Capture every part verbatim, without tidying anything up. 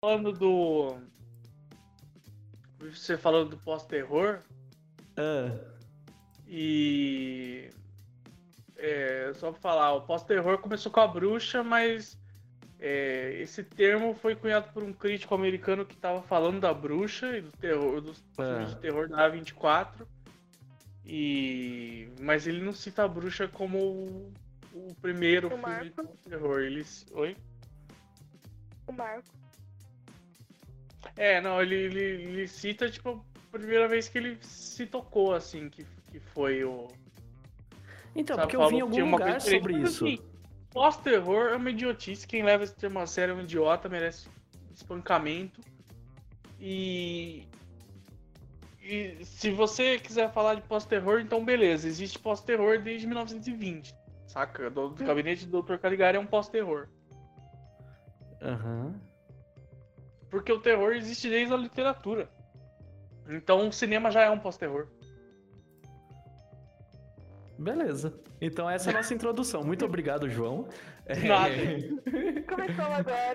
Falando do... Você falando do pós-terror... Ah, E... É, só pra falar, o pós-terror começou com a bruxa, mas... É, esse termo foi cunhado por um crítico americano que estava falando da bruxa e do terror, dos filmes de ah. terror da A vinte e quatro. E... Mas ele não cita a bruxa como o, o primeiro O filme Marco. de terror. Ele... Oi? O Marco. É, não, ele, ele, ele cita, tipo, a primeira vez que ele se tocou, assim, que, que foi o... Então, Sabe, porque eu vi em falou que algum tinha uma lugar coisa diferente. sobre Mas, isso. assim, pós-terror é uma idiotice. Quem leva esse termo a sério é um idiota, merece espancamento. E... E se você quiser falar de pós-terror, então beleza. Existe pós-terror desde mil novecentos e vinte, saca? Do, do Gabinete do doutor Caligari é um pós-terror. Aham. Porque o terror existe desde a literatura. Então o cinema já é um pós-terror. Beleza. Então essa é a nossa introdução. Muito obrigado, João. De nada. Começou agora.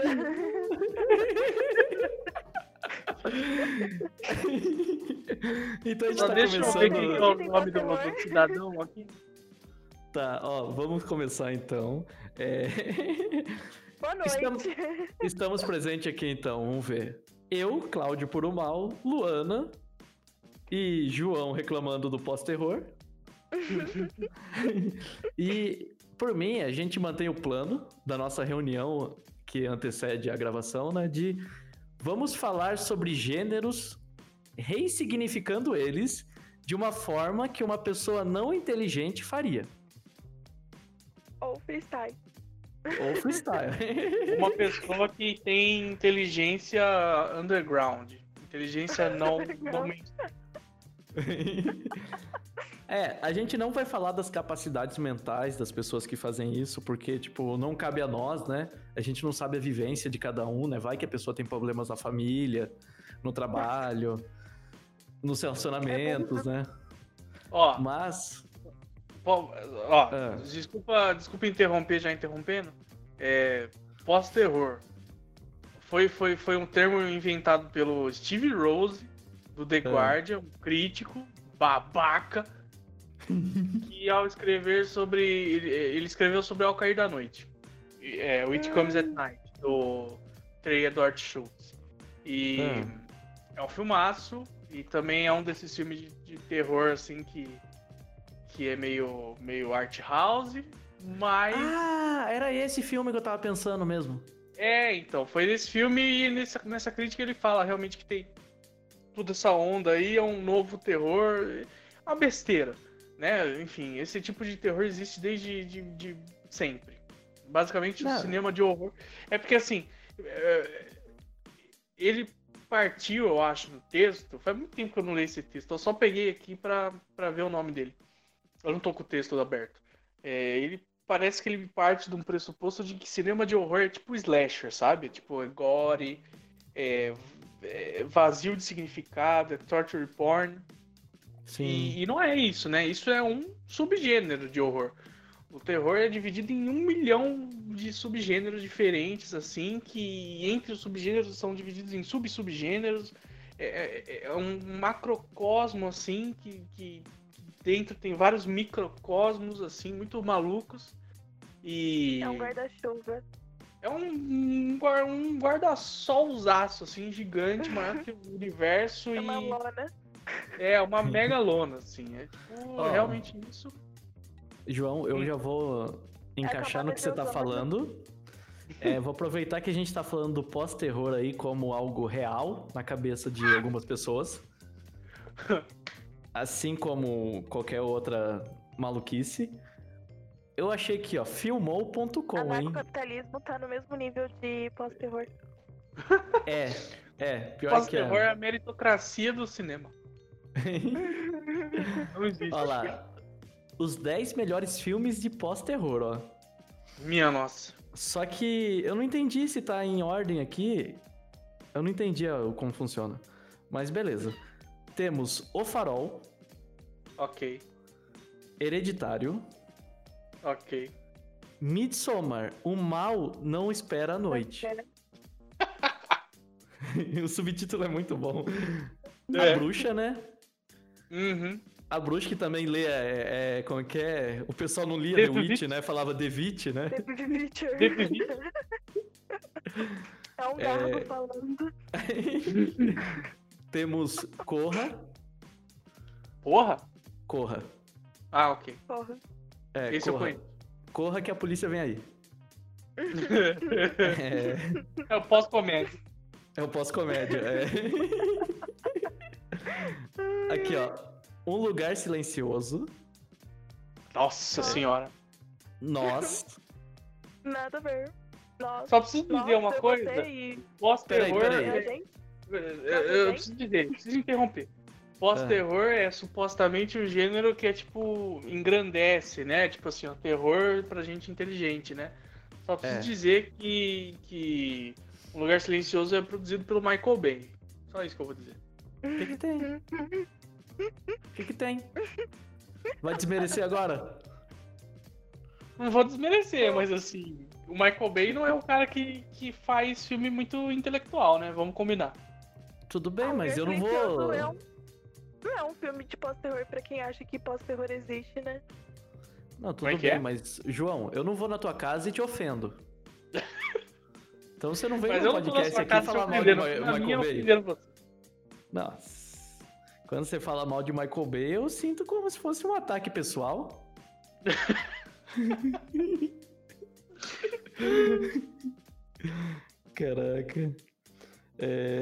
Então a gente Só tá deixa eu ver quem é começando. o nome do, do cidadão aqui. Tá, ó, vamos começar então. É... Boa noite. Estamos, estamos presentes aqui então, vamos ver. Eu, Cláudio Purumal, Luana e João reclamando do pós-terror. E por mim, a gente mantém o plano da nossa reunião que antecede a gravação, né? De vamos falar sobre gêneros, ressignificando eles de uma forma que uma pessoa não inteligente faria. Ou freestyle. Ou freestyle. Uma pessoa que tem inteligência underground. Inteligência não... não... É, a gente não vai falar das capacidades mentais das pessoas que fazem isso, porque, tipo, não cabe a nós, né? A gente não sabe a vivência de cada um, né? Vai que a pessoa tem problemas na família, no trabalho, nos relacionamentos, né? Ó, Mas... ó, ó Ah. desculpa, desculpa interromper já interrompendo. É, pós-terror. Foi, foi, foi um termo inventado pelo Steve Rose, do The Ah. Guardian, um crítico, babaca, que ao escrever sobre... Ele, ele escreveu sobre Ao Cair da Noite. É, It Comes at Night, do Trey Edward Schultz. E é um filmaço, e também é um desses filmes de, de terror, assim, que, que é meio, meio art house, mas... Ah, era esse filme que eu tava pensando mesmo. É, então, foi nesse filme e nessa, nessa crítica ele fala realmente que tem toda essa onda aí, é um novo terror, é uma besteira, né? Enfim, esse tipo de terror existe desde de, de sempre. Basicamente, Não. o cinema de horror... É porque, assim, é, ele partiu, eu acho, no texto, faz muito tempo que eu não leio esse texto, eu só peguei aqui pra, pra ver o nome dele. Eu não tô com o texto aberto. É, ele parece que ele parte de um pressuposto de que cinema de horror é tipo slasher, sabe? Tipo, é gore, é, é vazio de significado, é torture porn. Sim. E, e não é isso, né? Isso é um subgênero de horror. O terror é dividido em um milhão de subgêneros diferentes, assim, que entre os subgêneros são divididos em sub-subgêneros. É, é, é um macrocosmo, assim, que, que dentro tem vários microcosmos, assim, muito malucos. E... É um guarda-chuva. É um, um, guar- um guarda-solzaço, assim, gigante, maior que o universo. É e uma lona. É uma mega lona, assim. É tipo, Ó. realmente isso. João, eu Hum. já vou encaixar no que você tá Acabou de falando. É, vou aproveitar que a gente tá falando do pós-terror aí como algo real na cabeça de algumas pessoas. Assim como qualquer outra maluquice. Eu achei aqui, ó, filmou ponto com, hein? Anarcocapitalismo tá no mesmo nível de pós-terror. É, é, pior que Pós-terror é é. a meritocracia do cinema. Não existe. Ó lá, os dez melhores filmes de pós-terror, ó. Minha nossa. Só que eu não entendi se tá em ordem aqui. Eu não entendi ó, como funciona. Mas beleza. Temos O Farol, Ok, Hereditário, ok. Midsommar, O Mal Não Espera a Noite. O subtítulo é muito bom. É. A bruxa, né? Uhum. A bruxa que também lê, é, é, como é que é? O pessoal não lia The The Witch, Witch. né? Falava The Witch, né? The Witcher. The Witch. É um É. garbo falando. Temos Corra. Porra? Corra. Ah, ok. Porra. É, Esse eu Corra. conheço. Corra que a polícia vem aí. É, É o pós-comédia. é o pós-comédia. É. Aqui, ó. Um Lugar Silencioso. Nossa senhora. Nós. Nada a ver. Nossa. Só preciso dizer Nossa, uma você coisa. e Pós-terror. Peraí, e a peraí. gente. Eu, eu preciso dizer, preciso interromper. Pós-terror é supostamente um gênero que é tipo, engrandece, né? Tipo assim, ó, terror pra gente inteligente, né? Só preciso É. dizer que, que Um Lugar Silencioso é produzido pelo Michael Bay. Só isso que eu vou dizer. O que, que tem? O que, que tem? Vai desmerecer agora? Não vou desmerecer, mas assim, o Michael Bay não é um cara que, que faz filme muito intelectual, né? Vamos combinar. Tudo bem, Ah, mas eu não Silencioso vou. É um, não é um filme de pós-terror pra quem acha que pós-terror existe, né? Não, tudo Como é que bem, é? mas, João, eu não vou na tua casa e te ofendo. Então você não vem Mas no eu não tô na podcast sua aqui casa falar te mal de ofendendo, Ma- na minha Michael Bay. ofendendo você. Nossa. Quando você fala mal de Michael Bay, eu sinto como se fosse um ataque pessoal. Caraca. É...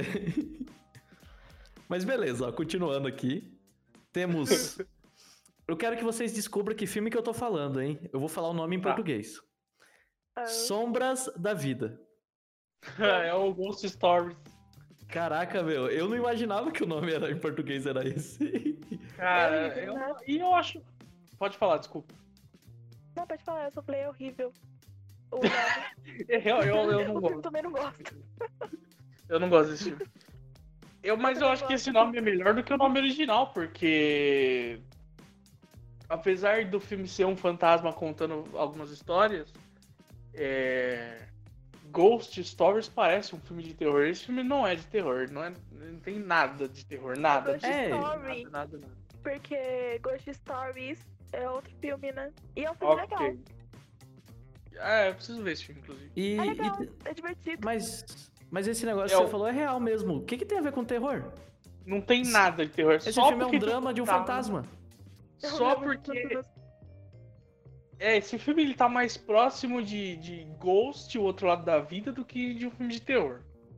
Mas beleza, ó, continuando aqui. Temos... Eu quero que vocês descubram que filme que eu tô falando, hein? Eu vou falar o nome em Tá. português. Ah, Sombras da Vida. É o Ghost Stories. Caraca, meu, eu não imaginava que o nome era em português era esse. Cara, É horrível, eu, né? e eu acho. Pode falar, desculpa. não, pode falar, eu só falei é horrível. O nome. Eu, eu, eu não Eu gosto. também não gosto. Eu não gosto desse filme. Eu, mas eu também acho que gosto. esse nome é melhor do que o nome original, porque. Apesar do filme ser um fantasma contando algumas histórias, é... Ghost Stories parece um filme de terror. Esse filme não é de terror, não, é... não tem nada de terror, nada. Ghost É. Story, Nada, nada, nada. porque Ghost Stories é outro filme, né? E é um filme legal. Ok. É, eu preciso ver esse filme, inclusive. E, É legal, e- é divertido. mas, mas esse negócio É que o- você falou é real mesmo. O que, que tem a ver com terror? Não tem nada de terror. Esse só filme é um porque drama de um tá- fantasma. Eu Só lembro porque. dos- É, esse filme ele tá mais próximo de, de Ghost, o outro lado da vida, do que de um filme de terror.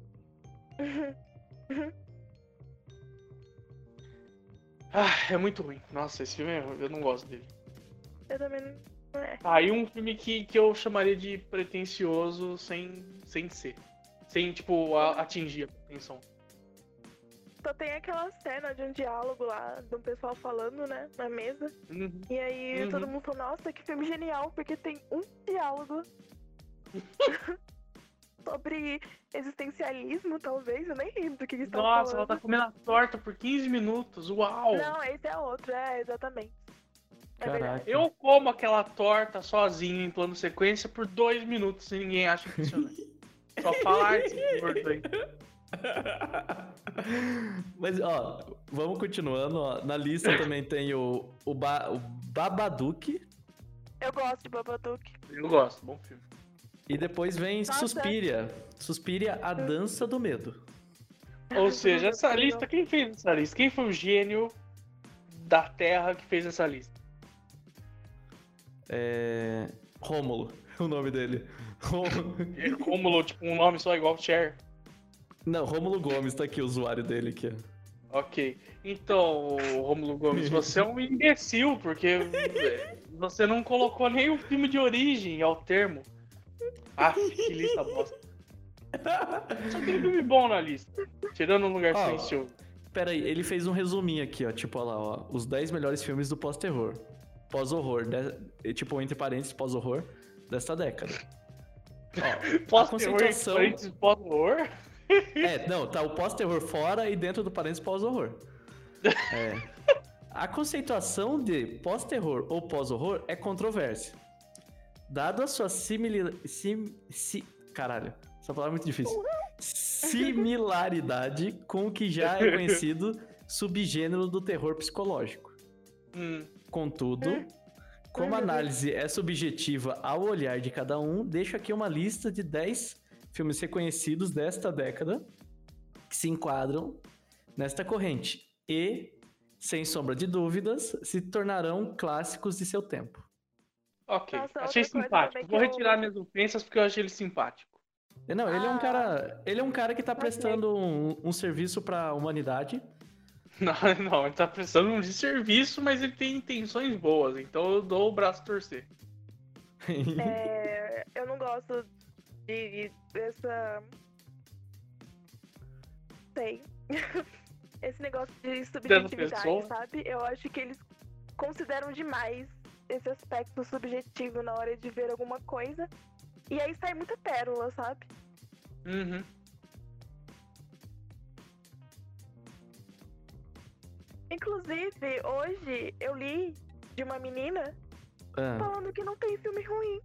Ah, é muito ruim. Nossa, esse filme é ruim, eu não gosto dele. Eu também não. É. Tá aí um filme que, que eu chamaria de pretencioso sem, sem ser. Sem, tipo, a- atingir a pretensão. Só tem aquela cena de um diálogo lá, de um pessoal falando, né, na mesa. Uhum. E aí Uhum. todo mundo falou, nossa, que filme genial, porque tem um diálogo sobre existencialismo, talvez. Eu nem lembro do que eles estão Nossa, falando. ela tá comendo a torta por quinze minutos. Uau! Não, esse é outro, é, exatamente. É Caraca. verdade. Eu como aquela torta sozinho em plano sequência por dois minutos e ninguém acha impressionante. Só falar esse gordo aí. Mas, ó, vamos continuando. Ó. Na lista também tem o, o, ba, o Babadook. Eu gosto de Babadook. Eu gosto, bom filme. E depois vem Nossa. Suspiria. Suspiria, a dança do medo. Ou seja, essa Não. lista, quem fez essa lista? Quem foi o gênio da Terra que fez essa lista? É... Rômulo, o nome dele. Rômulo... Rômulo, tipo, um nome só igual Cher. Não, Rômulo Gomes, tá aqui o usuário dele aqui. ó. Ok. Então, Rômulo Gomes, você é um imbecil, porque você não colocou nem o filme de origem ao termo. Ah, que lista bosta. Só tem filme bom na lista. Tirando Um Lugar Ó. Silencioso. Pera aí, ele fez um resuminho aqui, ó. Tipo, ó lá, ó. Os dez melhores filmes do pós-terror. Pós-horror, né? E, tipo, entre parênteses, pós-horror desta década. Ó, a Pós-terror, conceituação... parênteses, pós-horror. É, não, tá o pós-terror fora e dentro do parênteses pós-horror. É. A conceituação de pós-terror ou pós-horror é controvérsia. Dado a sua simili... Sim... Si... Caralho, essa palavra é muito difícil. similaridade com o que já é conhecido subgênero do terror psicológico. Hum. Contudo, Hum. como a Hum. análise é subjetiva ao olhar de cada um, deixo aqui uma lista de dez filmes reconhecidos desta década que se enquadram nesta corrente e, sem sombra de dúvidas, se tornarão clássicos de seu tempo. Ok, Nossa, achei outra coisa simpático. também que Vou eu- retirar minhas ofensas porque eu achei ele simpático. Não, ele é um Ah. cara, ele é um cara que tá Ok. prestando um, um serviço para a humanidade. Não, não, ele tá precisando de serviço, mas ele tem intenções boas, então eu dou o braço a torcer. É, eu não gosto de dessa. Sei. Esse negócio de subjetividade, pessoa? sabe? Eu acho que eles consideram demais esse aspecto subjetivo na hora de ver alguma coisa. E aí sai muita pérola, sabe? Uhum. Inclusive, hoje eu li de uma menina Ah, falando que não tem filme ruim.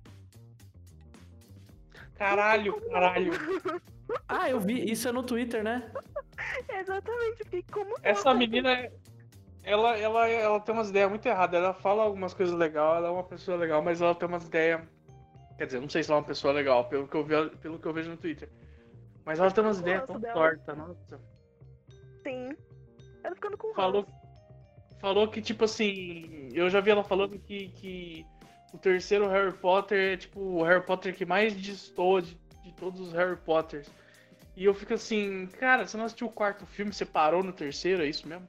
Caralho, Como não? caralho. Ah, eu vi, isso é no Twitter, né? Exatamente, fiquei como Essa não? menina, ela, ela, ela tem umas ideias muito erradas. Ela fala algumas coisas legais, ela é uma pessoa legal, mas ela tem umas ideias. Quer dizer, não sei se ela é uma pessoa legal, pelo que eu, vi, pelo que eu vejo no Twitter. Mas ela tem umas Eu ideias gosto tão dela. tortas, nossa. Sim. Eu tô ficando com Falou, ranço. falou que, tipo assim, eu já vi ela falando que, que o terceiro Harry Potter é, tipo, o Harry Potter que mais destoa de, de todos os Harry Potters. E eu fico assim, cara, você não assistiu o quarto filme, você parou no terceiro, é isso mesmo?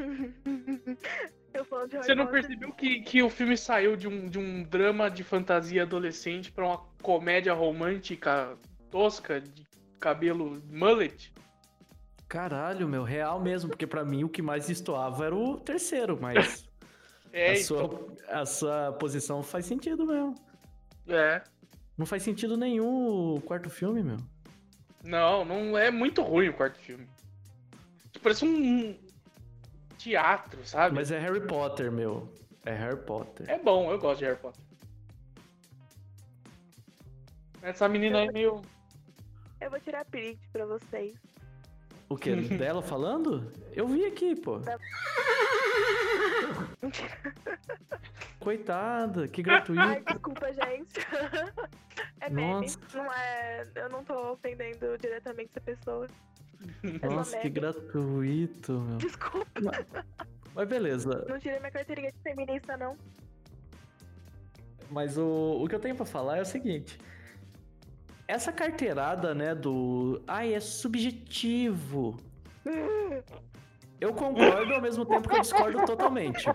Eu falando de Harry Você não Potter. percebeu que, que o filme saiu de um, de um drama de fantasia adolescente pra uma comédia romântica tosca, de cabelo mullet? Caralho, meu, real mesmo, porque pra mim o que mais destoava era o terceiro, mas É, a, então, sua, a sua posição faz sentido mesmo. é. Não faz sentido nenhum o quarto filme, meu. Não, não é muito ruim o quarto filme. Parece um teatro, sabe? Mas é Harry Potter, meu. É Harry Potter. É bom, eu gosto de Harry Potter. Essa menina aí é meio. Eu vou tirar print pra vocês. O quê? Dela falando? Eu vi aqui, pô. Coitada, que Ai, gratuito. desculpa, gente. É meme. Nossa. Não é. Eu não tô ofendendo diretamente essa pessoa. É só Nossa, que meme. gratuito, meu. Desculpa. Mas beleza. Não tirei minha carteirinha de feminista, não. Mas o, o que eu tenho pra falar é o seguinte. Essa carteirada, né, do... Ai, é subjetivo. Eu concordo ao mesmo tempo que eu discordo totalmente.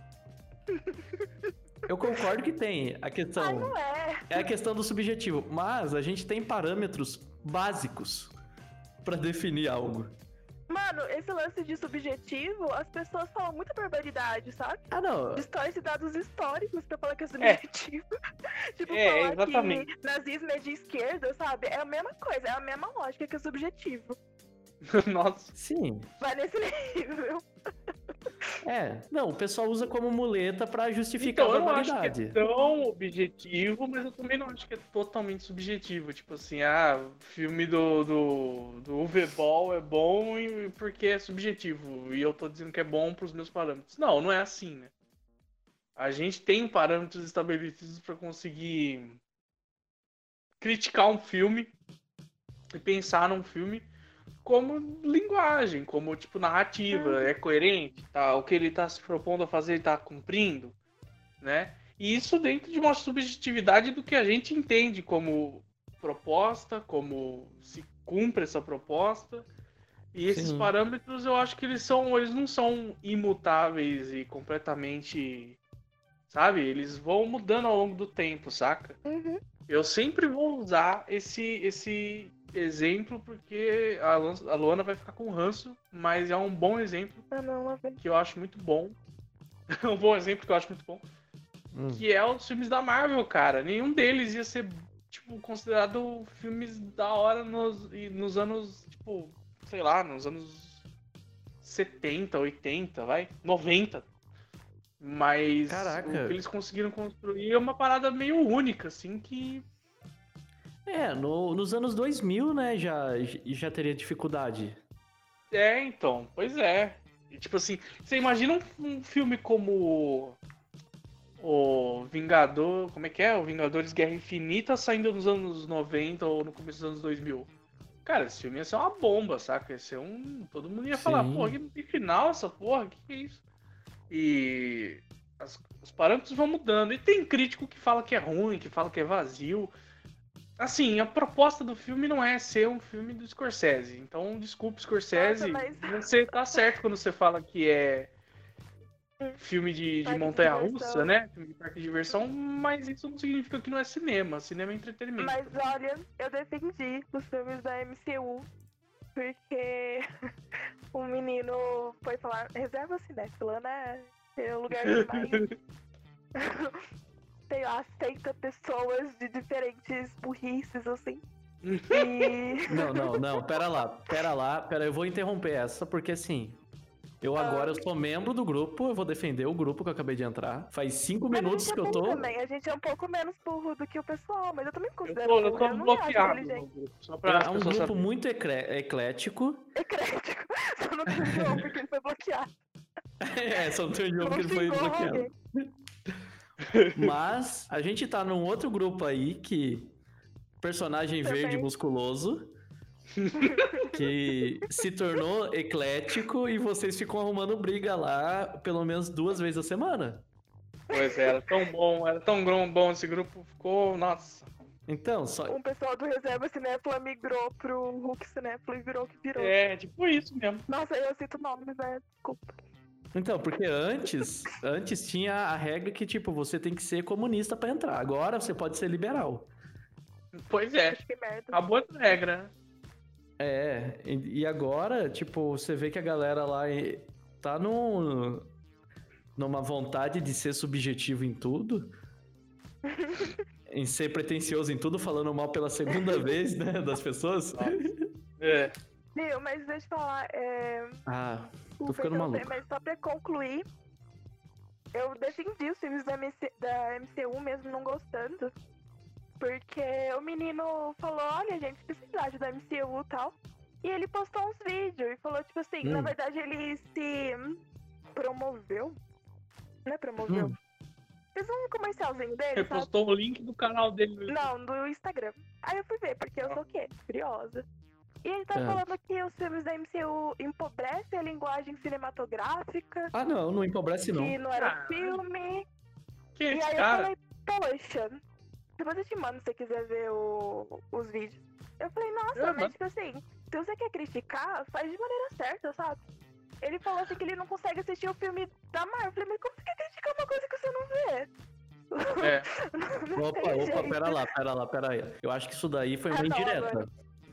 Eu concordo que tem a Ai, questão... não é. É a questão do subjetivo. Mas a gente tem parâmetros básicos pra definir algo. Mano, esse lance de subjetivo, as pessoas falam muita barbaridade, sabe? Ah, não. Distorce dados históricos pra falar que é subjetivo. tipo, É, falar exatamente. que nazismo é de esquerda, sabe? É a mesma coisa, é a mesma lógica que é subjetivo. Nossa. Sim. Vai nesse nível. É. Não, o pessoal usa como muleta pra justificar Então, a eu não acho que barbaridade. é tão objetivo, mas eu também não acho que é totalmente subjetivo. Tipo assim, ah, o filme do, do, do Uwe Boll é bom e- porque é subjetivo. E eu tô dizendo que é bom pros meus parâmetros. Não, não é assim, né? A gente tem parâmetros estabelecidos pra conseguir criticar um filme e pensar num filme como linguagem, como tipo narrativa, é coerente, tá? O que ele tá se propondo a fazer, ele tá cumprindo, né? E isso dentro de uma subjetividade do que a gente entende como proposta, como se cumpre essa proposta. E esses Sim. parâmetros eu acho que eles são, eles não são imutáveis e completamente, sabe? Eles vão mudando ao longo do tempo, saca? Uhum. Eu sempre vou usar esse, esse exemplo porque a Lu- a Luana vai ficar com ranço, mas é um bom exemplo Ah, não, lá vem. que eu acho muito bom. É um bom exemplo que eu acho muito bom. Hum. Que é os filmes da Marvel, cara. Nenhum deles ia ser, tipo, considerado filmes da hora nos, e nos anos, tipo, sei lá, nos anos setenta, oitenta, vai, noventa. Mas Caraca. o que eles conseguiram construir é uma parada meio única, assim, que É, no- nos anos dois mil, né, já, já teria dificuldade. É, então, pois é. E, tipo assim, você imagina um, um filme como o Vingador, como é que é? O Vingadores Guerra Infinita saindo nos anos noventa ou no começo dos anos dois mil. Cara, esse filme ia ser uma bomba, saca? Ia ser um. Todo mundo ia falar, porra, Sim. que final essa porra, que que é isso? E as- os parâmetros vão mudando. E tem crítico que fala que é ruim, que fala que é vazio. Assim, a proposta do filme não é ser um filme do Scorsese. Então, desculpe, Scorsese, Nossa, mas- você tá certo quando você fala que é filme de, de Parque de montanha-russa, diversão. né? Filme de parque de diversão, mas isso não significa que não é cinema. Cinema é entretenimento. Mas olha, eu defendi os filmes da M C U porque o menino foi falar, reserva cinéfila, né? É um lugar que mais sei lá, aceita pessoas de diferentes burrices, assim. E. Não, não, não, pera lá, pera lá, pera, eu vou interromper essa, porque assim, eu agora eu sou membro do grupo, eu vou defender o grupo que eu acabei de entrar. Faz cinco Mas minutos a que gente eu é burro tô. também, a gente é um pouco menos burro do que o pessoal, mas eu também me Eu considero tô, eu burro, tô eu não me acho bloqueado no inteligente. grupo, só pra as É um pessoas grupo saberem. muito eclé- eclético. Eclético. Só não tem João porque ele foi bloqueado. É, só não tem um jogo Não que ele foi xingou bloqueado. alguém. Mas a gente tá num outro grupo aí que. Personagem Também. verde musculoso. Que se tornou eclético e vocês ficam arrumando briga lá pelo menos duas vezes a semana. Pois é, era tão bom, era tão grom- bom esse grupo, ficou, nossa. Então, só. Um pessoal do Reserva Cinéfila migrou pro Hulk Cinéfila e virou o que virou. É, tipo isso mesmo. Nossa, eu cito nomes, né? Desculpa. Então, porque antes, antes tinha a regra que, tipo, você tem que ser comunista pra entrar. Agora você pode ser liberal. Pois é, Que merda. acabou essa regra, né? É, e e agora, tipo, você vê que a galera lá eh, tá num, numa vontade de ser subjetivo em tudo, em ser pretencioso em tudo, falando mal pela segunda vez, né, das pessoas. É. Viu, mas deixa eu falar, é... Ah, tô Desculpa ficando interromper, maluco. mas só pra concluir, eu defendi os filmes da, M C, da M C U mesmo não gostando. Porque o menino falou, olha gente, especialidade da M C U e tal. E ele postou uns vídeos e falou, tipo assim, Hum. na verdade ele se promoveu. Não é promoveu? Hum. Fez um comercialzinho dele, sabe? Repostou o link do canal dele no YouTube. Não, do Instagram. Aí eu fui ver, porque eu sou o quê? Curiosa. E ele tá É. falando que os filmes da M C U empobrecem a linguagem cinematográfica, Ah, não, não empobrece não. que não era Ah. filme. Quem é E esse aí cara? eu falei, poxa, depois eu te mando se você quiser ver o- os vídeos. Eu falei, nossa, É, mas mas- tipo assim, se você quer criticar, faz de maneira certa, sabe? Ele falou assim que ele não consegue assistir o filme da Marvel. Eu falei, mas como você quer criticar uma coisa que você não vê? É. Não Opa, tem opa, jeito. pera lá, pera lá, pera aí. Eu acho que isso daí foi uma Ah, não, indireta. agora.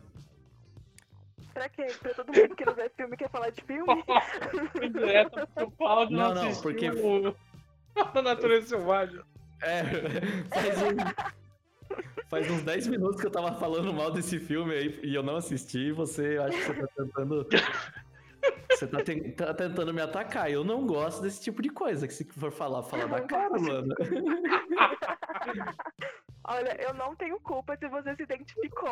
Pra quê? Pra todo mundo que não vê filme quer falar de filme? Direto pro Cláudio Não, não, não, assistiu porque- o... a Natureza Selvagem. É, faz, um- faz uns dez minutos que eu tava falando mal desse filme aí e eu não assisti. Você, eu acho que você tá tentando. Você tá, ten- tá tentando me atacar. Eu não gosto desse tipo de coisa. Que se for falar, fala da cara, mano. Olha, eu não tenho culpa se você se identificou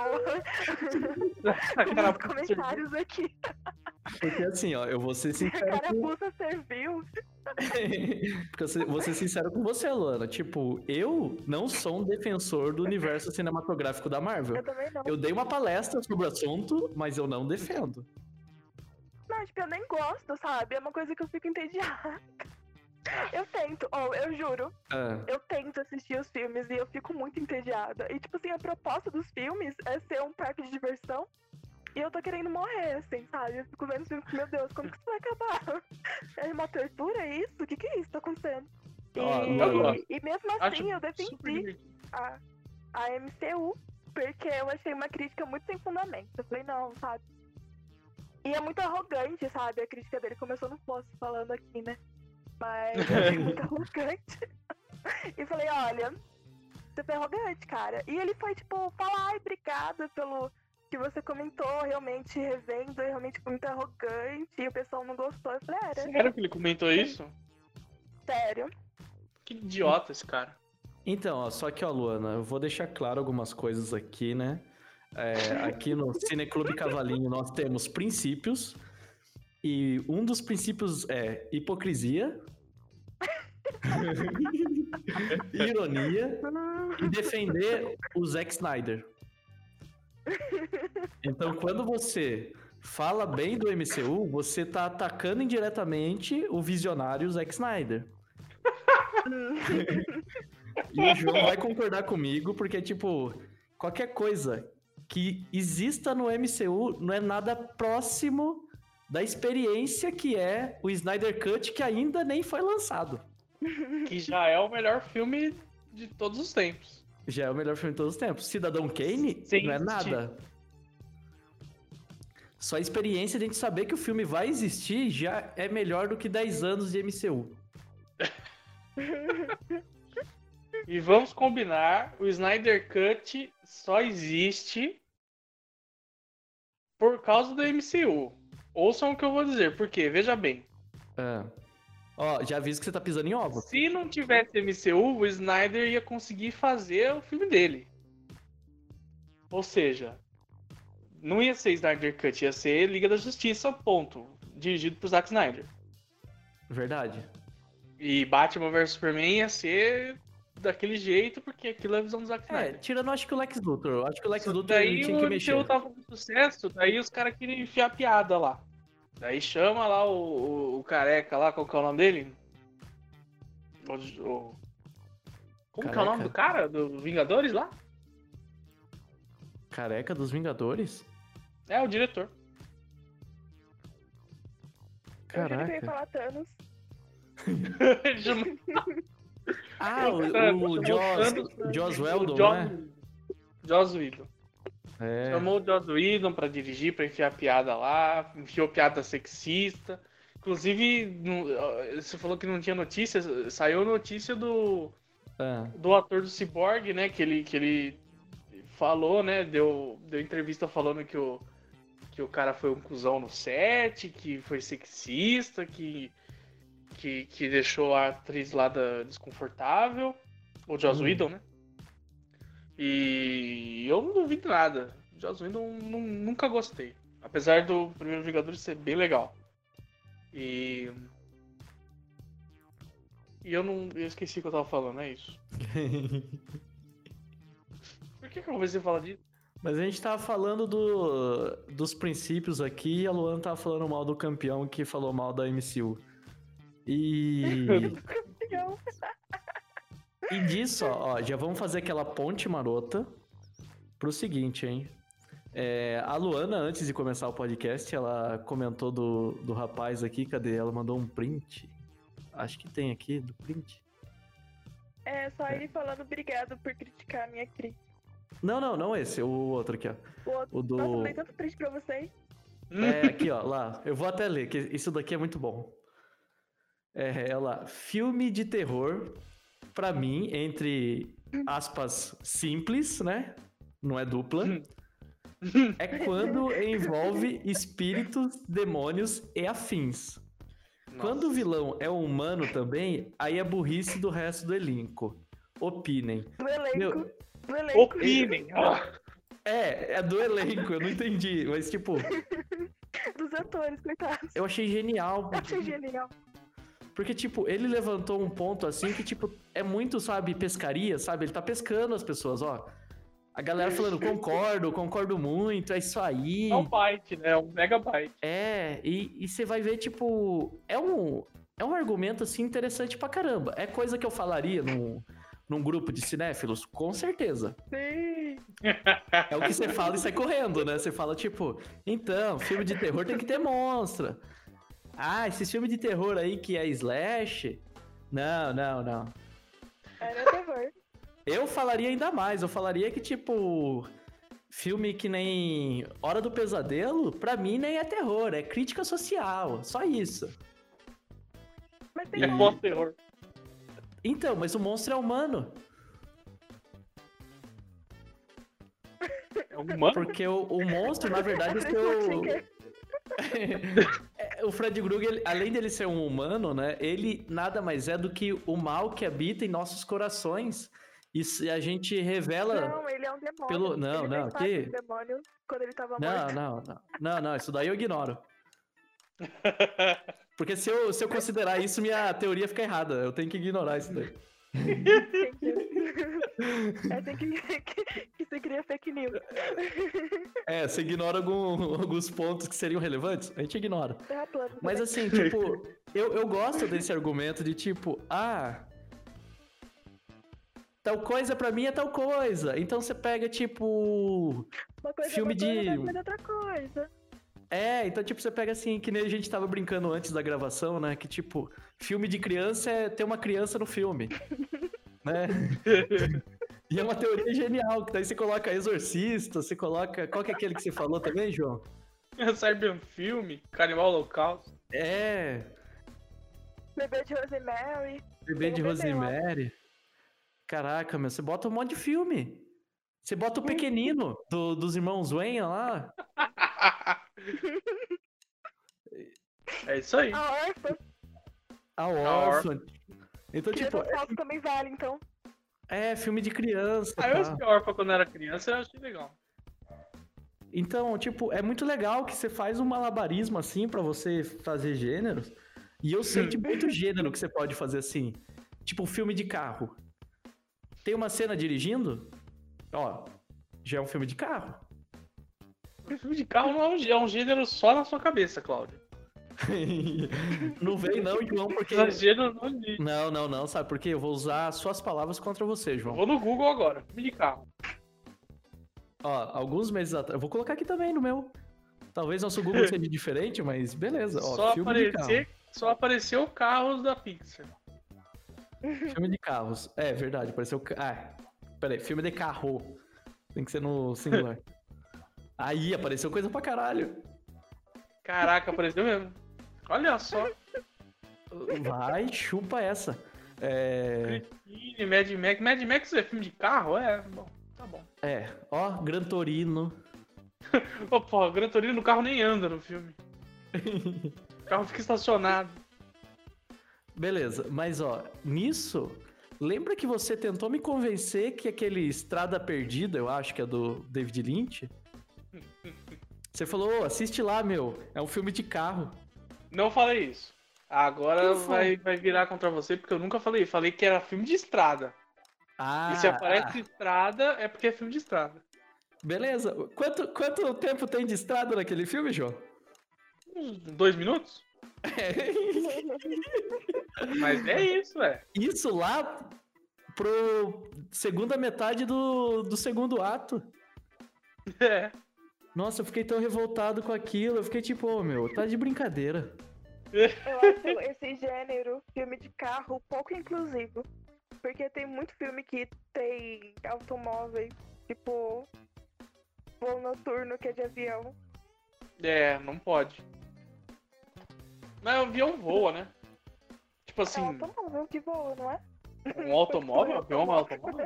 Cara, nos comentários aqui. Porque assim, ó, eu vou ser A sincero com... carapuça serviu. Porque eu se- vou ser sincero com você, Luana. Tipo, eu não sou um defensor do universo cinematográfico da Marvel. Eu também não. Eu dei uma palestra sobre o assunto, mas eu não defendo. Não, tipo, eu nem gosto, sabe? É uma coisa que eu fico entediada. Eu tento, ou eu juro, Ah, eu tento assistir os filmes e eu fico muito entediada. E, tipo assim, a proposta dos filmes é ser um parque de diversão. E eu tô querendo morrer, assim, sabe? Eu fico vendo os filmes, meu Deus, como que isso vai acabar? É uma tortura, é isso? O que que é isso que tá acontecendo? E, Ó, eu gosto. e mesmo Acho assim, eu super defendi divertido. a, a M C U, porque eu achei uma crítica muito sem fundamento. Eu falei, não, sabe? E é muito arrogante, sabe? A crítica dele começou no post falando aqui, né? Mas eu achei muito arrogante. E falei, olha, você foi arrogante, cara. E ele foi, tipo, falar, ai, obrigada pelo que você comentou, realmente revendo, realmente foi muito arrogante, e o pessoal não gostou. Eu falei, era, Sério que ele comentou isso? sério. Que idiota esse cara. Então, ó, só que, ó, Luana, eu vou deixar claro algumas coisas aqui, né? É, aqui no Cineclube Cavalinho nós temos princípios, e um dos princípios é hipocrisia, ironia e defender o Zack Snyder. Então, quando você fala bem do M C U, você tá atacando indiretamente o visionário Zack Snyder. E o João vai concordar comigo, porque, tipo, qualquer coisa que exista no M C U não é nada próximo da experiência que é o Snyder Cut, que ainda nem foi lançado. Que já é o melhor filme de todos os tempos. Já é o melhor filme de todos os tempos. Cidadão Kane Sem não é existir. nada. Só a experiência de a gente saber que o filme vai existir já é melhor do que dez anos de M C U. E vamos combinar, o Snyder Cut só existe por causa do M C U. Ouçam o que eu vou dizer, porque, veja bem, É. Ó, já aviso que você tá pisando em ovos. se não tivesse M C U, o Snyder ia conseguir fazer o filme dele. Ou seja, não ia ser Snyder Cut, ia ser Liga da Justiça, ponto. Dirigido por Zack Snyder. Verdade. E Batman versus Superman ia ser daquele jeito, porque aquilo é a visão do Zack É, Snyder. tirando acho que o Lex Luthor. Eu acho que o Lex Só que Luthor daí ele tinha o que M C U mexer. tava com sucesso, daí os caras queriam enfiar piada lá. Daí chama lá o, o, o careca lá, qual que é o nome dele? O, o... Como que é o nome Careca? do cara? Do Vingadores lá? Careca dos Vingadores? É, o diretor. Eu juro que eu ia Caraca. falar Thanos. Ele chamou- Ah, o, chamou o o Joss, Thanos- Joss o Whedon, Joss- né? Joss Whedon. É. Chamou o Joss Whedon pra dirigir, pra enfiar piada lá, enfiou piada sexista. Inclusive, no- você falou que não tinha notícia, saiu notícia do, Ah, do ator do Cyborg, né? Que ele, que ele falou, né? Deu, deu entrevista falando que o, que o cara foi um cuzão no set, que foi sexista, que, que, que deixou a atriz lá da, desconfortável. O Joss Hum. Whedon, né? E eu não duvido nada. Joss Whedon nu- nunca gostei. Apesar do primeiro Vingadores ser bem legal. E. E eu não. Eu esqueci o que eu tava falando, é isso. Por que, que eu comecei a falar disso? Mas a gente tava falando do, dos princípios aqui e a Luana tava falando mal do campeão que falou mal da M C U. E, Campeão. e disso, ó, ó, já vamos fazer aquela ponte marota pro seguinte, hein? É, a Luana, antes de começar o podcast, ela comentou do, do rapaz aqui, cadê? Ela mandou um print. Acho que tem aqui, do print. É só ele falando obrigado por criticar a minha crítica. Não, não, não esse, o outro aqui, ó. O outro, O do... Nossa, eu dei tanto print pra vocês. É, aqui, ó, lá. Eu vou até ler, que isso daqui é muito bom. É, é lá. Filme de terror, pra mim, entre aspas, simples, né? Não é dupla. É quando envolve espíritos, demônios e afins. Quando o vilão é humano também, aí é burrice do resto do elenco. Opinem. Do elenco. Meu, Do elenco. Opinem! Ah, é, é do elenco, eu não entendi. Mas, tipo, Dos atores, coitados. eu achei genial. Eu achei genial. Porque, tipo, ele levantou um ponto assim que, tipo, é muito, sabe, pescaria, sabe? Ele tá pescando as pessoas, ó. A galera falando, concordo, concordo muito, é isso aí. é um byte, né? É um megabyte. É, e você vai ver, tipo, é um, é um argumento, assim, interessante pra caramba. É coisa que eu falaria num, num grupo de cinéfilos? Com certeza. Sim. É o que você fala e sai correndo, né? Você fala, tipo, então, filme de terror tem que ter monstro. Ah, esse filme de terror aí que é slash... Não, não, não. Era terror. Eu falaria ainda mais, eu falaria que, tipo, filme que nem Hora do Pesadelo, pra mim nem é terror, é crítica social, só isso. Mas tem É E- pós-terror. Então, mas o monstro é humano, É humano? porque o, o monstro, na verdade, é seu... É, o Fred Krueger, ele- além dele ser um humano, né, ele nada mais é do que o mal que habita em nossos corações E se a gente revela... Não, ele é um demônio. Pelo- não, ele não, fez parte que- do demônio quando ele tava Não, morto. não, não. Não, não, isso daí eu ignoro. Porque se eu, se eu considerar isso, minha teoria fica errada. Eu tenho que ignorar isso daí. É assim que, que, que você cria fake news. É, você ignora algum- alguns pontos que seriam relevantes, a gente ignora. Terra plana. Mas assim, tipo, eu, eu gosto desse argumento de tipo, ah, tal coisa pra mim é tal coisa. Então você pega, tipo. uma coisa filme é uma coisa, de- outra coisa é outra coisa. É, então, tipo, você pega assim, que nem a gente tava brincando antes da gravação, né? Que, tipo, filme de criança é ter uma criança no filme. Né? E é uma teoria genial, que daí você coloca Exorcista, você coloca. Qual que é aquele que você falou também, João? Serbian Filme, Canibal Holocausto. É. Bebê de Rosemary. Bebê de Tem um bebê lá. Rosemary. Caraca, meu, você bota um monte de filme. Você bota o Pequenino, do- dos irmãos Wayne lá. É isso aí. A órfã. A Órfã. Orphan. Então, Cria tipo, do Falso também vale, então. é filme de criança. Ah, eu tá? assisti Órfã quando era criança e eu achei legal. Então, tipo, é muito legal que você faz um malabarismo assim pra você fazer gêneros. E eu sei de muito gênero que você pode fazer assim. Tipo, filme de carro. Tem uma cena dirigindo? Ó, já é um filme de carro. Filme de carro não é um, gê- é um gênero só na sua cabeça, Cláudio. Não vem não, João, porque... Esse gênero não existe. Não, não, não, sabe por quê? Eu vou usar suas palavras contra você, João. Vou no Google agora. Filme de carro. Ó, alguns meses atrás... Eu vou colocar aqui também no meu. Talvez nosso Google seja diferente, mas beleza. Ó, Só, filme de carro. aparecer, só apareceu carros da Pixar. Filme de carros. É, verdade, apareceu... ca- Ah, peraí, filme de carro. Tem que ser no singular. Aí, apareceu coisa pra caralho. Caraca, apareceu mesmo. Olha só. Vai, chupa essa. É... Ih, Mad Max. Mad Max é filme de carro? É, bom, tá bom. É, ó, Gran Torino. Ô, pô, o Gran Torino no carro nem anda no filme. O carro fica estacionado. Beleza, mas ó, nisso, lembra que você tentou me convencer que aquele Estrada Perdida, eu acho que é do David Lynch? Você falou, "Ô, assiste lá, meu, é um filme de carro." Não falei isso. Agora Que foi? vai, vai virar contra você, porque eu nunca falei. Falei que era filme de estrada. Ah, E se aparece estrada, é porque é filme de estrada. beleza. Quanto, quanto tempo tem de estrada naquele filme, João? Uns dois minutos? Mas é isso, é. Isso lá pro segunda metade do, do segundo ato. É. Nossa, eu fiquei tão revoltado com aquilo. Eu fiquei tipo, ô meu, tá de brincadeira. Eu acho esse gênero, filme de carro, pouco inclusivo. Porque tem muito filme que tem automóveis, tipo voo noturno que é de avião. É, não pode. Mas o avião voa, né? Tipo É assim, um automóvel que voa, não é? um automóvel? Avião é um automóvel?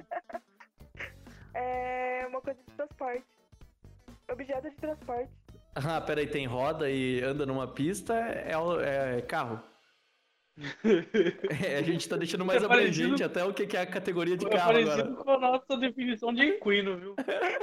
É uma coisa de transporte. Objeto de transporte. Ah, peraí, tem roda e anda numa pista, é, é carro. É, a gente tá deixando mais É abrangente parecido- até o que que é a categoria de É carro parecido agora. com a nossa definição de equino, viu?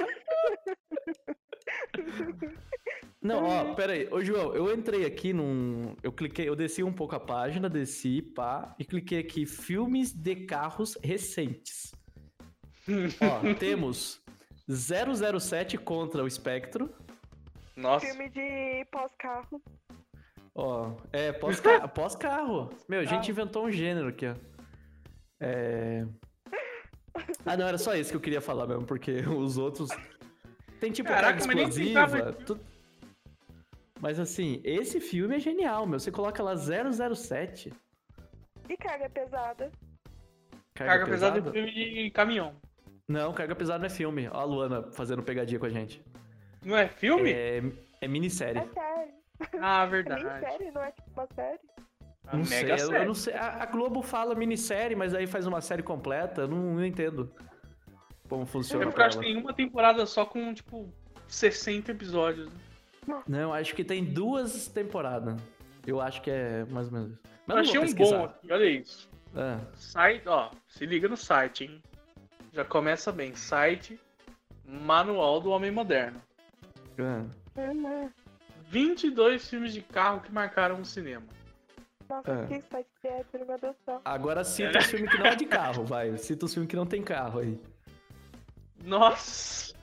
Não, ó, peraí. Ô, João, eu entrei aqui num... Eu cliquei, eu desci um pouco a página, desci, pá, e cliquei aqui, filmes de carros recentes. Ó, temos zero zero sete contra o Spectro. Nossa. Filme de pós-carro. Ó, é, pós-ca- pós-carro. Meu, a gente inventou um gênero aqui, ó. É... Ah, não, era só esse que eu queria falar mesmo, porque os outros... Tem tipo Caraca, carga mas nem explosiva, pensava- tu- Mas assim, esse filme é genial, meu. Você coloca lá zero zero sete. E carga pesada. Carga pesada é filme de caminhão. Não, carga pesada não é filme. Ó a Luana fazendo pegadinha com a gente. Não é filme? É, é minissérie. É série. Ah, É nem verdade. série, não é tipo uma série. A Não sei, mega eu, série. eu não sei. A, a Globo fala minissérie, mas aí faz uma série completa. Eu não, não entendo como É funciona porque eu pra acho que ela. tem uma temporada só com, tipo, sessenta episódios. Não, acho que tem duas temporadas. Eu acho que é mais ou menos isso. Mas Eu não achei vou um pesquisar. bom aqui, olha isso. Ah, Site, ó, se liga no site, hein? Já começa bem. Site Manual do Homem Moderno. Ah, Uhum. vinte e dois filmes de carro que marcaram o cinema. Nossa, É. que site de hétero, meu Deus do céu. Agora cita os filmes que não é de carro, vai. Cita os filmes que não tem carro aí. Nossa!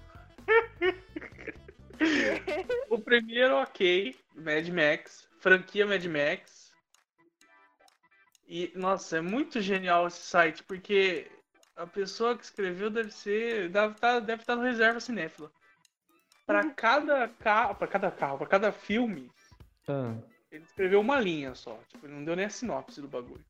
O primeiro, ok. Mad Max. Franquia Mad Max. E, nossa, é muito genial esse site, porque a pessoa que escreveu deve ser. Deve estar deve estar no Reserva Cinéfila. Pra cada carro. Pra cada carro, pra cada filme, Ah. ele escreveu uma linha só. Tipo, ele não deu nem a sinopse do bagulho.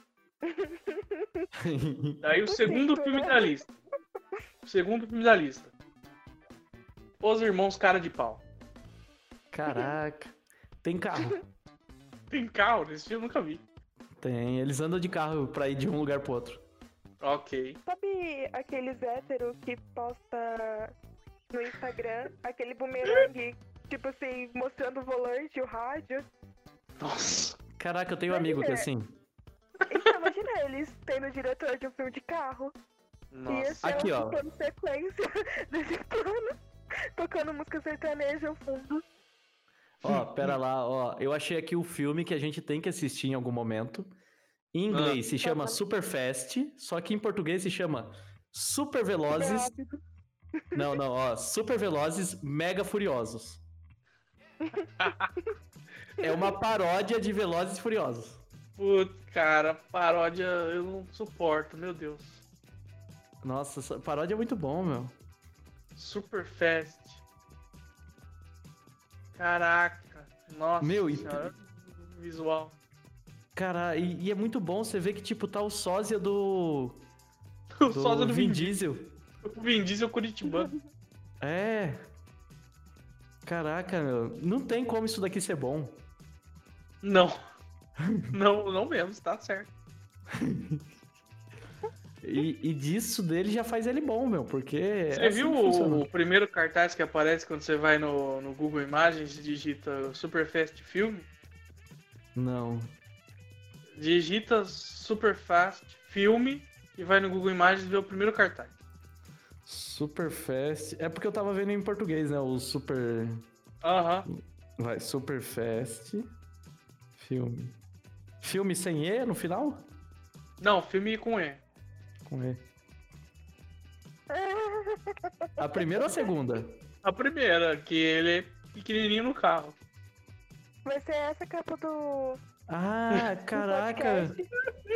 Daí o segundo filme da lista. O segundo filme da lista. Os Irmãos Cara de Pau. Caraca. Tem carro. Tem carro nesse filme? Eu nunca vi. Tem. Eles andam de carro pra ir de um lugar pro outro. Ok. Sabe aqueles héteros que posta no Instagram aquele bumerangue, tipo assim, mostrando o volante, o rádio? Nossa. Caraca, eu tenho um amigo que é assim. Então, imagina eles tendo o diretor de um filme de carro. E Nossa. esse é Aqui, um ó. plano sequência desse plano, tocando música sertaneja ao fundo. Ó, pera lá, ó. Eu achei aqui o filme que a gente tem que assistir em algum momento. Em inglês se chama Super Fast, só que em português se chama Super Velozes. Rápido. Não, não, ó. Super Velozes Mega Furiosos. É uma paródia de Velozes e Furiosos. Putz, cara, paródia eu não suporto, meu Deus. Nossa, essa paródia é muito bom, meu. Super Fast. Caraca. Nossa Meu, e senhora. Visual. Cara, e, e é muito bom você ver que, tipo, tá o sósia do. O do sósia do Vin Vin Diesel. O Vin Diesel Curitibano. É. Caraca, meu. Não tem como isso daqui ser bom. Não. Não, não mesmo, tá certo. E, e disso dele já faz ele bom, meu, porque. Você é assim viu que o, funciona. o primeiro cartaz que aparece quando você vai no, no Google Imagens e digita Super Fast Film? Não. Digita Super Fast Filme e vai no Google Imagens e vê o primeiro cartaz. Super Fast. É porque eu tava vendo em português, né? O Super. Aham. Vai, Super Fast. Filme. Filme sem E no final? Não, filme com E. Com E. A primeira ou a segunda? A primeira, que ele é pequenininho no carro. Vai ser essa capa do, Ah, do caraca. podcast.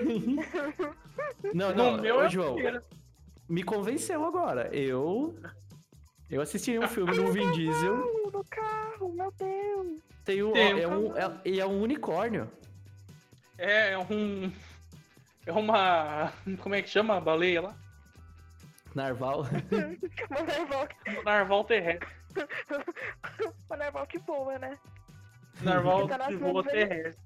Não, No não, meu ô, é a João, primeira. me convenceu agora. Eu. Eu assisti um filme do Vin Diesel. Não, no carro, meu Deus. Tem o, Tem um é, um, é, e é um unicórnio. É, é um. É uma. Como é que chama a baleia lá? Narval. O narval, Um narval terrestre. o narval que voa, né? Narval Tá nas que voa nuvens. terrestre.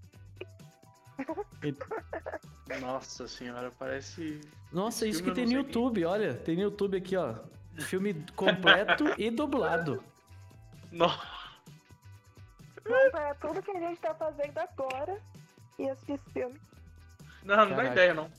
Nossa senhora, parece. Nossa, Esse isso que filme eu tem não no sei YouTube, olha. Tem no YouTube aqui, ó. Filme completo e dublado. Nossa. Vamos para tudo que a gente tá fazendo agora e assistir esse filme. Não, não dá Caraca. ideia, não.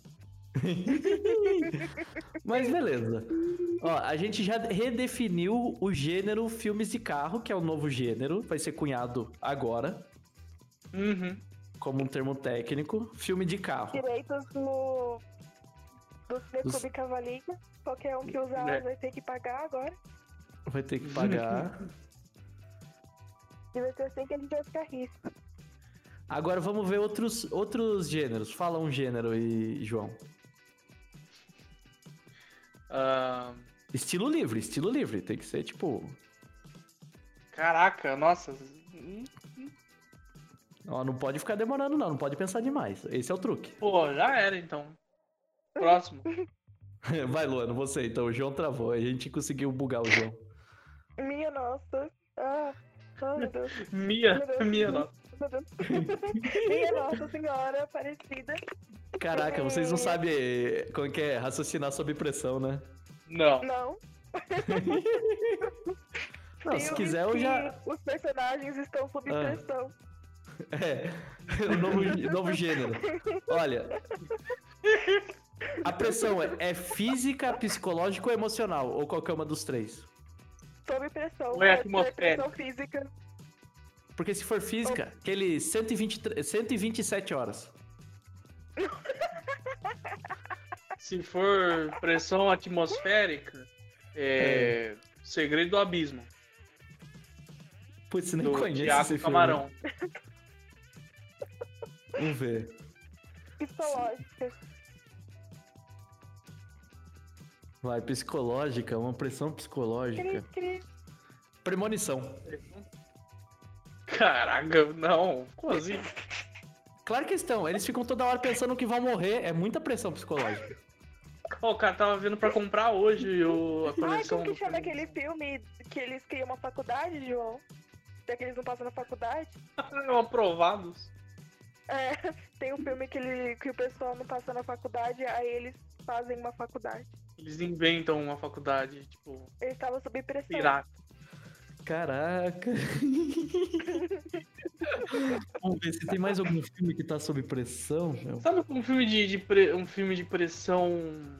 Mas beleza. Ó, a gente já redefiniu o gênero filmes de carro, que é o novo gênero. Vai ser cunhado agora, Uhum. como um termo técnico. Filme de carro. Direitos no do Dos- Cineclube Cavalinho. Qualquer um que usar É. vai ter que pagar agora. Vai ter que pagar. E vai ser assim que a gente vai ficar rico. Agora vamos ver outros, outros gêneros. Fala um gênero aí, João. Ah, Estilo livre, estilo livre. Tem que ser tipo. caraca, nossa. Hum, Ó, não pode ficar demorando, não. Não pode pensar demais. Esse é o truque. Pô, já era então. Próximo. Vai, Luana, você então. O João travou. A gente conseguiu bugar o João. Minha nossa. Ah, oh, meu Deus. Mia, Meu Deus. Mia, nossa. Meu Deus. Minha Nossa Senhora Aparecida. Caraca, vocês não sabem como é que é raciocinar sob pressão, né? Não. Não. Não, se Filmes quiser eu que já. Os personagens estão sob Ah. pressão. É, o novo, novo gênero. Olha, A pressão é, é física, psicológica ou emocional? Ou qualquer uma dos três? Sob pressão. Ou é pode ser atmosférica? pressão física. Porque se for física, aquele cento e vinte, cento e vinte e sete horas. Se for pressão atmosférica, é. Segredo do Abismo. Putz, você nem Do conhece Tiago esse filme. Camarão. Vamos ver. Psicológica. Vai, psicológica, uma pressão psicológica. Cri, cri. Premonição. Caraca, não. Como assim? Claro que estão. Eles ficam toda hora pensando que vão morrer. É muita pressão psicológica. Ó, o cara tava vindo pra comprar hoje o, a Ai, coleção como que do chama filme. aquele filme que eles criam uma faculdade, João? Já que eles não passam na faculdade? Aprovados. É, tem um filme que, ele, que o pessoal não passa na faculdade, aí eles fazem uma faculdade. Eles inventam uma faculdade, tipo, Eles estavam sob pressão. pirata. Caraca. Vamos ver se tem mais algum filme que tá sob pressão. Meu. Sabe um filme de, de pre- um filme de pressão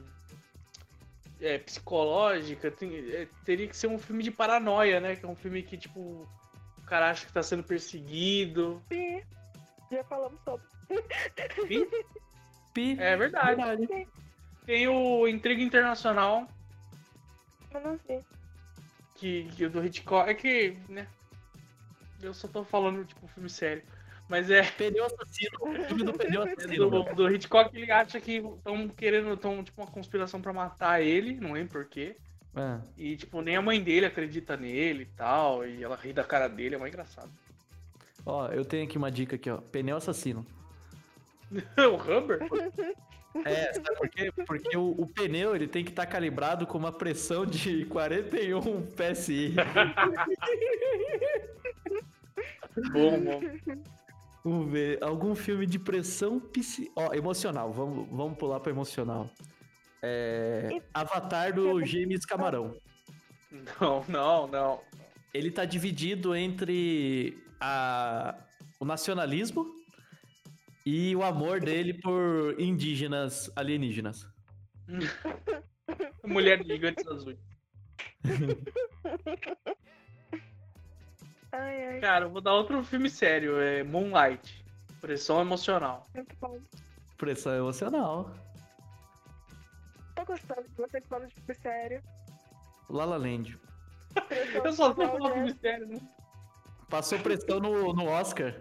é, psicológica? Tem- é, teria que ser um filme de paranoia, né? Que é um filme que, tipo, o cara acha que tá sendo perseguido. Sim, já falamos sobre. Sim, Pi. é verdade. Verdade. Tem o Intriga Internacional, Mas não sei. que, que é do Hitchcock. É que, né? Eu só tô falando, tipo, um filme sério. Mas é. Pneu assassino. O filme do pneu É assassino. do, meu. do Hitchcock, ele acha que estão querendo, estão tipo uma conspiração pra matar ele, não lembro porquê. É. E tipo, nem a mãe dele acredita nele e tal, e ela ri da cara dele, é mais engraçado. Ó, eu tenho aqui uma dica aqui, ó. Pneu assassino. O Humber? É, sabe por quê? Porque o, o pneu ele tem que estar calibrado com uma pressão de quarenta e um P S I. Bom, bom. Vamos ver. Algum filme de pressão psi... Ó, emocional. Vamos, vamos pular pra emocional. É... Avatar do James Camarão. Não, não, não. Ele tá dividido entre a... o nacionalismo e o amor dele por indígenas alienígenas. Mulher de gigantes azuis. Ai, ai, Cara, eu vou dar outro filme sério, é Moonlight. Pressão emocional. muito bom. Pressão emocional. Tô gostando de vocês falando de filme sério. La La Land. Pressão Eu só tô emocional, falando né? filme sério, né? Passou pressão no, no Oscar.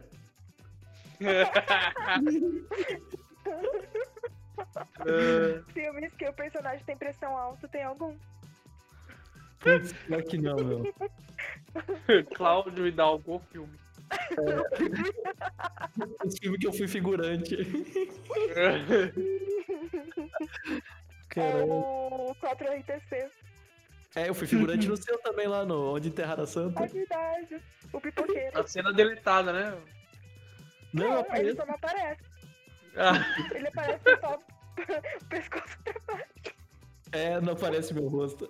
Filmes que o personagem tem pressão alta, tem algum? Putz, pior que não, meu. Cláudio Hidalgo, o filme. Esse filme que eu fui figurante. É Caramba. o quatro R T C. É, eu fui figurante no seu também lá no Onde Enterrar a Santa. É verdade. O pipoqueiro. A cena deletada, né? Não, eu ele apareço. só não aparece. Ah, Ele aparece só o pescoço pra baixo. É, não aparece meu rosto.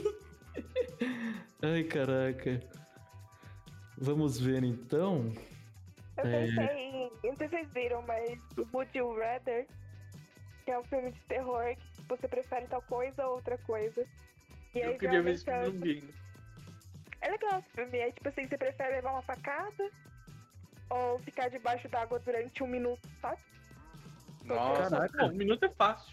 Ai, caraca. Vamos ver então. Eu É. pensei em. Eu não sei se vocês viram, mas o Would You Rather, que é um filme de terror que você prefere tal coisa ou outra coisa. E aí, eu queria ver esse geralmente, filme, não vi ainda. é legal esse filme. É tipo assim, você prefere levar uma facada ou ficar debaixo d'água durante um minuto, sabe? Nossa, Caraca. pô, um minuto é fácil.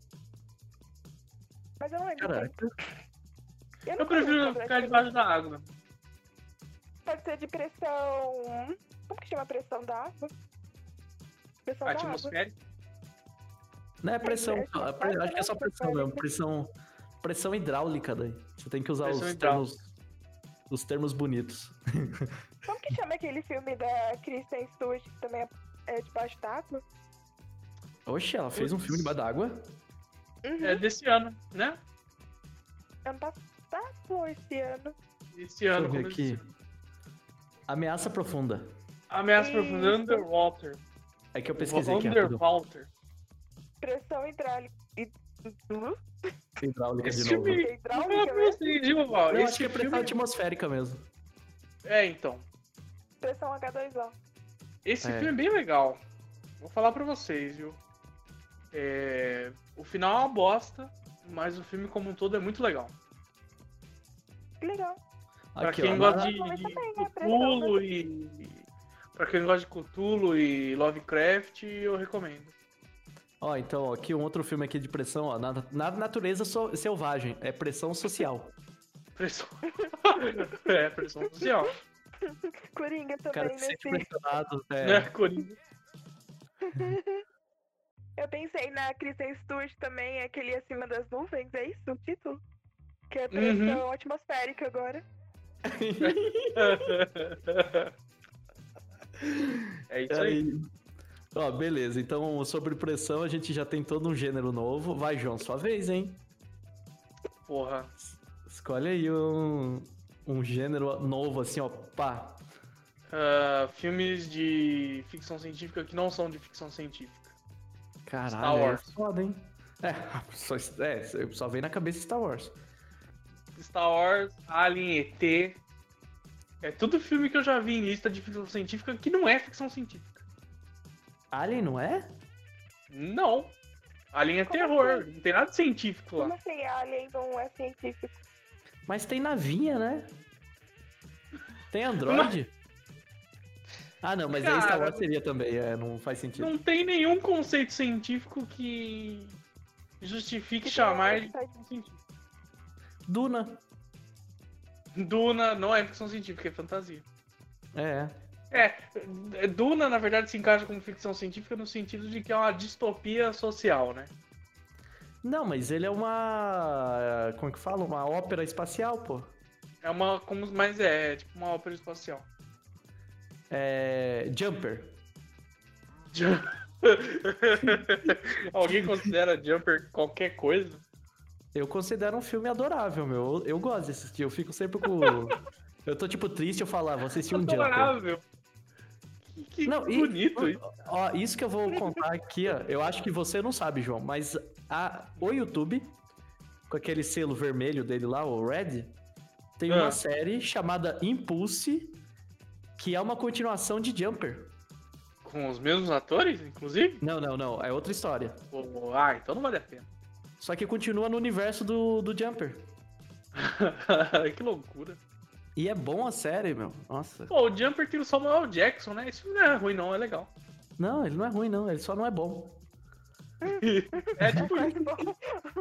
Mas eu não lembro. Caraca. tempo. Eu, não Eu prefiro conheço, ficar né? debaixo da água. Pode ser de pressão. Como que chama a pressão da água? Pressão da água. Atmosférica. Não é pressão, É, é, só, é pre- acho que é só pressão mesmo. Pressão, pressão hidráulica daí. Você tem que usar Pressão os hidráulica. termos, os termos bonitos. Como que chama aquele filme da Kristen Stewart que também é, é debaixo d'água? Oxe, ela fez um Putz. filme debaixo d'água? Uhum. É desse ano, né? Ano passado, esse ano. Esse Deixa eu ano. ver começo aqui. desse ano. Ameaça Profunda. Ameaça Isso. Profunda, Underwater. É que eu pesquisei aqui rápido. Underwater. Pressão hidráulica. hid- hum? Hidráulica Esse de novo. filme- É Não, hidráulica não mesmo? sei, Dival. Eu Esse acho que é pressão filme... atmosférica mesmo. É, então. Pressão H dois O. Esse É. filme é bem legal. Vou falar pra vocês, viu? É... O final é uma bosta, mas o filme como um todo é muito legal. Que legal. Pra Aqui, quem ó, gosta na- de, Mas de também, né, Cthulhu pressão, e... Pra quem gosta de Cthulhu e Lovecraft, eu recomendo. Ó, então, ó, aqui um outro filme aqui de pressão, ó, na, na natureza so- selvagem, é pressão social. Pressão. É, pressão social. Coringa O cara também se sente nesse. pressionado, Né, é. Coringa? Eu pensei na Kristen Stewart também, aquele Acima das Nuvens, é isso o título? Que é pressão Uhum. atmosférica agora. É isso aí. Aí, ó, beleza, então sobre pressão a gente já tem todo um gênero novo. Vai, João, sua vez, hein? Porra. Escolhe aí um, um gênero novo, assim, ó, pá. Ah, filmes de ficção científica que não são de ficção científica. Caralho, Star é Wars. foda, hein? É, só, é, só vem na cabeça Star Wars. Star Wars, Alien, E T. É tudo filme que eu já vi em lista de ficção científica que não é ficção científica. Alien, não é? Não. Alien é Como terror. assim? Não tem nada de científico Como lá. assim, Alien não é científico? Mas tem navinha, né? Tem Android? Ah, não, mas aí Star Cara, Wars seria também, é, não faz sentido. Não tem nenhum conceito científico que justifique Que chamar tem de essa- ficção científica. Duna. Duna não é ficção científica, é fantasia. É. É, Duna, na verdade, se encaixa como ficção científica no sentido de que é uma distopia social, né? Não, mas ele é uma. Como é que fala? Uma ópera espacial, pô. É uma. Como, mas é, é tipo uma ópera espacial. É. Jumper. Alguém considera Jumper qualquer coisa? Eu considero um filme adorável, meu. Eu, eu gosto de assistir. Eu fico sempre com. Eu tô tipo triste, eu falo, ah, vou assistir um Jumper. Adorável. Que, que Não, e- bonito isso. Ó, isso que eu vou contar aqui, ó. Eu acho que você não sabe, João, mas a, o YouTube, com aquele selo vermelho dele lá, o Red, tem uma Ah. série chamada Impulse, que é uma continuação de Jumper. Com os mesmos atores, inclusive? Não, não, não. É outra história. Pô, ah, então não vale a pena. Só que continua no universo do, do Jumper. Que loucura. E é bom a série, meu. Nossa. Pô, o Jumper tem o Samuel Jackson, né? Isso não é ruim, não, é legal. Não, ele não é ruim, não. Ele só não é bom. É tipo Quase isso. bom.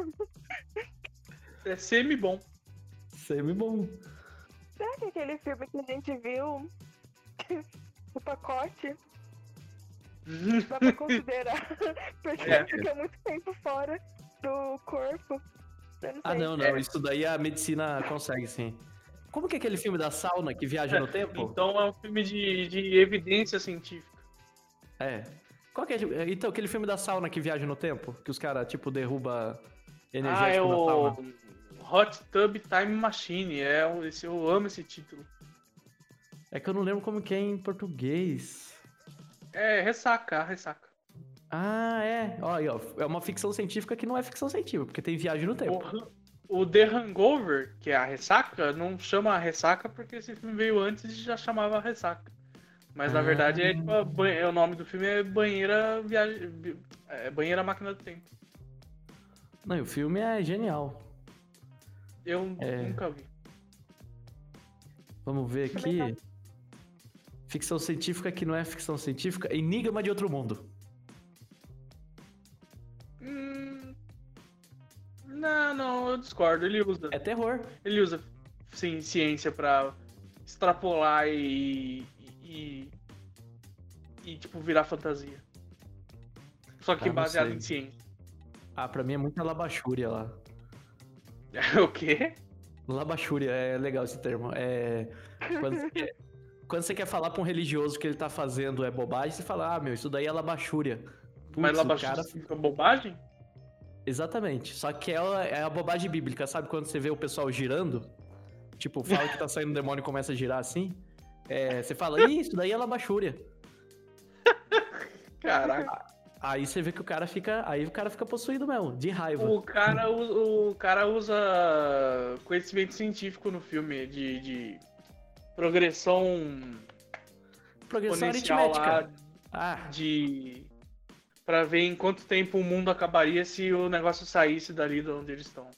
É semi-bom. Semi-bom. Será que aquele filme que a gente viu, o pacote, dá pra considerar? Porque É. ele fica muito tempo fora do corpo. Eu não Ah, sei. não, não. É. Isso daí a medicina consegue, sim. Como que é aquele filme da sauna que viaja no tempo? Então é um filme de, de evidência científica. É. Qual que é? Então, aquele filme da sauna que viaja no tempo? Que os caras, tipo, derruba Ah, é energético na o sauna. Hot Tub Time Machine. É, um- esse, eu amo esse título. É que eu não lembro como que é em português. É Ressaca, Ressaca. Ah, é. Ó, aí, ó. É uma ficção científica que não é ficção científica, porque tem viagem no tempo. O, o The Hangover, que é a Ressaca, não chama a Ressaca porque esse filme veio antes e já chamava Ressaca. Mas na Ah. verdade é, tipo, a ban- é, o nome do filme é Banheira Viagem, é Banheira Máquina do Tempo. Não, e o filme é genial. Eu É. nunca vi. Vamos ver Também aqui. Ficção científica que não é ficção científica. Enigma de Outro Mundo. Hum, não, não, eu discordo. Ele usa, É terror. ele usa sim, ciência pra extrapolar e, e, e tipo virar fantasia. Só que Ah, não baseado sei. em ciência. Ah, pra mim é muita labachúria lá. O quê? Labachúria, é legal esse termo. É. Quando você quer, quando você quer falar pra um religioso que ele tá fazendo é bobagem, você fala, ah, meu, isso daí é labachúria. Putz, Mas lá o baixo cara... fica bobagem? Exatamente. Só que ela é a bobagem bíblica, sabe? Quando você vê o pessoal girando, tipo, fala que tá saindo um demônio e começa a girar assim. É, você fala, "Ih, isso daí é labachúria." Caraca. Aí você vê que o cara fica. Aí o cara fica possuído mesmo, de raiva. O cara, usa- o cara usa conhecimento científico no filme de, de progressão Progressão exponencial aritmética. lá Ah, de Pra ver em quanto tempo o mundo acabaria se o negócio saísse dali de onde eles estão.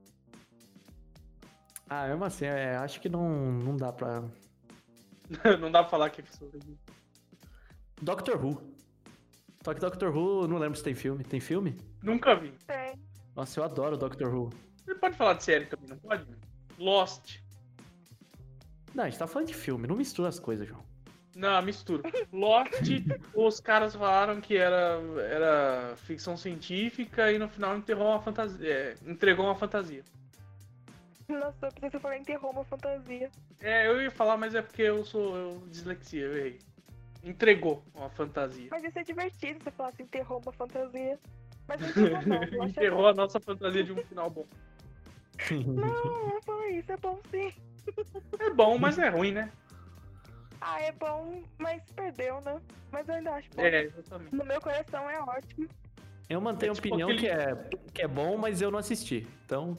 Ah, mesmo assim, é, acho que não, não dá pra... Não dá pra falar que é sobrevive. Doctor Who. Só que Doctor Who, não lembro se tem filme. Tem filme? Nunca vi. Tem. Nossa, eu adoro Doctor Who. Você pode falar de série também, não pode? Lost. Não, a gente tá falando de filme, não mistura as coisas, João. Não, mistura. Lost, os caras falaram que era, era ficção científica e no final enterrou uma fantasia, é, entregou uma fantasia. Nossa, eu pensei que você falou enterrou uma fantasia. É, eu ia falar, mas é porque eu sou eu, dislexia, eu errei. Entregou uma fantasia. Mas isso é divertido, você falar assim, enterrou uma fantasia. Mas não enterrou não, eu acho Enterrou bom. a nossa fantasia de um final bom. Não, eu falei isso, é bom sim. É bom, mas é ruim, né? Ah, é bom, mas perdeu, né? Mas eu ainda acho bom. É, exatamente. No meu coração é ótimo. Eu mantenho É a tipo opinião aquele- que, é, que é bom, mas eu não assisti. Então...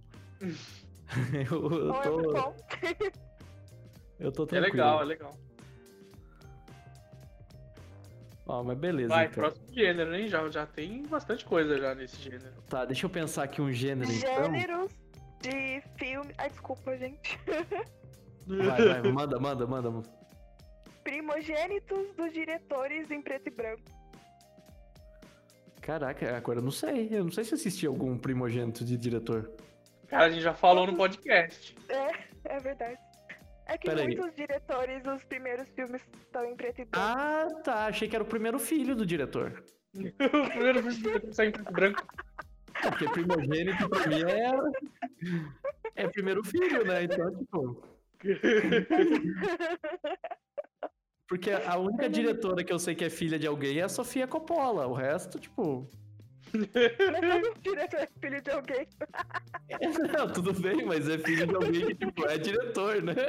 eu, eu Ou é muito tô, bom. eu tô É tranquilo. legal, é legal. Ó, mas beleza, Vai, então. próximo gênero, hein? Já, já tem bastante coisa já nesse gênero. Tá, deixa eu pensar aqui um gênero, então. Gêneros de filme. Ai, desculpa, gente. Vai, vai, manda, manda, manda. manda. Primogênitos dos diretores em preto e branco. Caraca, agora eu não sei. Eu não sei se assisti algum primogênito de diretor. Cara, a gente já falou no podcast. É, é verdade. É que Pera aí. muitos diretores, os primeiros filmes estão em preto e branco. Ah, tá. Achei que era o primeiro filho do diretor. O primeiro filme que saiu em preto e branco. É, porque primogênito pra mim é. É primeiro filho, né? Então, tipo. Porque a única diretora que eu sei que é filha de alguém é a Sofia Coppola. O resto, tipo. Mas todo diretor é filho de alguém. Não, tudo bem, mas é filho de alguém que, tipo, é diretor, né?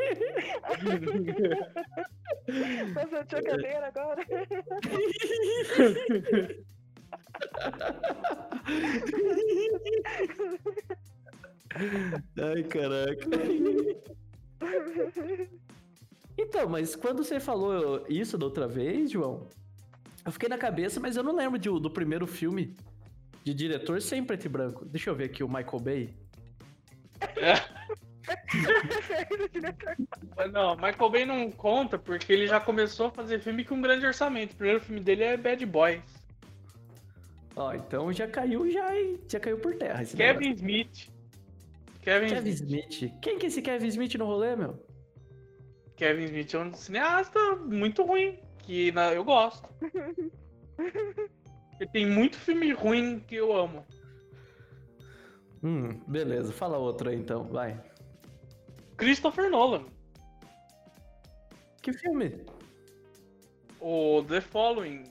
Nossa, chocadeira agora. Ai, caraca. Então, mas quando você falou isso da outra vez, João, eu fiquei na cabeça, mas eu não lembro de- do primeiro filme de diretor sem preto e branco. Deixa eu ver aqui o Michael Bay. Filho do diretor. Mas não, Michael Bay não conta porque ele já começou a fazer filme com grande orçamento. O primeiro filme dele é Bad Boys. Ó, então já caiu, já, já caiu por terra esse Kevin negócio. Smith. Kevin, Kevin Smith. Smith. Quem que é esse Kevin Smith no rolê, meu? Kevin Smith é um cineasta muito ruim, que na- eu gosto. Ele tem muito filme ruim que eu amo. Hum, beleza. Fala outro aí, então. Vai. Christopher Nolan. Que filme? O The Following.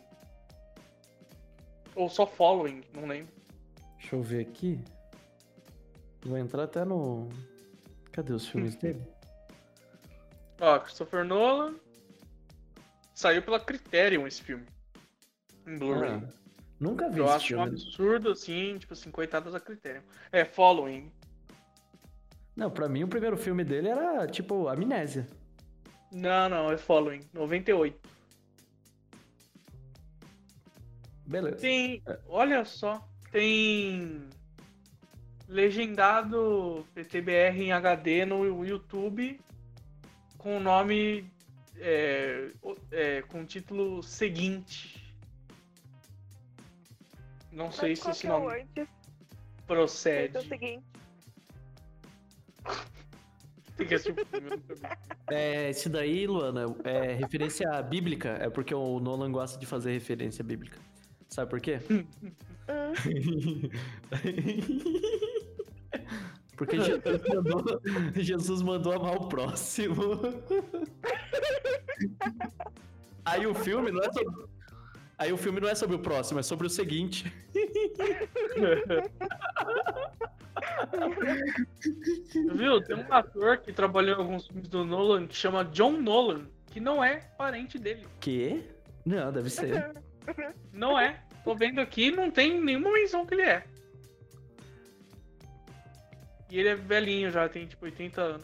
Ou só Following, não lembro. Deixa eu ver aqui. Vou entrar até no... Cadê os filmes dele? Ó, Christopher Nolan. Saiu pela Criterion esse filme. Em Blu-ray. Ah, nunca vi Eu esse acho um filme. absurdo, assim, tipo assim, coitadas da Criterion. É, Following. Não, pra mim o primeiro filme dele era, tipo, Amnésia. Não, não, é Following. noventa e oito. Beleza. Tem. Olha só. Tem. Legendado P T B R em H D no YouTube. Com o nome. É, o- é, com o título seguinte. Não sei Mas se qual esse que é o nome antes? Esse procede. é o seguinte. Tem que assistir o filme, eu nunca vi. É, esse daí, Luana, é referência bíblica. É porque o Nolan gosta de fazer referência bíblica. Sabe por quê? Hum, Porque Jesus mandou, Jesus mandou amar o próximo. Aí o filme não é sobre... Aí o filme não é sobre o próximo, é sobre o seguinte. Viu? Tem um ator que trabalhou em alguns filmes do Nolan que chama John Nolan, que não é parente dele. Quê? Não, deve ser. Não é. Tô vendo aqui, não tem nenhuma menção que ele é. E ele é velhinho já, tem tipo oitenta anos.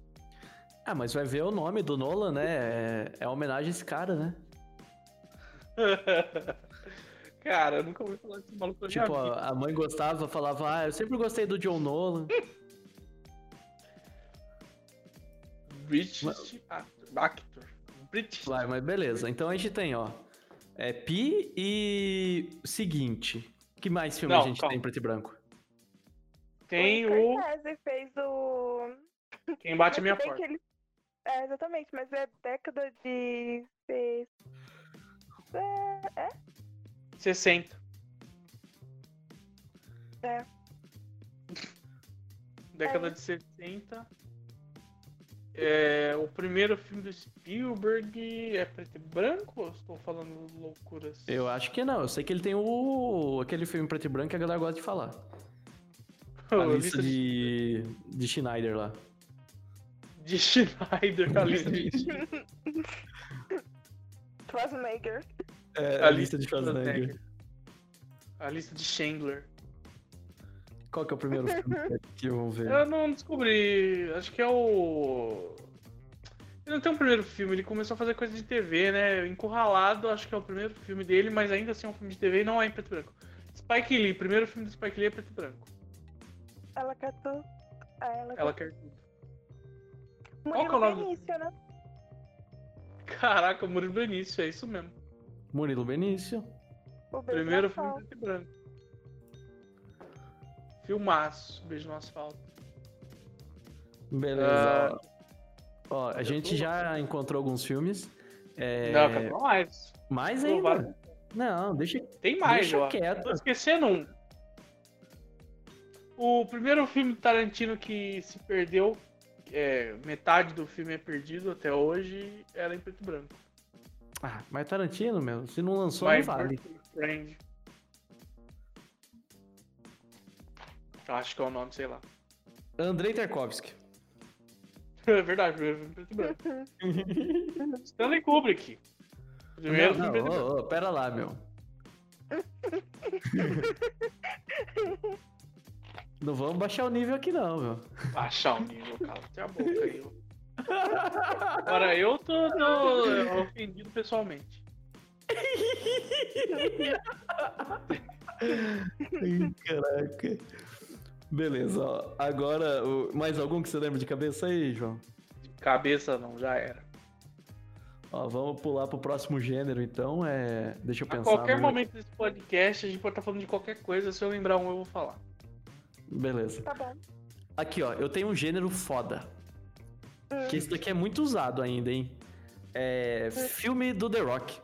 Ah, mas vai ver o nome do Nolan, né? É, é homenagem a esse cara, né? Cara, eu nunca ouvi falar desse maluco na minha Tipo, vida. a a mãe gostava, falava, ah, eu sempre gostei do John Nolan. British actor. actor. British. Vai, mas beleza. Então a gente tem, ó, é Pi e seguinte. Que mais filme Não, a gente calma. tem em preto e branco? Tem o o Scorsese fez o... Quem Bate a Mas Minha se bem Porta. que ele- É, exatamente, mas é década de... de- É, é? sessenta. É. Década É. de sessenta. É, o primeiro filme do Spielberg é preto e branco ou estou falando loucuras? Eu acho que não. Eu sei que ele tem o aquele filme preto e branco que a galera gosta de falar. A A lista de, de Schneider lá. de Schneider, a lista de Schwarzenegger. É, A a lista lista de de Schwarzenegger. a lista de Chandler. Qual que é o primeiro filme que vamos ver? Eu não descobri, acho que é o ele não tem um primeiro filme, ele começou a fazer coisa de T V, né? Encurralado, acho que é o primeiro filme dele, mas ainda assim é um filme de T V e não é em preto e branco. Spike Lee, primeiro filme do Spike Lee é preto e branco. Ela catou. Ah, ela Ela quer tudo. Murilo Qual que é o nome do Benício, né? Caraca, o Murilo Benício, é isso mesmo. Murilo Benício. O Beijo Primeiro no filme Asfalto. preto e branco. Filmaço, Beijo no Asfalto. Beleza. Ah, ó, Ó, a eu gente tô- já encontrou alguns filmes. É... Não, quero falar mais. Mais Tô vários- ainda? Não, deixa, Tem mais, deixa eu acho. quieto. Tô esquecendo um. O primeiro filme do Tarantino que se perdeu, é, metade do filme é perdido até hoje, era em preto e branco. Ah, mas Tarantino, meu, se não lançou, My não vale. Birthday Friend. Eu acho que é o nome, sei lá. Andrei Tarkovsky. É verdade, primeiro filme preto e branco. Stanley Kubrick. Primeiro não, filme não, preto e branco. ô, ô, pera lá, meu. Não vamos baixar o nível aqui não, meu. Baixar o nível, cala até a boca aí. ó. Agora eu tô, tô ofendido pessoalmente. Ai, caraca. Beleza, ó. Agora, o- mais algum que você lembra de cabeça aí, João? De cabeça não, já era. Ó, vamos pular pro próximo gênero, então. É... Deixa eu A pensar. qualquer no- momento desse podcast, a gente pode estar falando de qualquer coisa. Se eu lembrar um, eu vou falar. Beleza. Tá bom. Aqui, ó, eu tenho um gênero foda. Hum. Que esse daqui é muito usado ainda, hein? É. Filme do The Rock.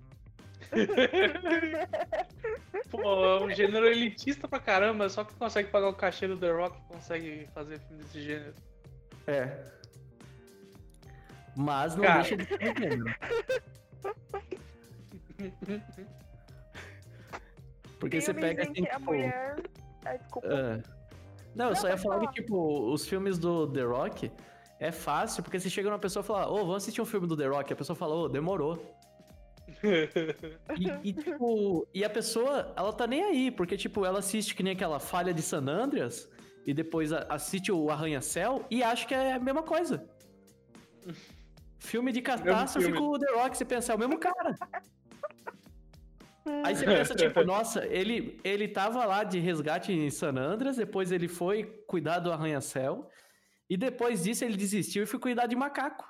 Pô, é um gênero elitista pra caramba. Só que consegue pagar o cachê do The Rock consegue fazer filme desse gênero. É. Mas não Cara. deixa de ser um gênero. Porque você Filmes pega em assim, que a tipo... mulher... Ah, desculpa. ah. Não, eu só Não, ia pode falar falar. que, tipo, os filmes do The Rock é fácil, porque você chega numa pessoa e fala, ô, vamos assistir um filme do The Rock. A pessoa fala, ô, demorou. E, e, tipo, e a pessoa, ela tá nem aí, porque, tipo, ela assiste que nem aquela Falha de San Andreas e depois a- assiste o Arranha-Céu e acha que é a mesma coisa. Filme de catástrofe filme. com o The Rock, você pensa, é o mesmo cara. Aí você pensa, tipo, nossa, ele, ele tava lá de resgate em San Andreas, depois ele foi cuidar do Arranha-Céu, e depois disso ele desistiu e foi cuidar de macaco.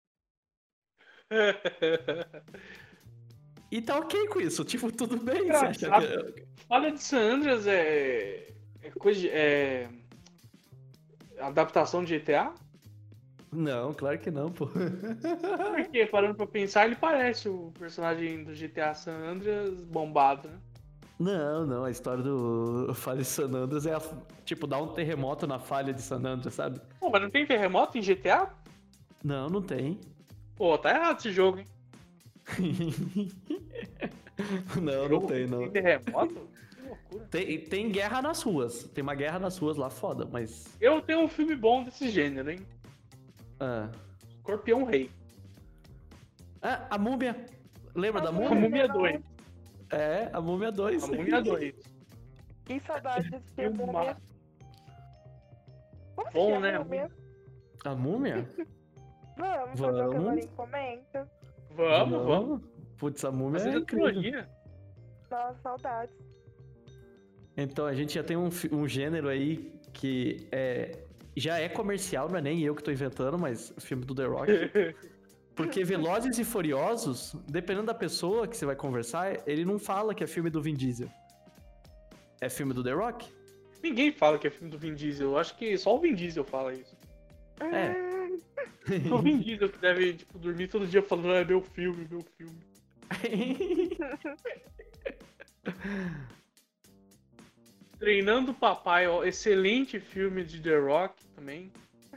E tá ok com isso, tipo, tudo bem. Você acha Engraçado. que... Falha de San Andreas é. É coisa de. É. Adaptação de G T A? Não, claro que não, pô. Porque, parando pra pensar, ele parece o personagem do G T A San Andreas bombado, né? Não, não, a história do Falha de San Andreas é, a, tipo, dar um terremoto na falha de San Andreas, sabe? Pô, mas não tem terremoto em G T A? Não, não tem. Pô, tá errado esse jogo, hein? Não, não Jogo tem, que não. Tem terremoto? Que loucura. Tem, tem guerra nas ruas. Tem uma guerra nas ruas lá foda, mas. Eu tenho um filme bom desse gênero, hein? Ah, Escorpião Rei. ah a múmia. Lembra da A A múmia? Múmia dois. É, a múmia dois. A Múmia dois. Que saudade desse filme. Filmaço. Vamos Bom, assistir né? a Múmia? A múmia? Vamos, fazer o que a Vamos. Marinho comenta. Vamos, vamos. Putz, a múmia Mas é é incrível. trilogia. Nossa, saudades. Então, a gente já tem um, fi- um gênero aí que é, já é comercial, não é nem eu que tô inventando, mas o filme do The Rock. Porque Velozes e Furiosos, dependendo da pessoa que você vai conversar, ele não fala que é filme do Vin Diesel. É filme do The Rock? Ninguém fala que é filme do Vin Diesel. Eu acho que só o Vin Diesel fala isso. É. O Vin Diesel que deve, tipo, dormir todo dia falando, ah, é meu filme, meu filme. Treinando o Papai, ó, excelente filme de The Rock também.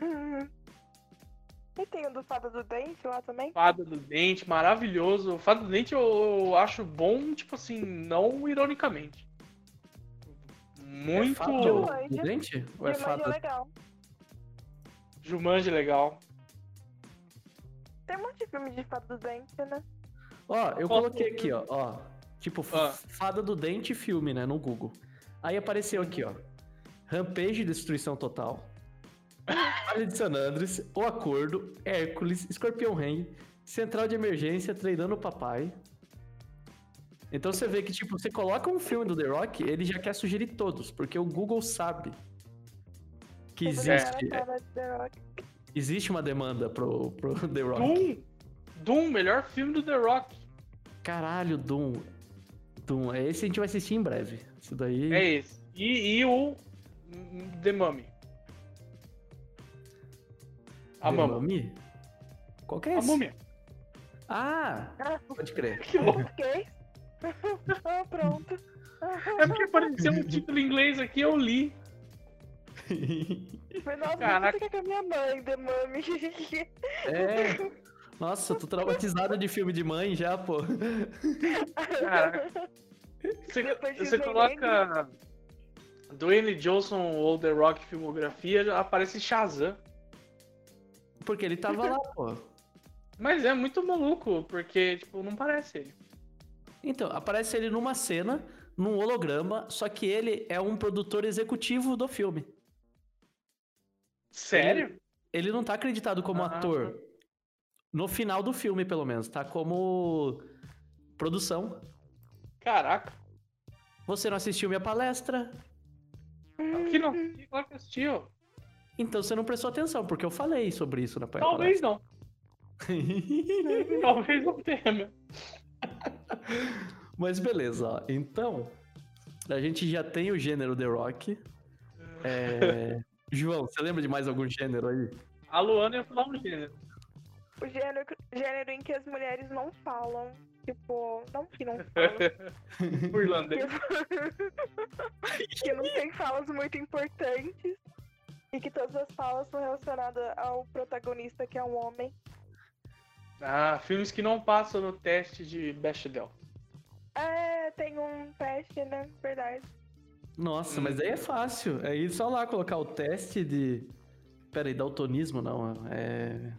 E tem o do Fada do Dente lá também? Fada do Dente, maravilhoso. Fada do Dente eu, eu acho bom, tipo assim, não ironicamente. Muito. É fada do, do dente? Ou é Jumanji fada? é legal. Jumanji legal. Tem um monte de filme de Fada do Dente, né? Ó, eu Qual coloquei filme? aqui, ó, ó. Tipo, f- Ah. Fada do Dente filme, né, no Google. Aí apareceu aqui, ó. Rampage, Destruição Total. Vale de San Andres, O Acordo, Hércules, Escorpião Rei, Central de Emergência, Treinando o Papai. Então você vê que, tipo, você coloca um filme do The Rock, ele já quer sugerir todos, porque o Google sabe que Teve existe, uma cara de The Rock. existe uma demanda pro, pro The Rock. Doom. Doom, melhor filme do The Rock. Caralho, Doom. Doom. Esse a gente vai assistir em breve. Isso daí. É esse. E, e o hum, The Mummy. A The Mama. Mummy? Qual que é A esse? Múmia. Ah, Ah, pode crer. Que louco. ok. Ah, pronto. É porque apareceu um título em inglês aqui, eu li. Foi nossa, Caraca. você fica com a minha mãe, The Mummy. É. Nossa, tô traumatizado de filme de mãe já, pô. Caraca. Você, Depois de você ver coloca Dwayne Johnson ou The Rock filmografia, já aparece Shazam. Porque ele tava lá, pô. Mas é muito maluco, porque, tipo, não parece ele. Então, aparece ele numa cena, num holograma, só que ele é um produtor executivo do filme. Sério? Ele não tá acreditado como Ah. ator. No final do filme, pelo menos. Tá como produção. Caraca. Você não assistiu minha palestra? Que não? Claro que assistiu. Então você não prestou atenção, porque eu falei sobre isso na palestra. Talvez não. Talvez não tenha, meu. Mas beleza, ó. Então, a gente já tem o gênero The Rock. É... João, você lembra de mais algum gênero aí? A Luana ia falar um gênero. O gênero, gênero em que as mulheres não falam. Tipo, não que não falam. O irlandês. que, que não tem falas muito importantes. E que todas as falas são relacionadas ao protagonista, que é um homem. Ah, filmes que não passam no teste de Bechdel. É, tem um teste, né? Verdade. Nossa, Hum. mas aí é fácil. É ir só lá colocar o teste de... Pera aí, daltonismo não, é...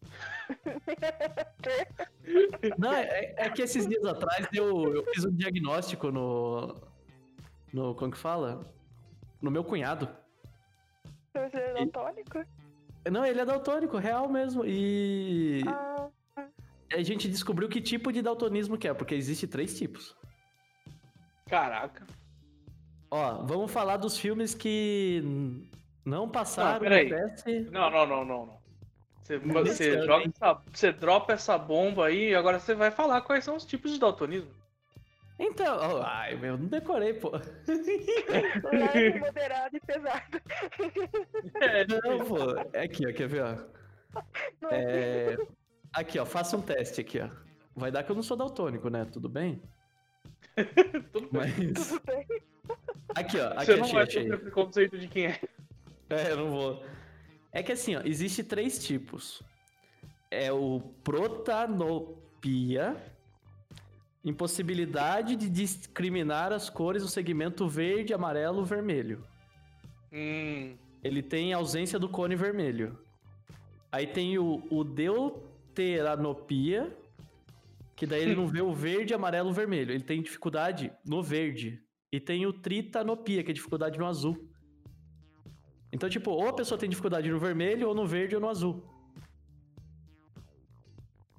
Não, é, é que esses dias atrás eu, eu fiz um diagnóstico no... No... Como que fala? No meu cunhado. Você é daltônico? Não, ele é daltônico, real mesmo. E Ah, a gente descobriu que tipo de daltonismo que é, porque existe três tipos. Caraca. Ó, vamos falar dos filmes que não passaram Não, peraí. no teste. Não, não, não, não, não. Você, Não você, deixando, joga hein? essa, você dropa essa bomba aí e agora você vai falar quais são os tipos de daltonismo. Então, ó, ai, meu, não decorei, pô. leve, moderado e pesado. É, Não, pô. É aqui, ó, quer ver, ó. Não é É... Aqui, ó, faça um teste aqui, ó. Vai dar que eu não sou daltônico, né? Tudo bem? tudo bem. Mas. tudo bem. Aqui, ó. Aqui, Você não achei, vai achei. ter preconceito de quem é. É, eu não vou. É que assim, ó, existe três tipos. É o protanopia, impossibilidade de discriminar as cores do segmento verde, amarelo, vermelho. Hum, Ele tem ausência do cone vermelho. Aí tem o, o deuteranopia, que daí ele não vê o verde, amarelo, vermelho. Ele tem dificuldade no verde. E tem o tritanopia, que é dificuldade no azul. Então, tipo, ou a pessoa tem dificuldade no vermelho, ou no verde, ou no azul.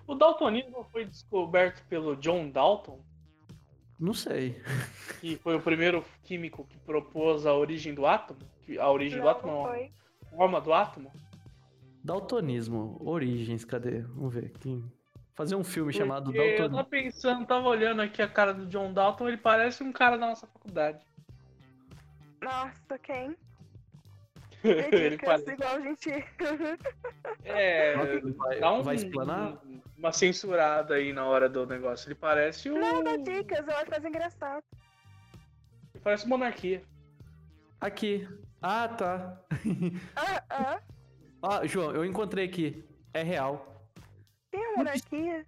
O daltonismo foi descoberto pelo John Dalton, Não sei. que foi o primeiro químico que propôs a origem do átomo. que- A origem do Não, átomo, não não, foi. a forma do átomo. Daltonismo, origens, cadê? Vamos ver. Quem... Fazer um filme chamado Porque eu Daltonismo. tava pensando, tava olhando aqui a cara do John Dalton, ele parece um cara da nossa faculdade. Nossa, quem? Ele Dicas parece. igual a gente. É, Nossa, vai- dá um, vai explanar? um- uma censurada aí na hora do negócio. Ele parece o. Não, dá dicas, eu acho mais engraçado. Ele parece monarquia. Aqui. Ah, tá. Ah, ah. Ó, João, eu encontrei aqui. É real. Tem a monarquia?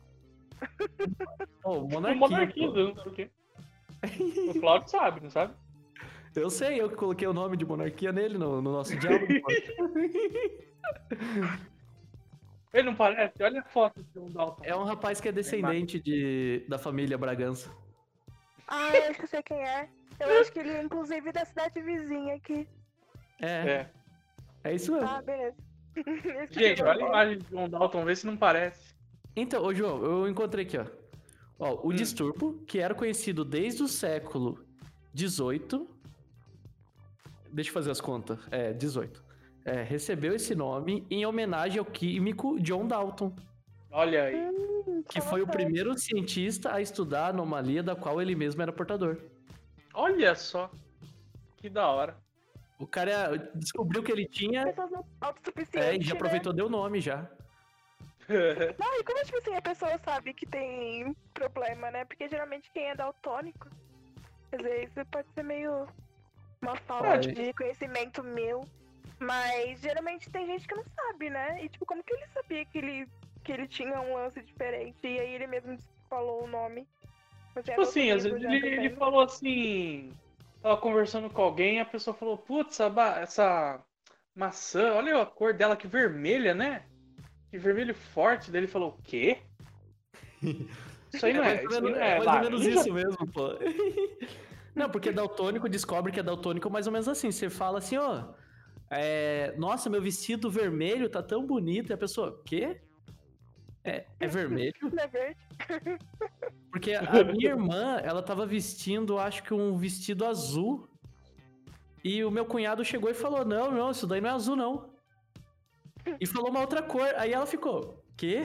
Oh, Monarquia, monarquia. monarquia pô. não sei o quê. O Claudio sabe, não sabe? Eu sei, eu que coloquei o nome de monarquia nele no, no nosso diálogo. pô. Ele não parece? Olha a foto de John Dalton. É um rapaz que é descendente de, da família Bragança. Ah, eu acho que eu sei quem é. Eu acho que ele é inclusive da cidade vizinha aqui. É, é, É. isso mesmo. Ah, beleza. Esqueci Gente, o olha a nome. imagem de John Dalton, vê se não parece. Então, ô João, eu encontrei aqui, ó. Ó, o Hum. distúrbio, que era conhecido desde o século dezoito. Deixa eu fazer as contas. É, dezoito. É, recebeu esse nome em homenagem ao químico John Dalton, Olha aí. Hum, que só foi o uma coisa. primeiro cientista a estudar a anomalia da qual ele mesmo era portador. Olha só. Que da hora. O cara descobriu que ele tinha. Pessoas não autossuficientes. É, e já né? aproveitou, deu nome já. Não, e como tipo assim a pessoa sabe que tem problema, né? Porque geralmente quem é daltônico, às vezes pode ser meio uma falta É, de conhecimento meu. Mas geralmente tem gente que não sabe, né? E tipo, como que ele sabia que ele, que ele tinha um lance diferente? E aí ele mesmo falou o nome. Mas é Tipo assim, às daltonismo, vezes já ele, tô ele vendo. falou assim. Tava conversando com alguém e a pessoa falou: Putz, essa, ba- essa maçã, olha a cor dela, que vermelha, né? Que vermelho forte. Daí ele falou: O quê? Isso aí não é, mais ou isso aí menos, não é é mais ou menos laranja? isso mesmo, pô. Não, porque daltônico descobre que é daltônico mais ou menos assim. Você fala assim, ó. é, Nossa, meu vestido vermelho tá tão bonito. E a pessoa, quê? É, é vermelho? Não é verde? Porque a minha irmã, ela tava vestindo, acho que um vestido azul. E o meu cunhado chegou e falou: Não, não, isso daí não é azul, não. E falou uma outra cor. Aí ela ficou: Quê?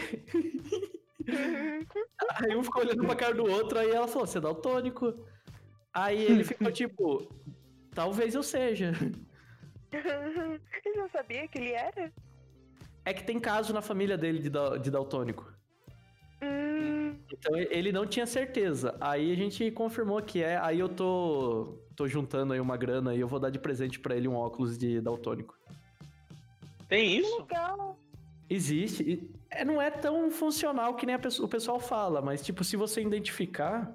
Aí um ficou olhando pra cara do outro. Aí ela falou: Você é daltônico? Aí ele ficou tipo: Talvez eu seja. Ele não sabia que ele era? É que tem caso na família dele de, dal- de daltônico. Hum, Então e- ele não tinha certeza. Aí a gente confirmou que é. Aí eu tô, tô juntando aí uma grana e eu vou dar de presente pra ele um óculos de daltônico. Tem que isso? legal. Existe. E é, não é tão funcional que nem a pesso- o pessoal fala, mas tipo, se você identificar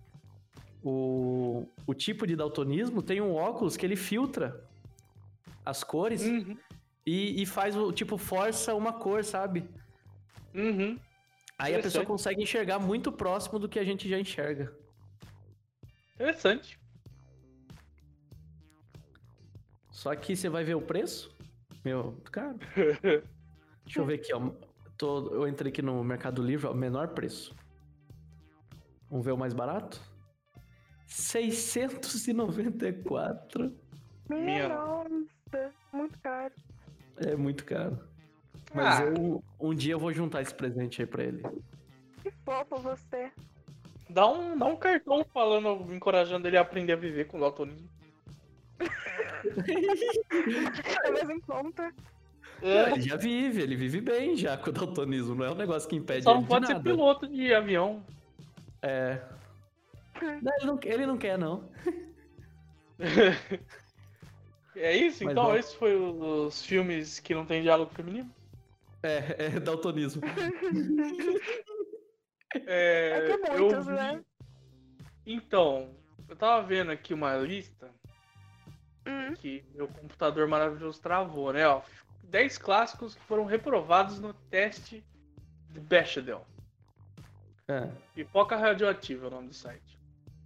o, o tipo de daltonismo, tem um óculos que ele filtra as cores Uhum. e, e faz o tipo, força uma cor, sabe? Uhum. Aí a pessoa Interessante. consegue enxergar muito próximo do que a gente já enxerga. Interessante. Só que você vai ver o preço? Meu, cara. Deixa eu ver aqui, ó. Tô, eu entrei aqui no Mercado Livre, ó, menor preço. Vamos ver o mais barato? seiscentos e noventa e quatro. Minha Minha nossa, muito caro. É muito caro. Mas Ah. eu, um dia eu vou juntar esse presente aí pra ele. Que fofo você. Dá um, dá um cartão falando, encorajando ele a aprender a viver com o daltonismo. É mais em conta. É, Ele já vive, ele vive bem já com o daltonismo. Não é um negócio que impede só ele não de pode ser nada. piloto de avião. É. Não, ele, não, ele não quer, não. É isso? Mas Então, bom. esses foram os filmes que não tem diálogo feminino? É, é daltonismo. É, É que eu muitos, vi- né? Então, eu tava vendo aqui uma lista Hum, que meu computador maravilhoso travou, né? Ó, dez clássicos que foram reprovados no teste de Bechdel. É. Pipoca Radioativa é o nome do site.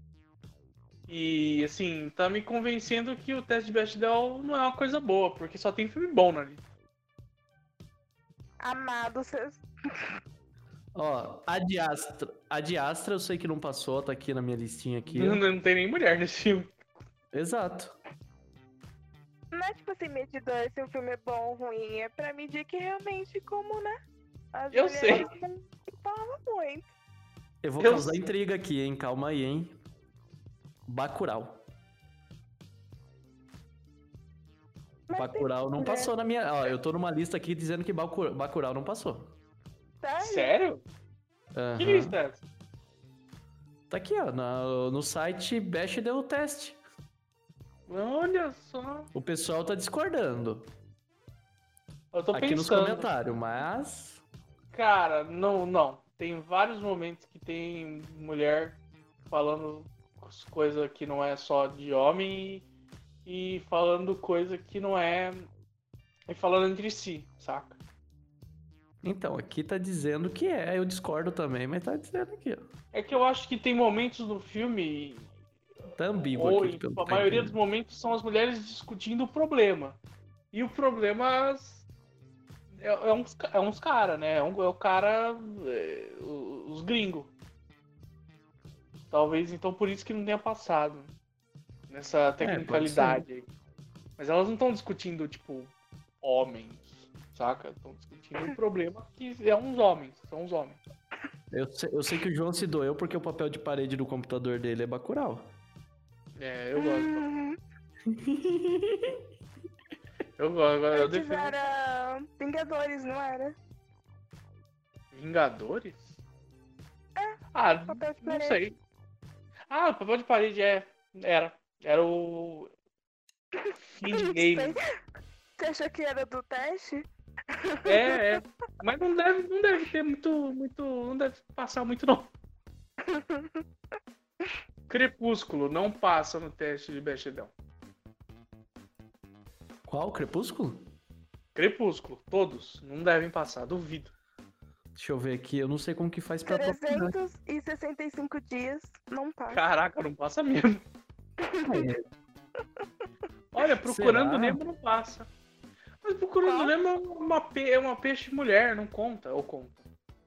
E, assim, tá me convencendo que o teste de Bechdel não é uma coisa boa, porque só tem filme bom ali. amado, seus. Ó, a de Astra. A de Astra eu sei que não passou, tá aqui na minha listinha aqui. Não, ó. não tem nem mulher nesse filme. Exato. Não é tipo assim, medidor se o filme é bom ou ruim. É pra medir que realmente, como, né? As Eu mulheres sei. não falam muito. Eu vou Eu causar sei. intriga aqui, hein? Calma aí, hein? Bacurau. Mas Bacurau não mulher. passou na minha... Ó, eu tô numa lista aqui dizendo que Bacu- Bacurau não passou. Sério? Sério? Aham. Que lista é essa? Tá aqui, ó. na- no site Bash deu o teste. Olha só. O pessoal tá discordando Eu tô aqui nos pensando. comentários, mas... Cara, não, não. Tem vários momentos que tem mulher falando coisa que não é só de homem e, e falando coisa que não é. E falando entre si, saca? Então, aqui tá dizendo que é. Eu discordo também, mas tá dizendo aqui, ó. É que eu acho que tem momentos no filme, Tá ambíguo ou aqui, em- pelo a que tá maioria dos entendendo. momentos são as mulheres discutindo o problema. E o problema é, é uns, ca- é uns cara, né? É, um, é o cara. é, o- os gringos. Talvez então por isso que não tenha passado nessa tecnicalidade aí. Mas elas não estão discutindo, tipo, homens, saca? Estão discutindo um problema que é uns homens, são uns homens. Eu sei, eu sei que o João se doeu porque o papel de parede do computador dele é Bacurau. É, eu gosto. Uhum. Eu gosto, agora eu Antes defendo. era Vingadores, não era? Vingadores? É, Ah, papel de não parede. sei. Ah, o papel de parede é. Era. Era o. Endgame. Você achou que era do teste? É, é. Mas não deve, não deve ter muito, muito. Não deve passar muito, não. Crepúsculo não passa no teste de Bechdel. Qual? Crepúsculo? Crepúsculo, todos. Não devem passar, duvido. Deixa eu ver aqui, eu não sei como que faz pra procurar. trezentos e sessenta e cinco dias, não passa. Caraca, não passa mesmo. Olha, procurando Será? Nemo não passa. Mas procurando Qual? Nemo é uma, pe- é uma peixe mulher, não conta, ou conta?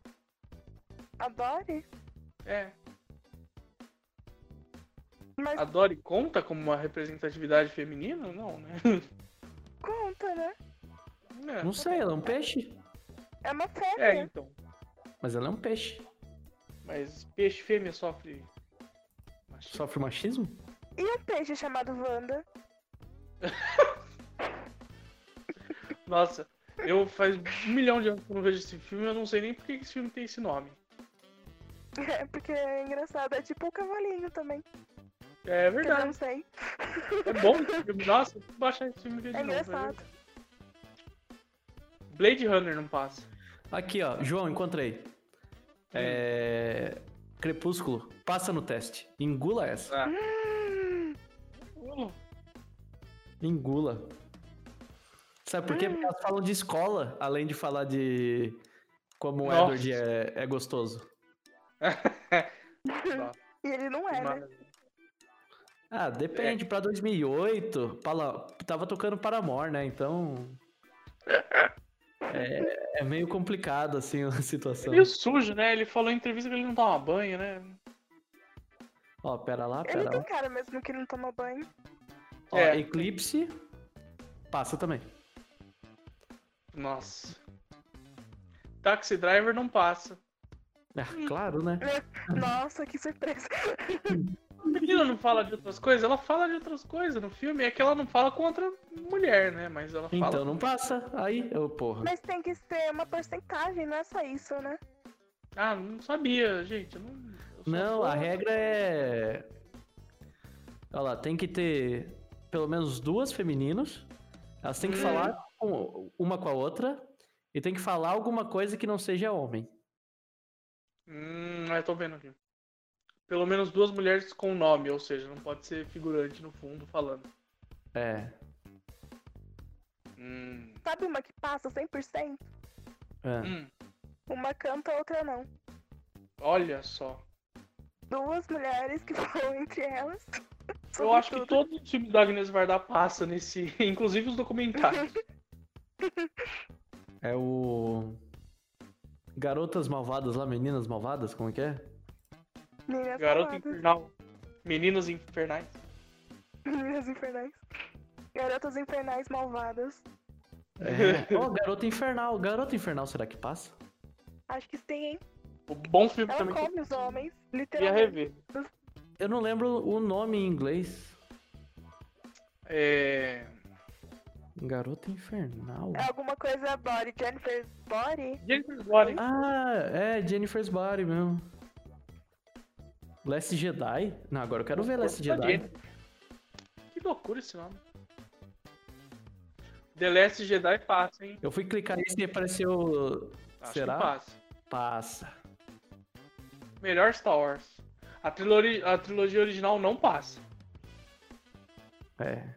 Adore? É. Mas A Dory conta como uma representatividade feminina? Não, né? conta, né? É, Não sei, ela é um peixe. É uma fêmea. É, então. Mas ela é um peixe. Mas peixe fêmea sofre. machismo. Sofre machismo? E um peixe chamado Wanda? Nossa, eu faz um milhão de anos que eu não vejo esse filme, eu não sei nem por que esse filme tem esse nome. É porque é engraçado, é tipo o cavalinho também. É Que eu verdade. não sei. É bom esse filme. Nossa, vou baixar esse filme e ver de É novo. engraçado. verdade. Blade Runner não passa. Aqui, ó. João, encontrei. É... Crepúsculo. Passa no teste. Engula essa. Ah. Hum, Uh, Engula. Sabe por quê? Porque elas falam de escola, além de falar de como o Nossa. Edward é, é gostoso. tá. E ele não é, né? Mas- Ah, depende. Pra dois mil e oito, Pala... tava tocando Paramore, né? Então... É, é meio complicado, assim, a É situação. meio sujo, né? Ele falou em entrevista que ele não toma banho, né? Ó, pera lá, Ele pera tem lá. cara mesmo que não toma banho. Ó, É. Eclipse passa também. Nossa. Taxi Driver não passa. Ah, claro, né? Nossa, que surpresa. A menina não fala de outras coisas? Ela fala de outras coisas no filme. É que ela não fala com outra mulher, né? Mas ela fala. Então não passa. Aí, ô porra. Mas tem que ser uma porcentagem, não é só isso, né? Ah, não sabia, gente. Eu não, eu só Não, sou- a regra é. Olha lá, tem que ter pelo menos duas femininos. Elas têm que Hum. falar com- uma com a outra. E tem que falar alguma coisa que não seja homem. Hum, eu tô vendo aqui. Pelo menos duas mulheres com nome, ou seja, não pode ser figurante no fundo falando. É. Hum. Sabe uma que passa cem por cento? é. Hum. Uma canta, outra não. Olha só. Duas mulheres que falam entre elas. Eu sobre acho que tudo. todos os filmes da Agnes Varda passam nesse. Inclusive os documentários. É o. Garotas Malvadas lá, Meninas Malvadas, como é que é? Meninas Garota malvadas. Infernal. Meninos Infernais. Meninas infernais. Garotas infernais malvadas. É. Oh, Garota Infernal. Garota Infernal, será que passa? Acho que sim, hein? O bom filme Ela também que come os homens, eu queria literalmente. rever. Eu não lembro o nome em inglês. É... Garota Infernal. É alguma coisa body, Jennifer's body? Jennifer's Body. Ah, é Jennifer's Body mesmo. Last Jedi? Não, agora eu quero ver Last Jedi. Que loucura esse nome. The Last Jedi passa, hein? Eu fui clicar nisso e apareceu. Acho Será? que passa. Passa. Melhor Star Wars. A trilogia, a trilogia original não passa. É.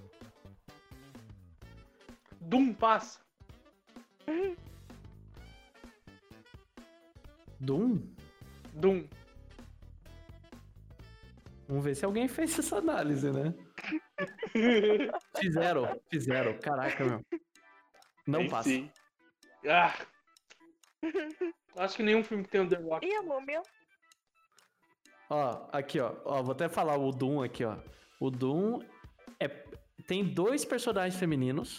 Doom passa. Doom? Doom. Vamos ver se alguém fez essa análise, né? Fizeram, fizeram. Caraca, meu. Não Nem passa. sei. Ah. Acho que nenhum filme que tem o The Rock. E a múmia? Ó, aqui, ó. Ó, vou até falar o Doom aqui, ó. O Doom é... tem dois personagens femininos.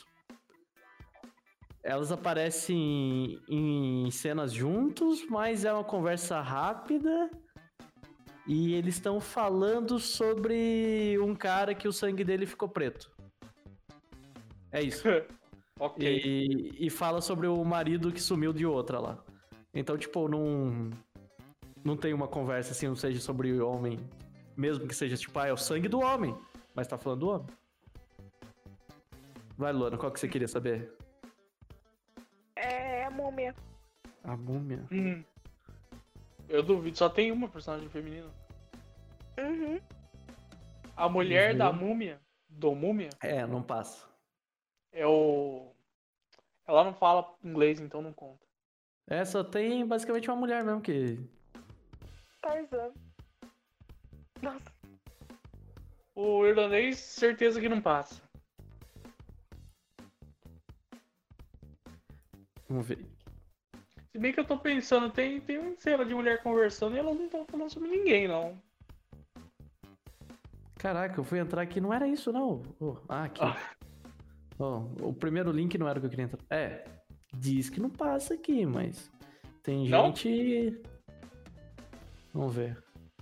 Elas aparecem em cenas juntos, mas é uma conversa rápida. E eles estão falando sobre um cara que o sangue dele ficou preto. É isso. Ok. E, e fala sobre o marido que sumiu de outra lá. Então, tipo, não... Não tem uma conversa assim, não seja sobre o homem. Mesmo que seja, tipo, ah, é o sangue do homem. Mas tá falando do homem. Vai, Luana, qual que você queria saber? É a múmia. A múmia. Hum. Eu duvido, só tem uma personagem feminina. Uhum. A mulher Uhum. da múmia, do múmia, É, não passa. é o... Ela não fala inglês, então não conta. É, só tem basicamente uma mulher mesmo que... Tarzan. Nossa. O irlandês, certeza que não passa. Vamos ver. Se bem que eu tô pensando, tem, tem uma cena de mulher conversando e ela não tá falando sobre ninguém, não. Caraca, eu fui entrar aqui, não era isso, não. Oh, ah, aqui. Ah. Oh, o primeiro link não era o que eu queria entrar. É, diz que não passa aqui, mas tem Não? gente... Vamos ver.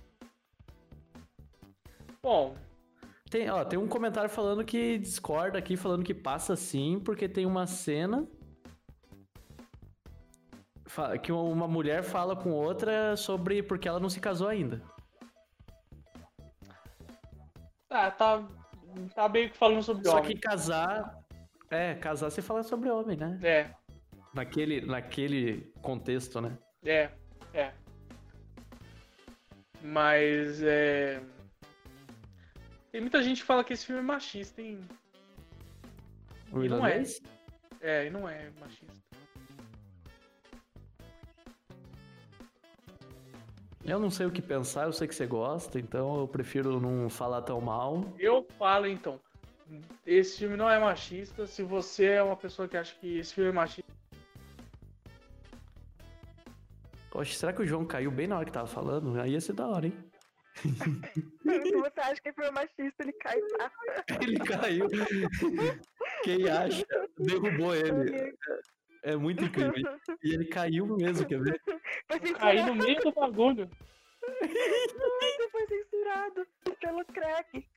Bom, Tem, ó, tem um comentário falando que discorda aqui, falando que passa sim, porque tem uma cena fa- que uma mulher fala com outra sobre porque ela não se casou ainda. ah, tá, tá meio que falando sobre Só homem. que casar... É, casar você fala sobre homem, né? É, Naquele, naquele contexto, né? é, é. Mas, é... Tem muita gente que fala que esse filme é machista, hein? O E não é. irlandês? É, e não é machista. Eu não sei o que pensar, eu sei que você gosta, então eu prefiro não falar tão mal. Eu falo, então, esse filme não é machista. Se você é uma pessoa que acha que esse filme é machista, Poxa, será que o João caiu bem na hora que tava falando? Aí ia ser da hora, hein? Se você acha que foi machista, ele cai. Tá? Ele caiu. Quem acha, derrubou ele. É muito incrível. E ele caiu mesmo, quer ver? Foi eu caí censurado. no meio do bagulho. Você foi censurado pelo crack.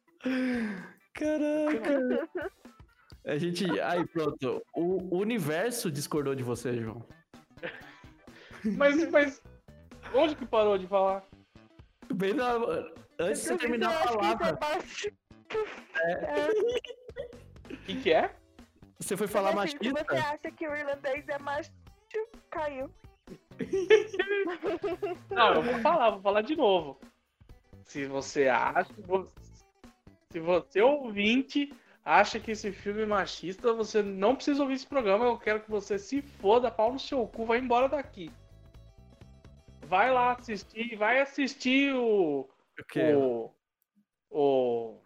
Caraca. A gente... Aí, pronto. O o universo discordou de você, João. Mas, mas onde que parou de falar? Bem na... Antes de você terminar a palavra. É. O que que é? Você foi falar Assim, se machista? você acha que o irlandês é macho, caiu. Não, eu vou falar, vou falar de novo. Se você acha, se você ouvinte acha que esse filme é machista, você não precisa ouvir esse programa. Eu quero que você se foda, pau no seu cu, vai embora daqui. Vai lá assistir, vai assistir o O quê? o o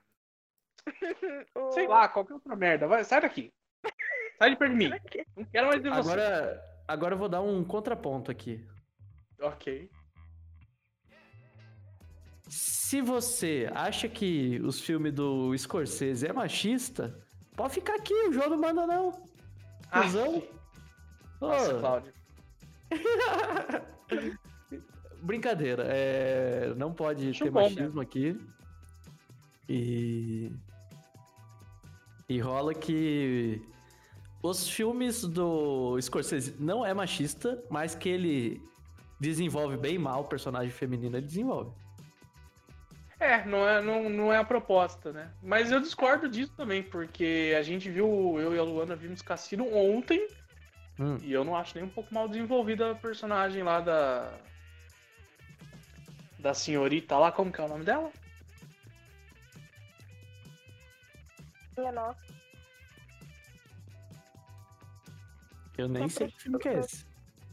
O- sei lá, qualquer outra merda. Vai, sai daqui. Sai de perto de mim. Não quero mais ver você. Agora, agora eu vou dar um contraponto aqui. Ok. Se você acha que os filmes do Scorsese é machista, pode ficar aqui, o João não manda não. Cusão. Ah, nossa, Ô. Cláudio. Brincadeira, é... não pode Acho ter bom machismo mesmo. aqui. E... E rola que os filmes do Scorsese não é machista, mas que ele desenvolve bem mal o personagem feminino, ele desenvolve. É, não é, não, não é a proposta, né? Mas eu discordo disso também, porque a gente viu, eu e a Luana vimos Cassino ontem, Hum. e eu não acho nem um pouco mal desenvolvida a personagem lá da... Da senhorita lá, como que é o nome dela? Minha nossa. Eu nem sei que filme que é esse.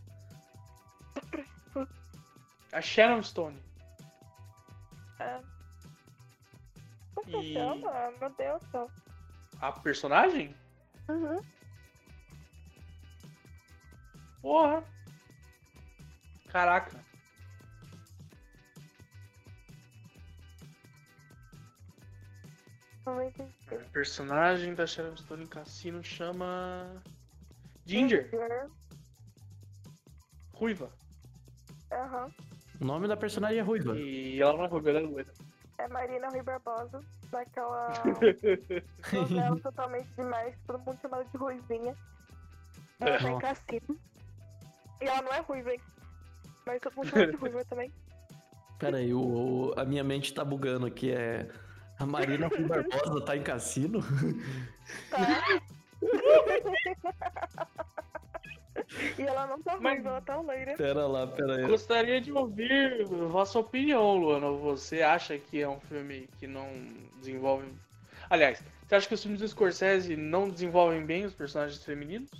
A Sharon Stone. É. Como E- que chama? Meu Deus do céu. A personagem? Uhum. Porra. Caraca. Não entendi. A personagem da Sharon Stone em Cassino chama... Ginger. Ruiva. Aham. O nome da personagem é Ruiva. E ela não é ruiva, ela é loira. É Marina Rui Barbosa, daquela novela totalmente demais, todo mundo chama ela de Ruivinha. Ela É. tá em Cassino. E ela não é ruiva, hein? Mas todo mundo chama ela de Ruiva também. Pera aí, o, o- a minha mente tá bugando aqui. É... A Marina Rui Barbosa tá em Cassino? Tá? E ela não tá Mas- ruiva, ela tá loira. Pera lá, pera aí. Gostaria de ouvir a vossa opinião, Luana. Você acha que é um filme que não desenvolve... Aliás, você acha que os filmes do Scorsese não desenvolvem bem os personagens femininos?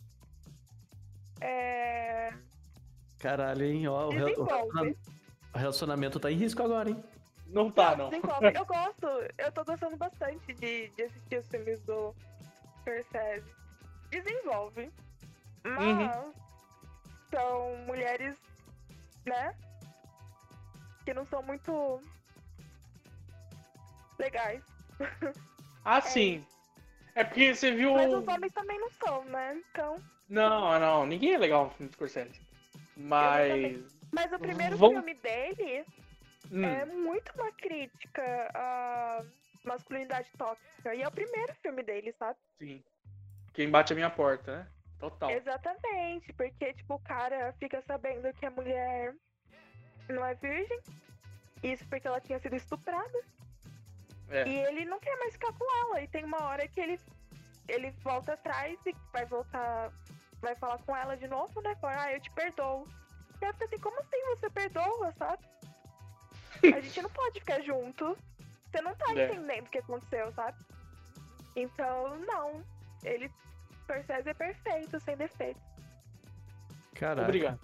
É. Caralho, hein? Ó, o, rel- o Desenvolve. relaciona- o relacionamento tá em risco agora, hein? Não tá, não. Desenvolve. Eu gosto, eu tô gostando bastante de, de assistir os filmes do Scorsese. Desenvolve. Mas Uhum. são mulheres, né? Que não são muito legais. Ah, sim. É porque você viu... Mas os homens também não são, né? Então. Não, não. Ninguém é legal no filme do Scorsese. Mas... Mas o primeiro Vamos- filme dele Hum, é muito uma crítica à masculinidade tóxica. E é o primeiro filme dele, sabe? sim. Quem bate a minha porta, né? Total. Exatamente, porque tipo, o cara fica sabendo que a mulher não é virgem. Isso porque ela tinha sido estuprada. É. E ele não quer mais ficar com ela. E tem uma hora que ele, ele volta atrás e vai voltar, vai falar com ela de novo, né? Fala, ah, eu te perdoo. E ela fica assim, como assim você perdoa, sabe? A gente não pode ficar junto. Você não tá É. entendendo o que aconteceu, sabe? Então, não. Ele, Scorsese é perfeito, sem defeito. Caraca. Obrigado.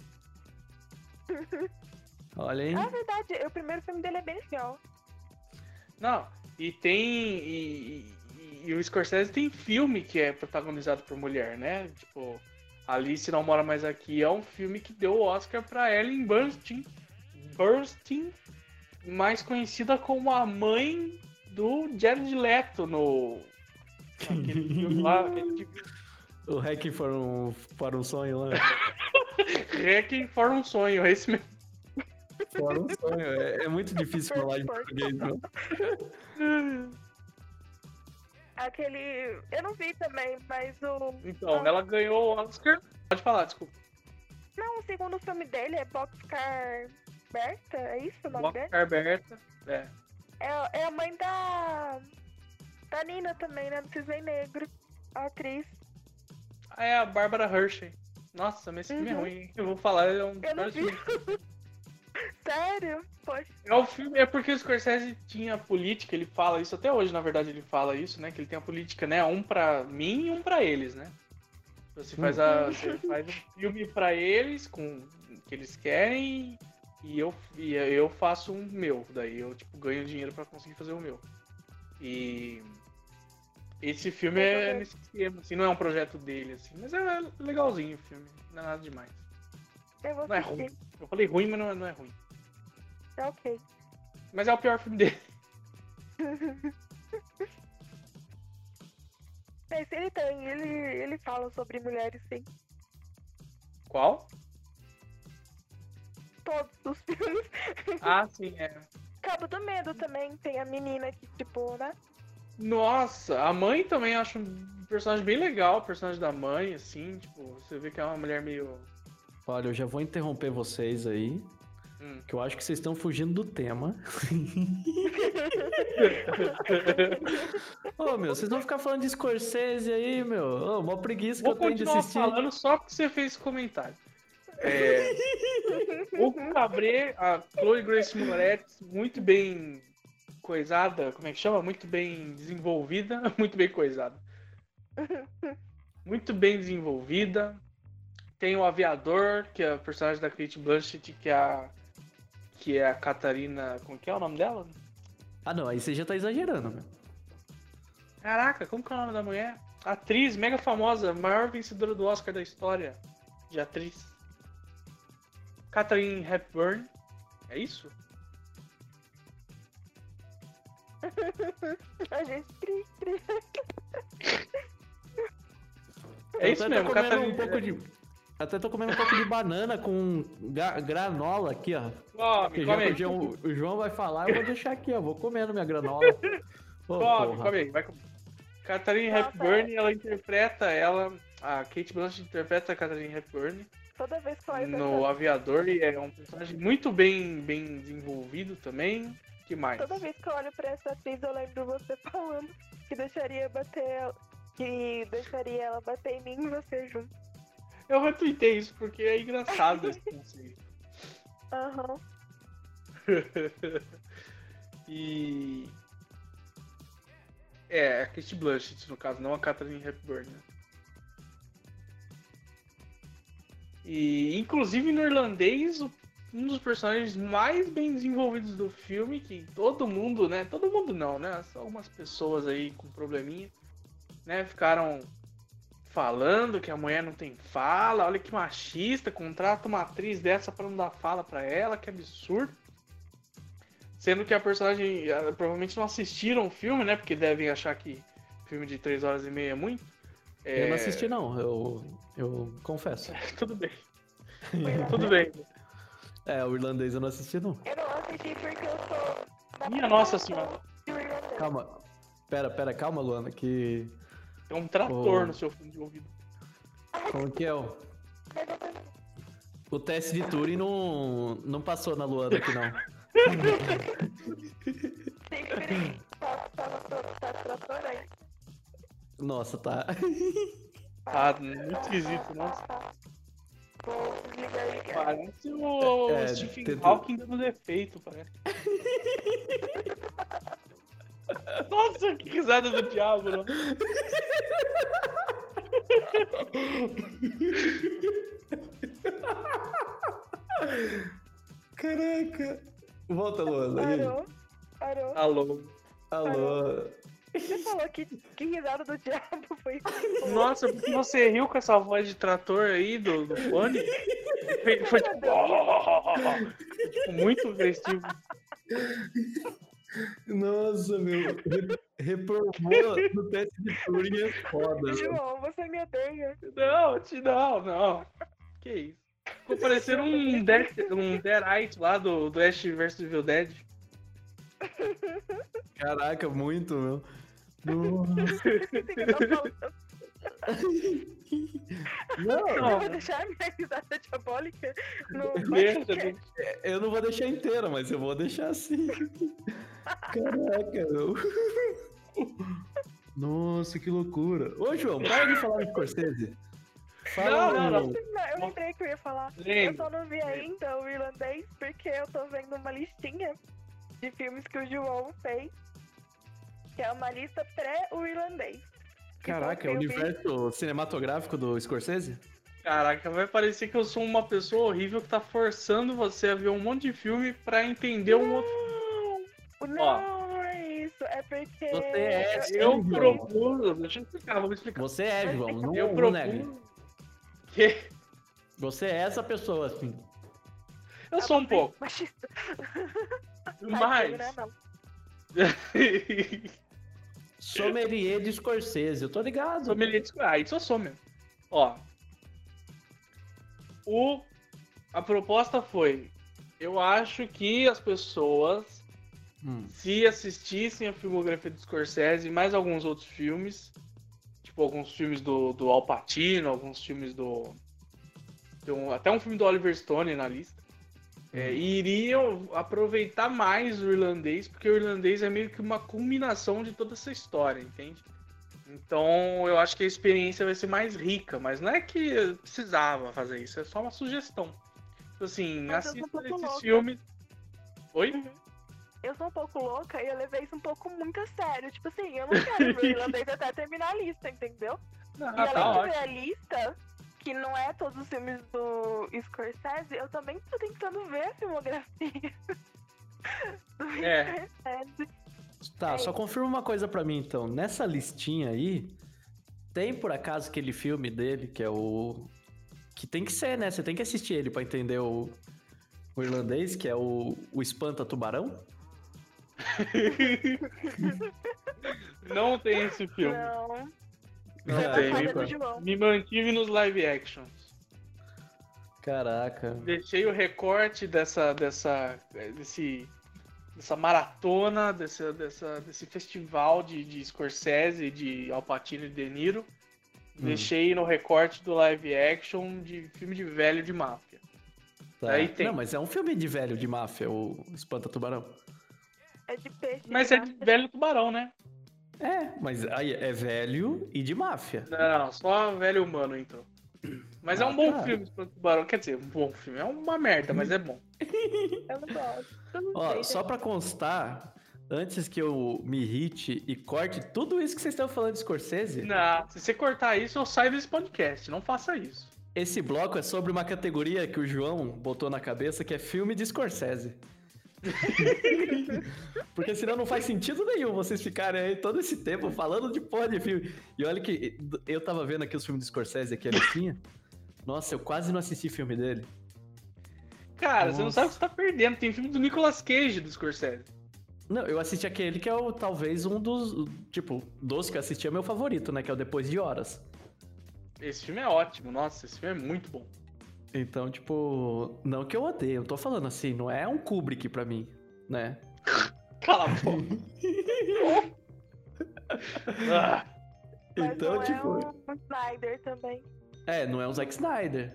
Olha, hein? Ah, é verdade, o primeiro filme dele é bem legal. Não, e tem... E, e- e o Scorsese tem filme que é protagonizado por mulher, né? Tipo, Alice Não Mora Mais Aqui é um filme que deu o Oscar pra Ellen Burstyn. Burstyn, mais conhecida como a mãe do Jared Leto no... Aquele filme lá, aquele O Hack for um, para um sonho lá. Requiem for um Sonho, é esse mesmo. For um sonho. É, é muito difícil falar em português, não. Aquele. Eu não vi também, mas o. Então, ela ganhou o Oscar. Pode falar, desculpa. Não, o segundo filme dele é Boxcar Berta, é isso o nome Box dele? Carberta. É. É, é a mãe da. Da Nina também, né? Do Cisne Negro. A atriz. Ah, é a Bárbara Hershey. Nossa, mas esse filme é Uhum. ruim, hein? Eu vou falar, ele é um dos Eu não piores vi. filmes. Sério? Poxa. É o filme, é porque o Scorsese tinha política, ele fala isso, até hoje, na verdade, ele fala isso, né? Que ele tem a política, né? Um pra mim e um pra eles, né? Você faz, a, você faz um filme pra eles, com o que eles querem, e eu, e eu faço um meu. Daí eu, tipo, ganho dinheiro pra conseguir fazer o meu. E... Esse filme é nesse esquema, assim, não é um projeto dele, assim, mas é legalzinho o filme, não é nada demais. Eu vou Não é assistir. ruim. Eu falei ruim, mas não é, não é ruim. Tá ok. Mas é o pior filme dele. Mas ele tem, ele, ele fala sobre mulheres, sim. Qual? Todos os filmes. Ah, sim, é. Cabo do Medo também tem a menina que, tipo, né? Nossa, a mãe também eu acho um personagem bem legal, o personagem da mãe, assim, tipo, você vê que é uma mulher meio... Olha, eu já vou interromper vocês aí, Hum. que eu acho que vocês estão fugindo do tema. Ô, meu, vocês vão ficar falando de Scorsese aí, meu. Ô, mó preguiça que Vou eu tenho de continuar assistir. falando só porque você fez esse comentário. É... O Cabré, a Chloe Grace Moretz, muito bem coisada, como é que chama? Muito bem desenvolvida, muito bem coisada. Muito bem desenvolvida. Tem o Aviador, que é o personagem da Kate Blanchett, que é a, que é a Catarina... Como que é o nome dela? Ah, não, aí você já tá exagerando, meu. Caraca, como que é o nome da mulher? Atriz mega famosa, maior vencedora do Oscar da história de atriz. Katharine Hepburn. É isso? A gente cri, cri. É Eu isso até mesmo, tô comendo Katharine... um pouco de... Até tô comendo um pouco de banana com ga- granola aqui, ó. Come, Porque come já aí. que o João, o João vai falar, eu vou deixar aqui, ó. Vou comendo minha granola. Ô, Come, porra. come aí, vai comer. Katharine Nossa, Hepburn, ela interpreta ela... A Kate Blanchett interpreta a Katharine Hepburn Toda vez que eu olho pra no essa- Aviador e é um personagem muito bem, bem desenvolvido também. Que mais? Toda vez que eu olho pra essa atriz, eu lembro você falando que deixaria bater. Que deixaria ela bater em mim e você junto. Eu retuitei isso porque é engraçado esse conceito. Aham. E... É, a Kate Blanchett, no caso, não a Katharine Hepburn. Né? E, inclusive, no irlandês, o- um dos personagens mais bem desenvolvidos do filme, que todo mundo, né? Todo mundo não, né? Só algumas pessoas aí com probleminha, né? Ficaram falando que a mulher não tem fala, olha que machista, contrata uma atriz dessa pra não dar fala pra ela, que absurdo. Sendo que a personagem, ah, provavelmente não assistiram o filme, né? Porque devem achar que filme de três horas e meia é muito. É, Eu não assisti, não. Eu, eu confesso. Tudo bem, tudo bem. É, o irlandês eu não assisti, não. Eu não assisti porque eu sou. da Minha Nossa Senhora. do irlandês. Calma. Pera, pera, calma, Luana, que... Tem um trator Oh. no seu fundo de ouvido. Como que é o... O teste de Turing não, não passou na Luana aqui, não. Sempre tá, tá, tá, tá trator aí. Nossa, tá. Tá muito esquisito, nossa. Tá. Vou desligar aí. Parece o É, Stephen tenta- Hawking dando defeito, parece. Nossa, que risada do diabo, não. Caraca. Volta, Luana. E aí? Parou. Parou. Alô. Alô. Você falou que, que risada do diabo foi isso? Nossa, porque você riu com essa voz de trator aí do, do fone? Foi, foi tipo... Foi, tipo, muito agressivo. Nossa, meu. Re- Reprobou no teste de Turing é foda. meu. João, você me odeia. Não, te não, não. Que isso. Ficou parecendo um Dead, um Deadite lá do, do Ash versus Evil Dead. Caraca, muito, meu. Nossa. Você que tá falando. Não, Eu vou deixar a minha risada diabólica no Deixa, podcast. deixa. eu não vou deixar inteira, mas eu vou deixar assim. Caraca, meu. Nossa, que loucura. Ô, João, para de falar de Scorsese. Fala, Não, não, um- Não, eu lembrei que eu ia falar. Eu Lembra? só não vi ainda o irlandês porque eu tô vendo uma listinha de filmes que o João fez. Que é uma lista pré o irlandês. Que são Caraca, é o filmes- universo cinematográfico do Scorsese? Caraca, vai parecer que eu sou uma pessoa horrível que tá forçando você a ver um monte de filme pra entender um outro. Não, não é isso, é porque. Você é, sim, Eu João. propus. Deixa eu explicar, vou explicar. Você é, João, não, Eu não negue. propus. Que Você é essa pessoa, assim. eu sou um pouco. Machista. Mas. Não, não. Sommelier de Scorsese, eu tô ligado. Sommelier de... Ah, isso eu sou mesmo. Ó. O... A proposta foi... Eu acho que as pessoas, Hum. se assistissem a filmografia do Scorsese e mais alguns outros filmes, tipo alguns filmes do, do Al Pacino, alguns filmes do... tem um- até um filme do Oliver Stone na lista, é, iriam aproveitar mais o irlandês, porque o irlandês é meio que uma culminação de toda essa história, entende? Então eu acho que a experiência vai ser mais rica, mas não é que eu precisava fazer isso, é só uma sugestão. Tipo assim, Mas eu sou um assista pouco esses louca. filmes. Oi? Eu sou um pouco louca e eu levei isso um pouco muito a sério. Tipo assim, eu não quero ver o irlandês até terminar a lista, entendeu? Não, E além tá de ótimo. ver a lista, que não é todos os filmes do Scorsese, eu também tô tentando ver a filmografia do É. Scorsese. Tá, É só isso. confirma uma coisa pra mim, então. Nessa listinha aí, tem por acaso aquele filme dele, que é o... Que tem que ser, né? Você tem que assistir ele pra entender o, o irlandês, que é o, o Espanta Tubarão? Não tem esse filme. Não, Não Ah, tem. falha Me, do João. me mantive nos live actions. Caraca. Deixei o recorte dessa, dessa, desse, dessa maratona, dessa, dessa, desse festival de, de Scorsese, de Al Pacino e De Niro. Hum. Deixei no recorte do live action de filme de velho de máfia. Tá. Aí tem. Não, mas é um filme de velho de máfia, o Espanta Tubarão. É de peixe. Mas de é de máfia. velho tubarão, né? É, mas aí é velho e de máfia. Não, só velho humano entrou. Mas é Ah, um bom tá. filme, Espanta Tubarão. Quer dizer, um bom filme. É uma merda, mas é bom. Eu não gosto. Eu não Ó, sei, só né? pra constar, antes que eu me irrite e corte tudo isso que vocês estão falando de Scorsese, Não, se você cortar isso, eu saio desse podcast. Não faça isso. esse bloco é sobre uma categoria que o João botou na cabeça, que é filme de Scorsese. Porque senão não faz sentido nenhum vocês ficarem aí todo esse tempo falando de porra de filme. E olha que eu tava vendo aqui os filmes de Scorsese, aqui a listinha. Nossa, eu quase não assisti filme dele. Cara, você não Nossa. sabe o que você tá perdendo. Tem filme do Nicolas Cage do Scorsese. Não, eu assisti aquele que é o, talvez um dos, tipo, dos que eu assisti é meu favorito, né? Que é o Depois de Horas. Esse filme é ótimo. Nossa, esse filme é muito bom. Então, tipo, não que eu odeio, eu tô falando assim, não é um Kubrick pra mim, né? Cala a boca. Ah, Mas Então, não tipo, é um Snyder também. é, não é um Zack Snyder.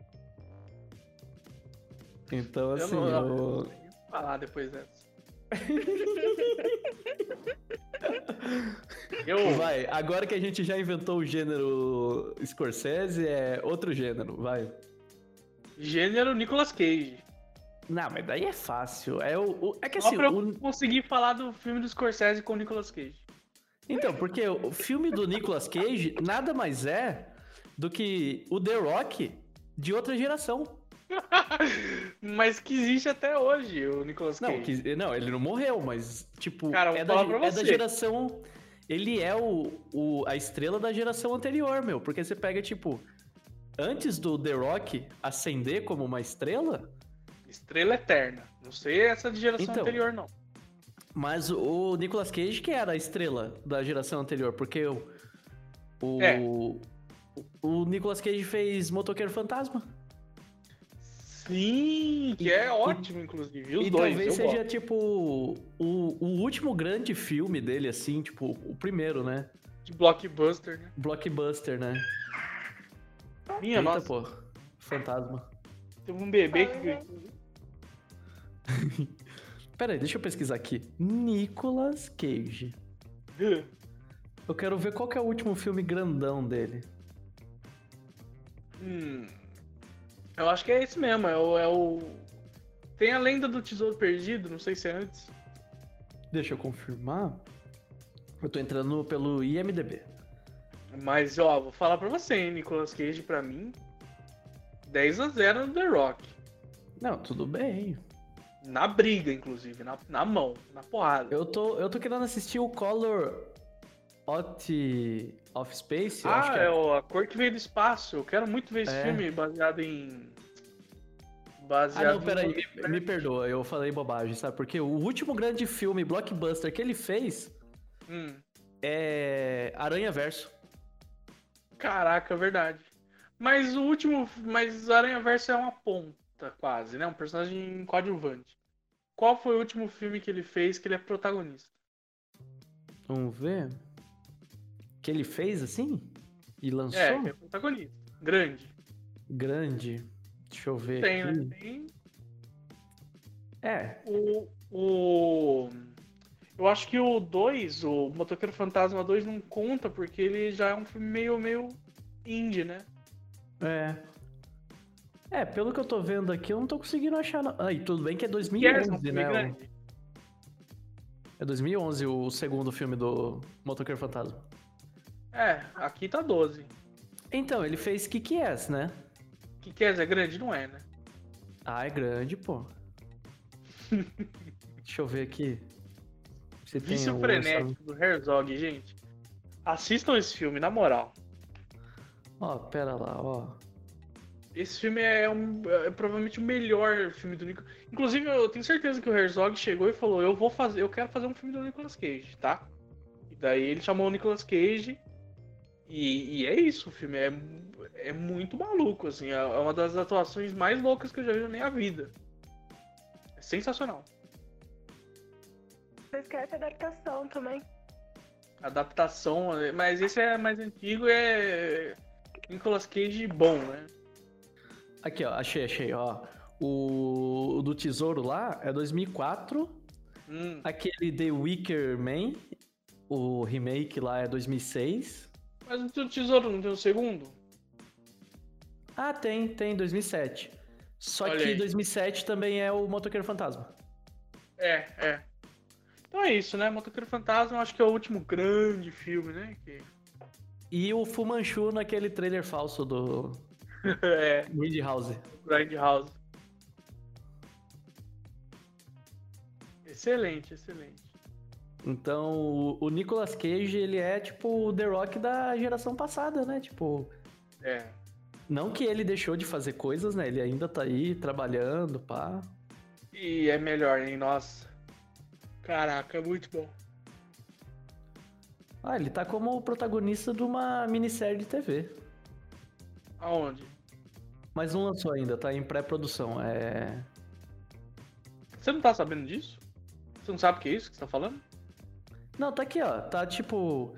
Então, eu assim, não eu... vou falar depois dessa. Eu, Vai, agora que a gente já inventou o gênero Scorsese, é outro gênero, vai. gênero Nicolas Cage. Não, mas daí é fácil. É, o, o- é que Só assim, pra eu o- conseguir falar do filme do Scorsese com o Nicolas Cage. então, porque o filme do Nicolas Cage nada mais é do que o The Rock de outra geração. Mas que existe até hoje, o Nicolas Cage. Não, que- não, ele não morreu, mas, tipo, Cara, eu vou é, da, falar pra é da você. geração. Ele é o, o- a estrela da geração anterior, meu. Porque você pega, tipo, antes do The Rock ascender como uma estrela, Estrela Eterna. Não sei essa de geração Então. anterior, não. mas o Nicolas Cage que era a estrela da geração anterior, porque o. O, É. o Nicolas Cage fez Motoqueiro Fantasma. Sim, que é ótimo, inclusive. E os e dois, talvez eu seja, gosto. tipo, o, o último grande filme dele, assim, tipo, o primeiro, né? De blockbuster, né? Blockbuster, né? Minha Eita, nossa, pô. Fantasma. teve um bebê Fala, que... gente. Pera aí, deixa eu pesquisar aqui. Nicolas Cage. Eu quero ver qual que é o último filme grandão dele. Hum, eu acho que é esse mesmo, é o, é o... Tem a Lenda do Tesouro Perdido, não sei se é antes. Deixa eu confirmar. Eu tô entrando pelo I M D B. Mas, ó, vou falar pra você, hein, Nicolas Cage, pra mim, dez a zero no The Rock. Não, tudo bem. Na briga, inclusive, na, na mão, na porrada. Eu tô, eu tô querendo assistir o Color Out of Space, eu acho Ah, que é é. o A Cor que Veio do Espaço. Eu quero muito ver esse É. filme baseado em. Ah, Baseado não, peraí, no- me, me perdoa, eu falei bobagem, sabe? Porque o último grande filme blockbuster que ele fez Hum, é Aranha Verso. caraca, é verdade. Mas o último. Mas Aranha Verso é uma ponta, quase, né? Um personagem coadjuvante. Qual foi o último filme que ele fez que ele é protagonista? Vamos ver. Que ele fez assim? E É, lançou? que é protagonista. Grande. Grande. Deixa eu ver Tem, aqui. né? Tem É, o. o... Eu acho que o dois, o Motoqueiro Fantasma dois, não conta porque ele já é um filme meio, meio indie, né? é. É, pelo que eu tô vendo aqui, eu não tô conseguindo achar. Não. Ah, e tudo bem que é Que é um dois mil e onze, filme né? o- grande. É dois mil e onze o segundo filme do Motoqueiro Fantasma. É, aqui tá doze. Então, ele fez Kick-Ass, né? Que quer dizer, grande não é, né? Ah, é grande, pô. Deixa eu ver aqui. Se tem Vício o Frenético do Herzog, gente. Assistam esse filme, na moral. Ó, pera lá, ó. Esse filme é, um- é provavelmente o melhor filme do Nicolas. Inclusive, eu tenho certeza que o Herzog chegou e falou: Eu vou fazer, eu quero fazer um filme do Nicolas Cage, tá? E daí ele chamou o Nicolas Cage. E, e é isso, o filme é, é muito maluco, assim. É uma das atuações mais loucas que eu já vi na minha vida. É sensacional. Não esquece a adaptação também. Adaptação, mas esse é mais antigo, é Nicolas Cage bom, né? Aqui, ó, achei, achei, ó. O, o do Tesouro lá é dois mil e quatro. Hum, Aquele The Wicker Man, o remake lá é dois mil e seis. mas o teu tesouro não tem um segundo? Ah, tem, tem, dois mil e sete. Só Olha que aí. dois mil e sete também é o Motoqueiro Fantasma. É, é. Então é isso, né? Motoqueiro Fantasma, eu acho que é o último grande filme, né? Que... E o Fu Manchu naquele trailer falso do é, Grindhouse. Grindhouse. Excelente, excelente. Então, o, o Nicolas Cage, ele é tipo o The Rock da geração passada, né? Tipo, É. não que ele deixou de fazer coisas, né? Ele ainda tá aí trabalhando, pá. E é melhor, hein? Nossa. Caraca, muito bom. Ah, ele tá como protagonista de uma minissérie de T V. Aonde? Mas não lançou ainda, tá em pré-produção. É. Você não tá sabendo disso? Você não sabe o que é isso que você tá falando? Não, tá aqui, ó. Tá tipo.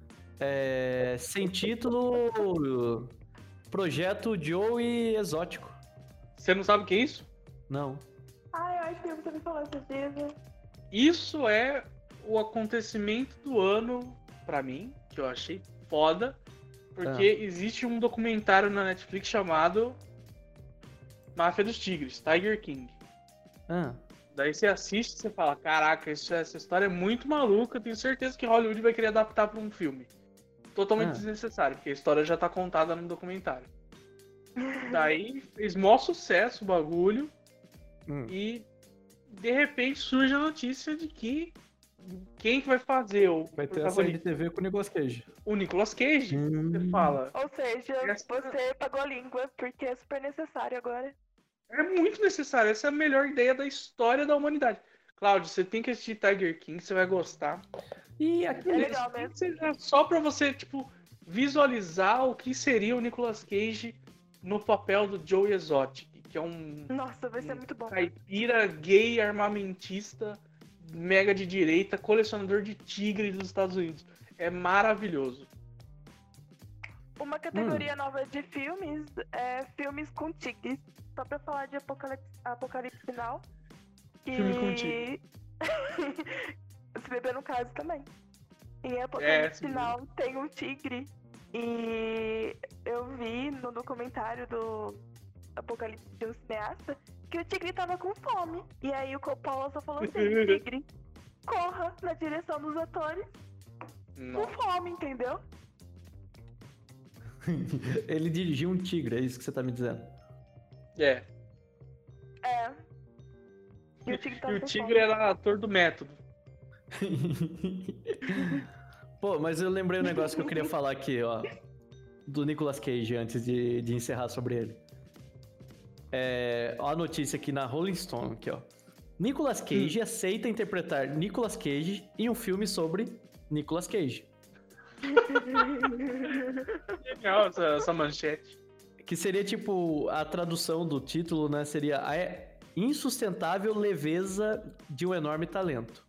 É. Sem título. Projeto Joey Exótico. Você não sabe o que é isso? Não. Ai, eu acho que você me falou esses dias. Né? Isso é o acontecimento do ano pra mim, que eu achei foda, porque Ah. existe um documentário na Netflix chamado Máfia dos Tigres, Tiger King. Ah. Daí você assiste e você fala, caraca, isso, essa história é muito maluca, tenho certeza que Hollywood vai querer adaptar pra um filme. Totalmente Ah. desnecessário, porque a história já tá contada no documentário. Daí fez maior sucesso o bagulho Hum. e de repente surge a notícia de que quem que vai fazer o Vai ter a série de protagonista? T V com o Nicolas Cage. O Nicolas Cage. Hum. Você fala, Ou seja, Essa- você pagou a língua porque é super necessário agora. é muito necessário, essa é a melhor ideia da história da humanidade. Cláudio, você tem que assistir Tiger King, você vai gostar. E É aquele. legal mesmo. Seja só pra você, tipo, visualizar o que seria o Nicolas Cage no papel do Joe Exotic, que é um Nossa, vai ser muito bom. caipira gay armamentista, mega de direita, colecionador de tigre dos Estados Unidos. É maravilhoso. Uma categoria nova de filmes é filmes com tigres. Só pra falar de Apocalipse, Apocalipse Final. Que... Filme com tigre. Se beber no caso também. Em É, Apocalipse sim. Final tem um tigre. E eu vi no documentário do Apocalipse de um cineasta que o tigre tava com fome. E aí o Coppola só falou assim, tigre, corra na direção dos atores com Nossa. fome, entendeu? Ele dirigiu um tigre, é isso que você tá me dizendo. É. É. E o tigre tá E o com tigre fome. era ator do método. Pô, mas eu lembrei um negócio que eu queria falar aqui, ó. Do Nicolas Cage, antes de, de encerrar sobre ele. É, ó a notícia aqui na Rolling Stone, aqui, ó. Nicolas Cage hum. aceita interpretar Nicolas Cage em um filme sobre Nicolas Cage. Legal essa, essa manchete. Que seria, tipo, a tradução do título, né? Seria a insustentável leveza de um enorme talento.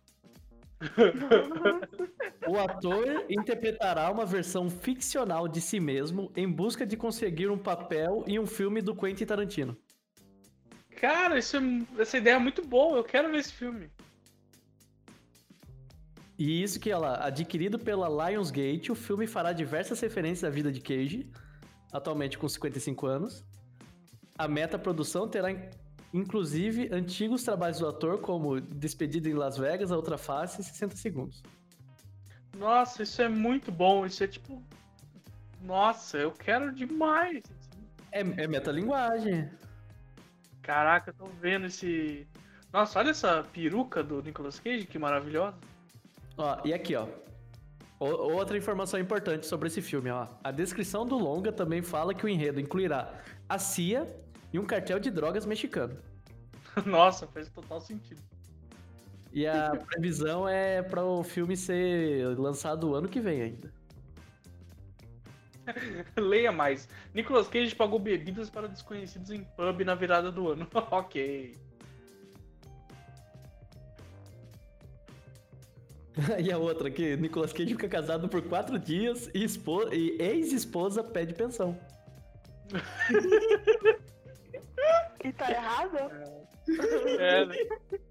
O ator interpretará uma versão ficcional de si mesmo em busca de conseguir um papel em um filme do Quentin Tarantino. Cara, isso é, essa ideia é muito boa. Eu quero ver esse filme. E isso que, olha lá, adquirido pela Lionsgate, o filme fará diversas referências à vida de Cage, atualmente com cinquenta e cinco anos. A meta-produção terá, inclusive, antigos trabalhos do ator, como Despedida em Las Vegas, A Outra Face e sessenta segundos. Nossa, isso é muito bom. Isso é tipo... Nossa, eu quero demais. É, é metalinguagem. Caraca, eu tô vendo esse... Nossa, olha essa peruca do Nicolas Cage, que maravilhosa. Ó, e aqui, ó. O, outra informação importante sobre esse filme, ó. A descrição do longa também fala que o enredo incluirá a C I A e um cartel de drogas mexicano. Nossa, faz total sentido. E a previsão é para o filme ser lançado o ano que vem ainda. Leia mais. Nicolas Cage pagou bebidas para desconhecidos em pub na virada do ano. Ok. E a outra aqui, Nicolas Cage fica casado por quatro dias e, espo... e ex-esposa pede pensão. E tá errado? É, né?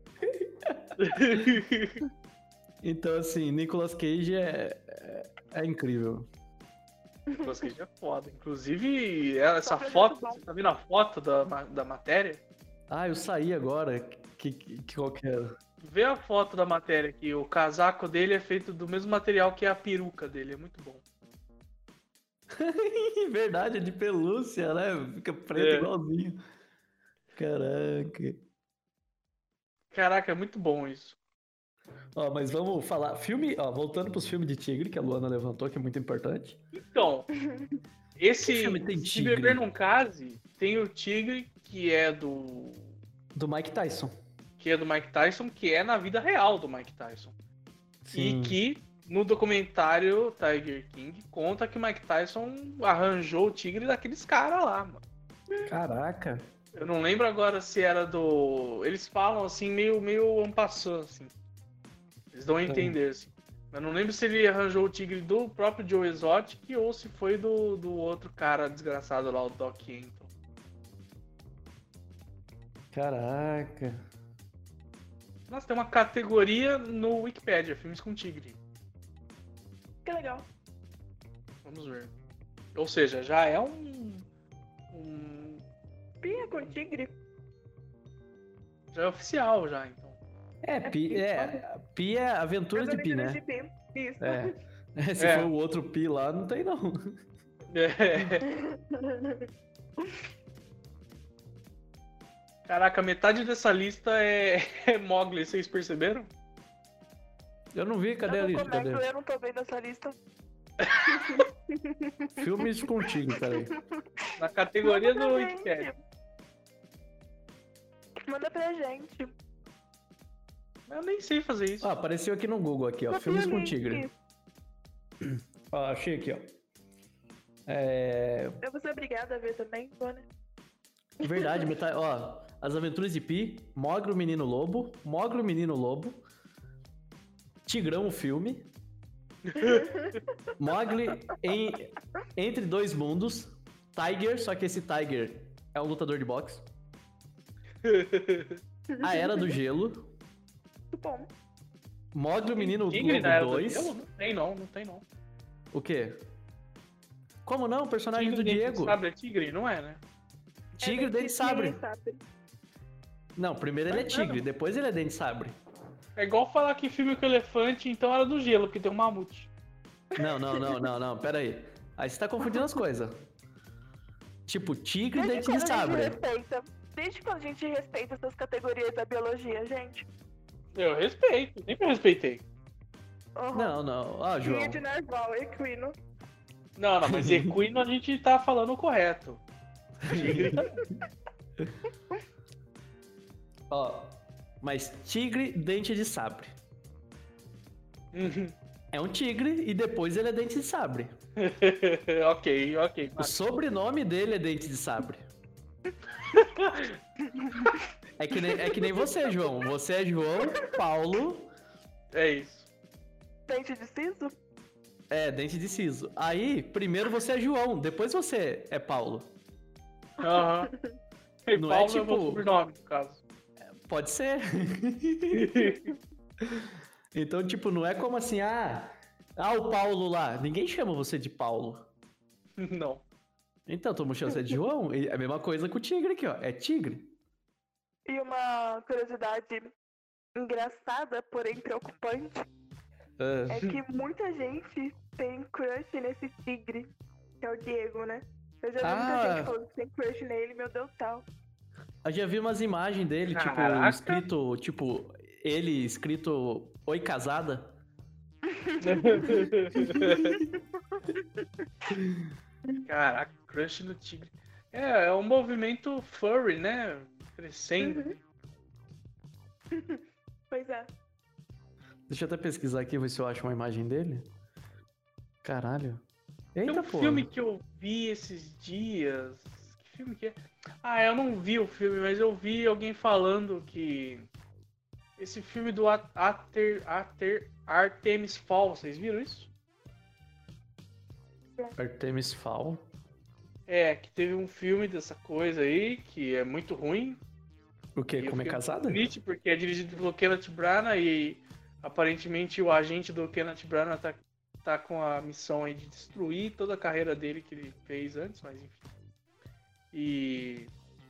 Então, assim, Nicolas Cage é, é, é incrível. Nicolas Cage é foda. Inclusive, essa foto, você tá vendo a foto da, da matéria? Ah, eu saí agora. Que, que, que qual que era? Vê a foto da matéria aqui. O casaco dele é feito do mesmo material que a peruca dele. É muito bom. Verdade, é de pelúcia, né? Fica preto é. igualzinho. Caraca. Caraca, é muito bom isso. Ó, mas vamos falar. Filme, ó, voltando pros filmes de tigre, que a Luana levantou, que é muito importante. Então, esse filme tem Se tigre? Beber Não Case, tem o tigre que é do... Do Mike Tyson. Que é do Mike Tyson, que é na vida real do Mike Tyson. Sim. E que no documentário Tiger King conta que o Mike Tyson arranjou o tigre daqueles caras lá, mano. Caraca. Eu não lembro agora se era do... Eles falam assim, meio, meio en passant, assim. Eles dão a entender, assim. Eu não lembro se ele arranjou o tigre do próprio Joe Exotic ou se foi do, do outro cara desgraçado lá, o Doc Antle. Caraca. Nossa, tem uma categoria no Wikipedia, filmes com tigre. Que legal. Vamos ver. Ou seja, já é um... um... Pia com tigre? Já é oficial, já, então. É, Pi é, Pi é Aventuras de Pi, né? De Pi. Isso. É. Se É. for o outro Pi lá, não tem não. É. Caraca, metade dessa lista é, é Mowgli, vocês perceberam? Eu não vi, cadê eu a lista? Comento, Cadê? eu não tô vendo essa lista. Filmes contigo, peraí. Na categoria Manda do pra gente. Wikipedia. Manda pra gente. Eu nem sei fazer isso. Ah, apareceu aqui no Google, aqui, ó. Copia Filmes o com link. tigre. Ó, achei aqui, ó. É... Eu vou ser obrigada a ver também, vou, né? Verdade, metade... Ó, As Aventuras de Pi, Mowgli o Menino Lobo, Mowgli o Menino Lobo, Tigrão o filme, Mowgli em... Entre Dois Mundos, Tiger, só que esse Tiger é um lutador de boxe, A Era do Gelo, Muito bom. Mowgli o Menino Tigre na Era Lobo do dois. Gelo? Não tem não, não tem não. O quê? Como não? O personagem Tigre do dente Diego. de sabre é tigre, não é, né? Tigre É dente de sabre. sabre. Não, primeiro ele é Mas tigre, não. depois ele é dente de sabre. É igual falar que filme com elefante, então era do gelo, porque tem um mamute. Não, não, não, não, não, pera aí. Aí você tá confundindo as coisas. Tipo, tigre e Deixa dente que de a gente sabre. respeita. Desde quando a gente respeita essas categorias da biologia, gente? Eu respeito, sempre respeitei. Uhum. Não, não. Ó, João. Rio de Nerval, equino. Não, não, mas equino a gente tá falando o correto. Tigre também. Ó, mas tigre, dente de sabre. Uhum. É um tigre e depois ele é dente de sabre. ok, ok. O sobrenome dele é dente de sabre. É que nem, é que nem você, João. Você é João Paulo. É isso. Dente de siso? É, dente de siso. Aí, primeiro você é João, depois você é Paulo. Aham. E Não Paulo é tipo- meu sobrenome, no caso. Pode ser. Então, tipo, não é como assim, ah, ah, o Paulo lá. Ninguém chama você de Paulo. Não. Então, todo mundo chama você de João. E é a mesma coisa com o tigre aqui, ó. É tigre. E uma curiosidade engraçada, porém preocupante, Ah, é que muita gente tem crush nesse tigre, que é o Diego, né? Eu já vi muita Ah. gente falando que tem crush nele, meu Deus do céu. eu já vi umas imagens dele, tipo, Caraca. escrito, tipo, ele escrito Oi Casada. Caraca, crush no tigre. É, é um movimento furry, né? Crescendo. Uhum. Pois é. Deixa eu até pesquisar aqui, ver se eu acho uma imagem dele. Caralho. Tem Eita, um pô. filme que eu vi esses dias. Que filme que é? Ah, eu não vi o filme, mas eu vi alguém falando que esse filme do A- Ater, Ater, Artemis Fowl, vocês viram isso? Artemis Fowl. É, que teve um filme dessa coisa aí, que é muito ruim. O quê? E eu Como é fiquei casada? triste porque é dirigido pelo Kenneth Branagh e aparentemente o agente do Kenneth Branagh tá, tá com a missão aí de destruir toda a carreira dele que ele fez antes, mas enfim. E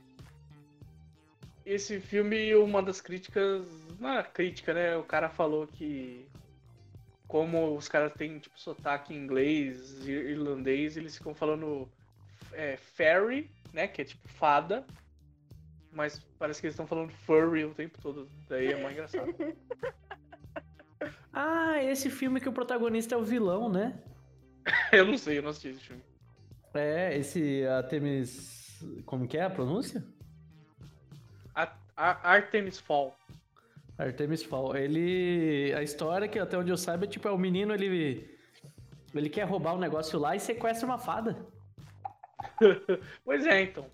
esse filme, uma das críticas, não era crítica, né? O cara falou que como os caras têm tipo sotaque em inglês, ir- irlandês, eles ficam falando é, fairy, né? Que é tipo fada. Mas parece que eles estão falando furry o tempo todo. Daí é mó engraçado. Ah, esse filme que o protagonista é o vilão, né? Eu não sei, eu não assisti esse filme. É, esse Artemis... Como que é a pronúncia? A, a Artemis Fowl. Artemis Fowl. Ele... A história que até onde eu saiba, tipo, é o menino, ele... Ele quer roubar um negócio lá e sequestra uma fada. Pois é, então.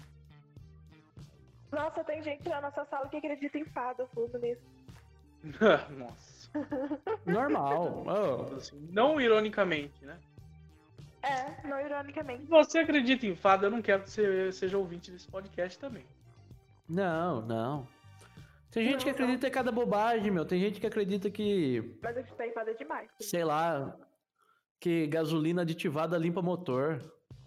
Nossa, tem gente na nossa sala que acredita em fada falando nisso. Nossa. Normal. Oh. Assim, não ironicamente, né? É, não ironicamente. Se você acredita em fada, eu não quero que você seja ouvinte desse podcast também. Não, não. Tem gente Não, que acredita em cada bobagem, meu. Tem gente que acredita que, Mas acreditar em fada é demais. sei lá, que gasolina aditivada limpa motor.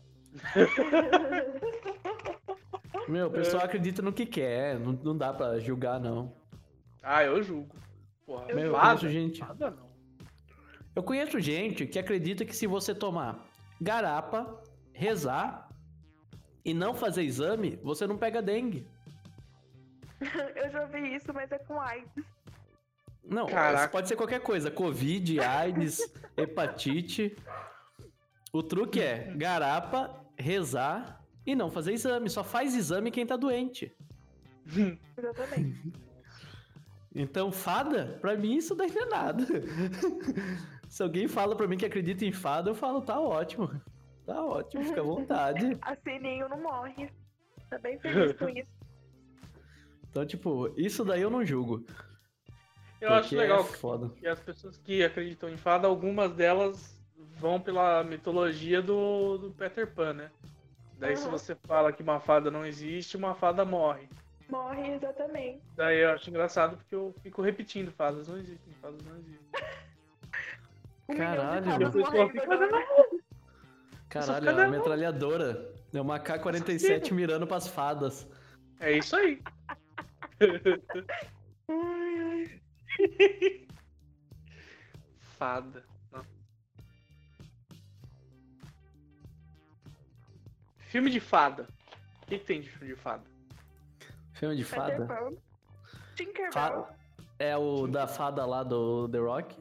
Meu, o pessoal acredita no que quer. Não, não dá pra julgar, não. Ah, eu julgo. Porra, Meu, eu fada? conheço gente. Fada não. Eu conheço gente que acredita que se você tomar garapa, rezar e não fazer exame, você não pega dengue. Eu já ouvi isso, mas é com AIDS. Não, Caraca. pode ser qualquer coisa. Covid, AIDS, hepatite. O truque é garapa, rezar e não fazer exame. Só faz exame quem tá doente. Exatamente. Então, fada, pra mim isso daí não é nada. Se alguém fala pra mim que acredita em fada, eu falo, tá ótimo. Tá ótimo, fica à vontade. A Sininho não morre. Tá bem feliz com isso. Então, tipo, isso daí eu não julgo. Eu acho porque legal é foda. que as pessoas que acreditam em fada, algumas delas vão pela mitologia do, do Peter Pan, né? Daí se Aham. você fala que uma fada não existe, uma fada morre. Morre, exatamente. Daí eu acho engraçado porque eu fico repetindo, fadas não existem, fadas não existem. Um Caralho, milhão de fadas mano. morrendo Fica- agora. Caralho, cadê é a uma metralhadora. É uma K quarenta e sete mirando pras fadas. É isso aí. Ai, ai. Fada. Não. Filme de fada. O que, que tem de filme de fada? Filme de Peter fada? Pan. Tinkerbell. Fa- É o da fada lá do The Rock?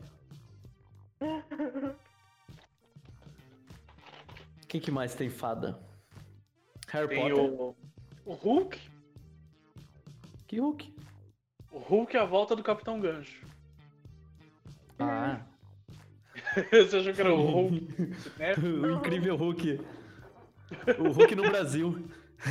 O que, que mais tem fada? Harry Tem Potter? o, o Hulk. Que Hulk? O Hulk é a volta do Capitão Gancho. Ah, Você achou que era o Hulk? Né? o incrível Hulk. O Hulk no Brasil.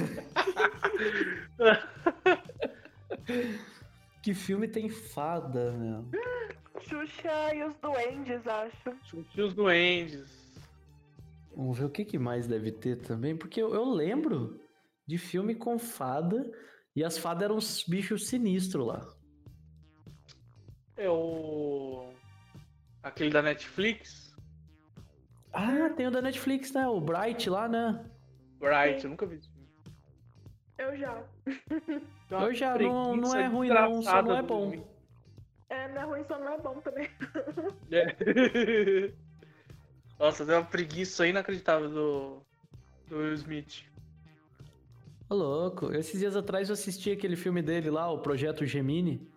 Que filme tem fada, meu? Xuxa e os Duendes, acho. Tinha os duendes. Vamos ver o que, que mais deve ter também, porque eu, eu lembro de filme com fada e as fadas eram uns bichos sinistros lá. É o... Aquele da Netflix. Ah, tem o da Netflix, né? O Bright lá, né? Bright, eu nunca vi esse filme. Eu já. Tem uma Eu já, não, não preguiça é ruim não, só desgraçada não é do bom. filme. É, não é ruim, só não é bom também. É. Nossa, tem uma preguiça inacreditável do, do Will Smith. Ô, louco, esses dias atrás eu assisti aquele filme dele lá, o Projeto Gemini.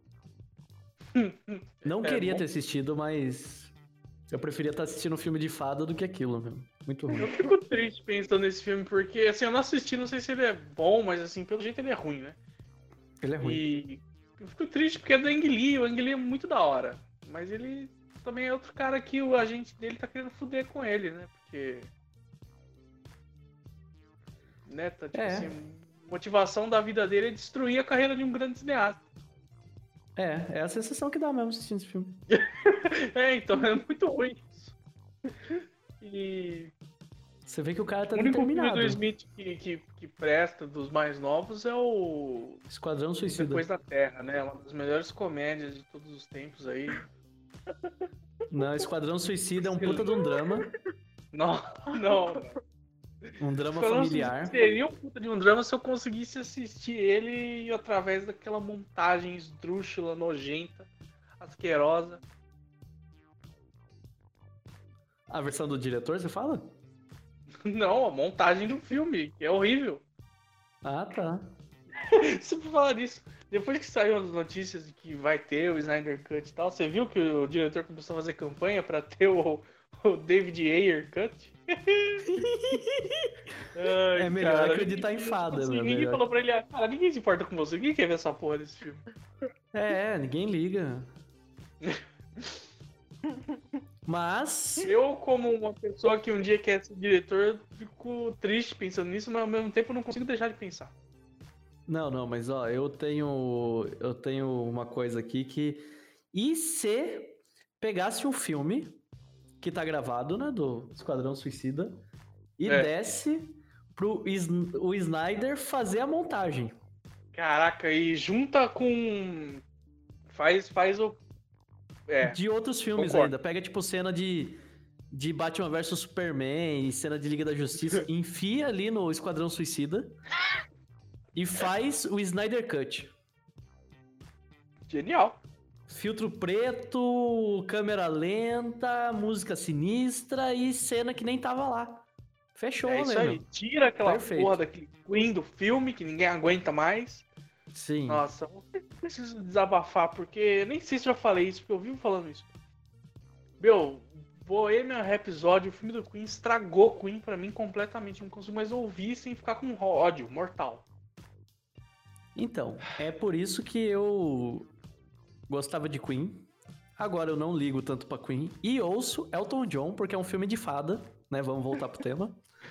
Não É queria bom? ter assistido, mas eu preferia estar assistindo um filme de fada do que aquilo, meu. Muito Eu ruim. fico triste pensando nesse filme, porque assim, eu não assisti, não sei se ele é bom, mas assim, pelo jeito ele é ruim, né? Ele é ruim. E eu fico triste porque é do Ang Lee, o Ang Lee é muito da hora. Mas ele também é outro cara que o agente dele tá querendo fuder com ele, né? Porque. Né, tá, tipo É. assim, a motivação da vida dele é destruir a carreira de um grande cineasta. É, é a sensação que dá mesmo assistindo esse filme. É, então é muito ruim isso. E Você vê que o cara tá o único filme determinado. do Smith que, que, que presta dos mais novos é o Esquadrão Suicida. Depois da Terra, né? Uma das melhores comédias de todos os tempos aí. Não, Esquadrão Suicida é um puta de um drama. Não, não. Um drama Falando familiar. assim, seria um puta de um drama se eu conseguisse assistir ele através daquela montagem esdrúxula, nojenta, asquerosa. A versão do diretor, você fala? Não, a montagem do filme, que é horrível. Ah, tá. Se por falar disso, depois que saiu as notícias de que vai ter o Snyder Cut e tal, você viu que o diretor começou a fazer campanha pra ter o, o David Ayer Cut? Ai, É melhor cara, acreditar em fada, assim, meu. Ninguém Melhor. falou pra ele, ah, cara, ninguém se importa com você, ninguém quer ver essa porra desse filme. É, ninguém liga. Mas. Eu, como uma pessoa que um dia quer ser diretor, eu fico triste pensando nisso, mas ao mesmo tempo eu não consigo deixar de pensar. Não, não, mas ó, eu tenho. Eu tenho uma coisa aqui que. E se pegasse um filme que tá gravado, né? Do Esquadrão Suicida, e É. desse pro Sn- o Snyder fazer a montagem. Caraca, e junta com. Faz, faz o. É. De outros filmes concordo. ainda. Pega, tipo, cena de, de Batman versus Superman e cena de Liga da Justiça. Enfia ali no Esquadrão Suicida. E faz o Snyder Cut. Genial. Filtro preto, câmera lenta, música sinistra e cena que nem tava lá. Fechou, É né, isso aí. meu? Tira aquela Perfeito. porra daquele Queen do filme que ninguém aguenta mais. Sim. Nossa, eu preciso desabafar, porque eu nem sei se eu já falei isso, porque eu vivo falando isso. Meu, Bohemian Rhapsody, o filme do Queen, estragou Queen pra mim completamente. Não consigo mais ouvir sem ficar com ódio mortal. Então, é por isso que eu gostava de Queen. Agora eu não ligo tanto pra Queen. E ouço Elton John, porque é um filme de fada, né? Vamos voltar pro tema.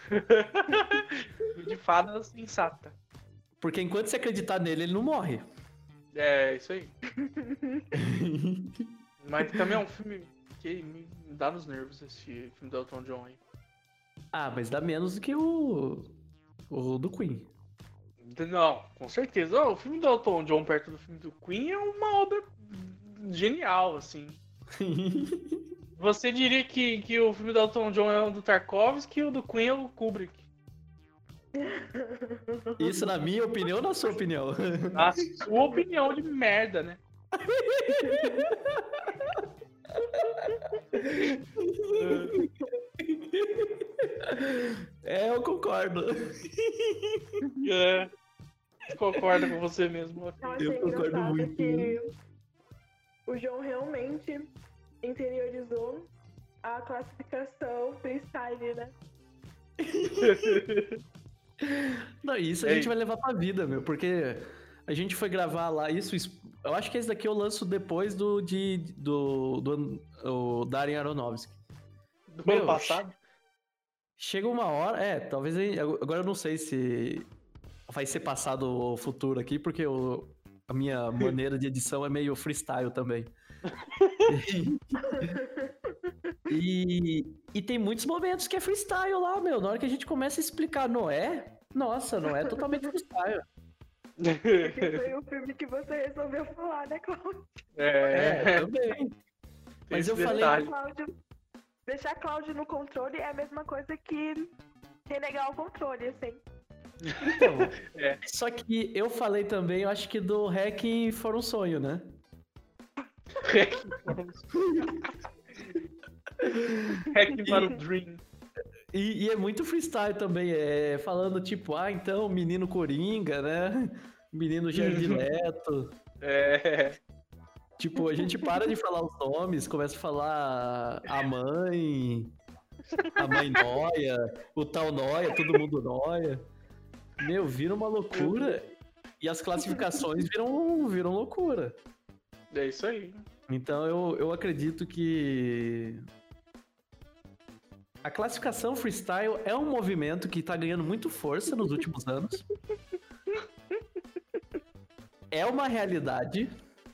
De fada sensata. Porque enquanto você acreditar nele, ele não morre. É, isso aí. Mas também é um filme que me dá nos nervos esse filme do Elton John aí. Ah, mas dá menos do que o. O do Queen. Não, com certeza. Oh, o filme do Elton John perto do filme do Queen é uma obra genial, assim. Você diria que, que o filme do Elton John é o do Tarkovsky e o do Queen é o Kubrick. Isso na minha opinião ou na sua opinião? Na sua opinião de merda, né? É, eu concordo. É. concorda com você mesmo. Eu achei Eu concordo engraçado muito. que o João realmente interiorizou a classificação freestyle, né? Não, isso a Ei. gente vai levar pra vida, meu, porque a gente foi gravar lá, isso, isso- eu acho que esse daqui eu lanço depois do, de, do, do, o Darren Aronofsky. Do Meu, ano passado? Chega uma hora, é, talvez, aí- agora eu não sei se vai ser passado ou futuro aqui, porque o, a minha maneira de edição é meio freestyle também. E, e tem muitos momentos que é freestyle lá, meu. Na hora que a gente começa a explicar Noé, nossa, Noé é totalmente freestyle. Porque foi o filme que você resolveu falar, né, Cláudio? É, É, também. tem Mas esse eu falei- detalhe. Cláudio, deixar Cláudio no controle é a mesma coisa que renegar o controle, assim. Então, É. só que eu falei também, eu acho que do Hacking For Um Sonho, né? Hack para o Dream. E, e é muito freestyle também, é falando tipo, ah, então, menino Coringa, né? Menino Jared Leto. É. Tipo, a gente para de falar os nomes, começa a falar a mãe, a mãe Noia, o tal Noia, todo mundo Noia. Meu, vira uma loucura. E as classificações viram, viram loucura. É isso aí. Então eu, eu acredito que a classificação freestyle é um movimento que tá ganhando muito força nos últimos anos. É uma realidade.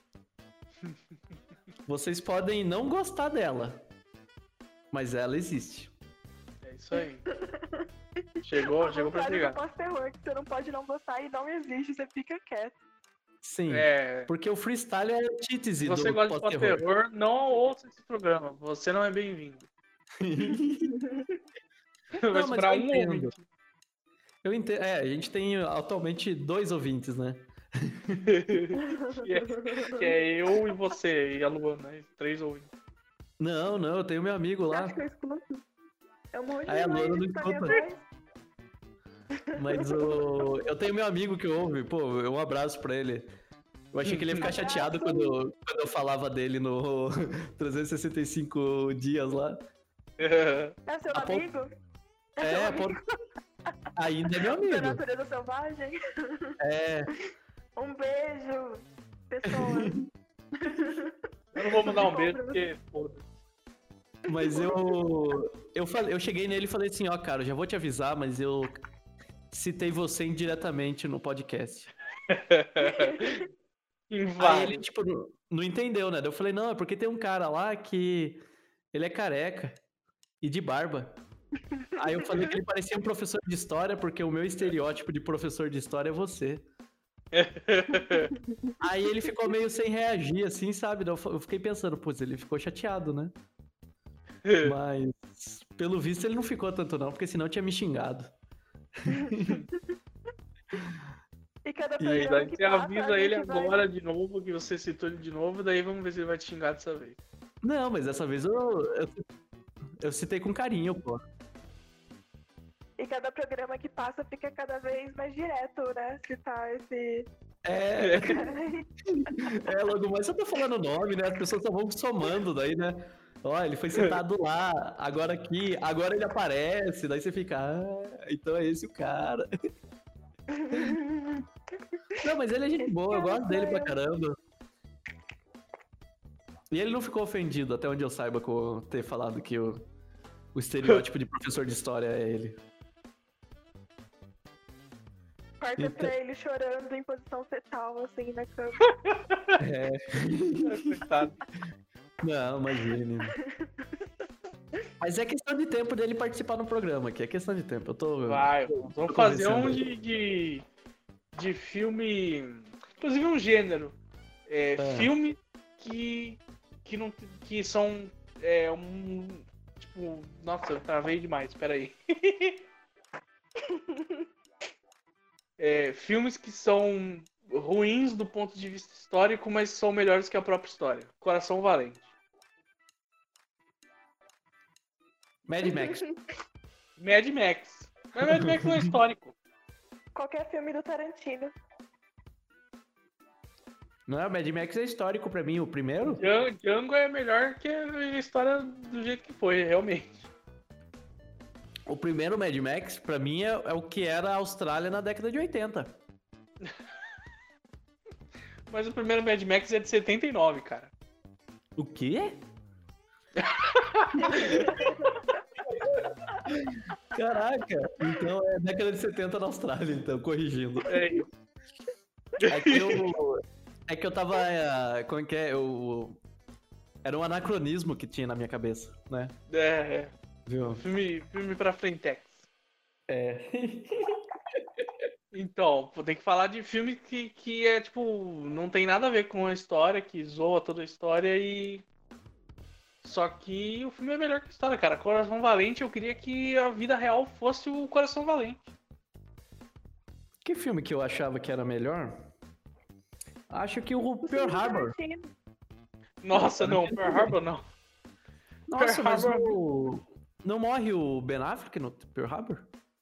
Vocês podem não gostar dela, mas ela existe. É isso aí. Chegou, chegou pra Ao contrário chegar. do pós-terror, que você não pode não gostar e não existe, você fica quieto. Sim, É. porque o freestyle é a antítese Se você do gosta de pós-terror. pós-terror, não ouça esse programa. Você não é bem-vindo. Vai mas sobrar eu um entendo. ouvinte. Eu entendo. É, a gente tem atualmente dois ouvintes, né? que, é, que é eu e você e a Luana, né? Três ouvintes. Não, não, eu tenho meu amigo lá. Acho que eu escuto. É um monte Aí a de Luana voz não de minha escuta. voz. Mas o... eu tenho meu amigo que ouve, pô, um abraço pra ele. Eu achei que ele ia ficar chateado quando, quando eu falava dele no trezentos e sessenta e cinco dias lá. É seu A ponto- amigo? É, seu a amigo ponto- ainda é meu da amigo. natureza selvagem? É, Um beijo, pessoas. Eu não vou mandar um Bom beijo pra porque foda. mas eu. Eu, falei, eu cheguei nele e falei assim: ó, cara, eu já vou te avisar, mas eu citei você indiretamente no podcast. Aí Invade. ele, tipo, não, não entendeu, né? Daí eu falei: não, é porque tem um cara lá que ele é careca e de barba. Aí eu falei que ele parecia um professor de história, porque o meu estereótipo de professor de história é você. Aí ele ficou meio sem reagir, assim, sabe? Daí Eu f- eu fiquei pensando, putz, ele ficou chateado, né? Mas, pelo visto, ele não ficou tanto não, porque senão tinha me xingado. E cada E programa daí que você passa, avisa a ele gente vai- agora de novo, que você citou ele de novo, daí vamos ver se ele vai te xingar dessa vez. Não, mas dessa vez eu, eu, eu citei com carinho, pô. E cada programa que passa fica cada vez mais direto, né? Citar esse. É, é, logo mais eu tô falando o nome, né? As pessoas só vão somando daí, né? Ó, ele foi citado lá, agora aqui, agora ele aparece, daí você fica, ah, então é esse o cara. Não, mas ele é gente Esse boa, eu cara gosto dele sou pra eu. caramba. E ele não ficou ofendido, até onde eu saiba, com eu ter falado que o, o estereótipo de professor de história é ele. Corta Então- pra ele chorando em posição fetal, assim, na cama. É, Coitado. não, imagine. Mas é questão de tempo dele participar no programa aqui, é questão de tempo. Eu tô. Vai, vamos tô fazer convencendo um ele. de, de, de filme. Inclusive um gênero. É, Ah. Filme que, que, não, que são. É, um. Tipo. Nossa, eu travei demais, peraí. É, filmes que são ruins do ponto de vista histórico, mas são melhores que a própria história. Coração Valente. Mad Max. Mad Max. Mas Mad Max não é histórico. Qualquer filme do Tarantino. Não, Mad Max é histórico pra mim, o primeiro. Djan- Django é melhor que a história do jeito que foi, realmente. O primeiro Mad Max, pra mim, é, é o que era a Austrália na década de oitenta. Mas o primeiro Mad Max é de setenta e nove, cara. O quê? Caraca, então é década de setenta na Austrália, então, corrigindo. É isso. É que eu, é que eu tava. é, Como é que é? Eu, era um anacronismo que tinha na minha cabeça, né? É, é. Viu? Filme, filme pra Frentex. É. Então, pô, tem que falar de filme que, que é, tipo, não tem nada a ver com a história, que zoa toda a história e... Só que o filme é melhor que a história, cara. Coração Valente, eu queria que a vida real fosse o Coração Valente. Que filme que eu achava que era melhor? Acho que o Pearl Harbor. Nossa, não, Pearl Harbor não. Nossa, Pearl mas Harbor- o... Não morre o Ben Affleck no Pearl Harbor?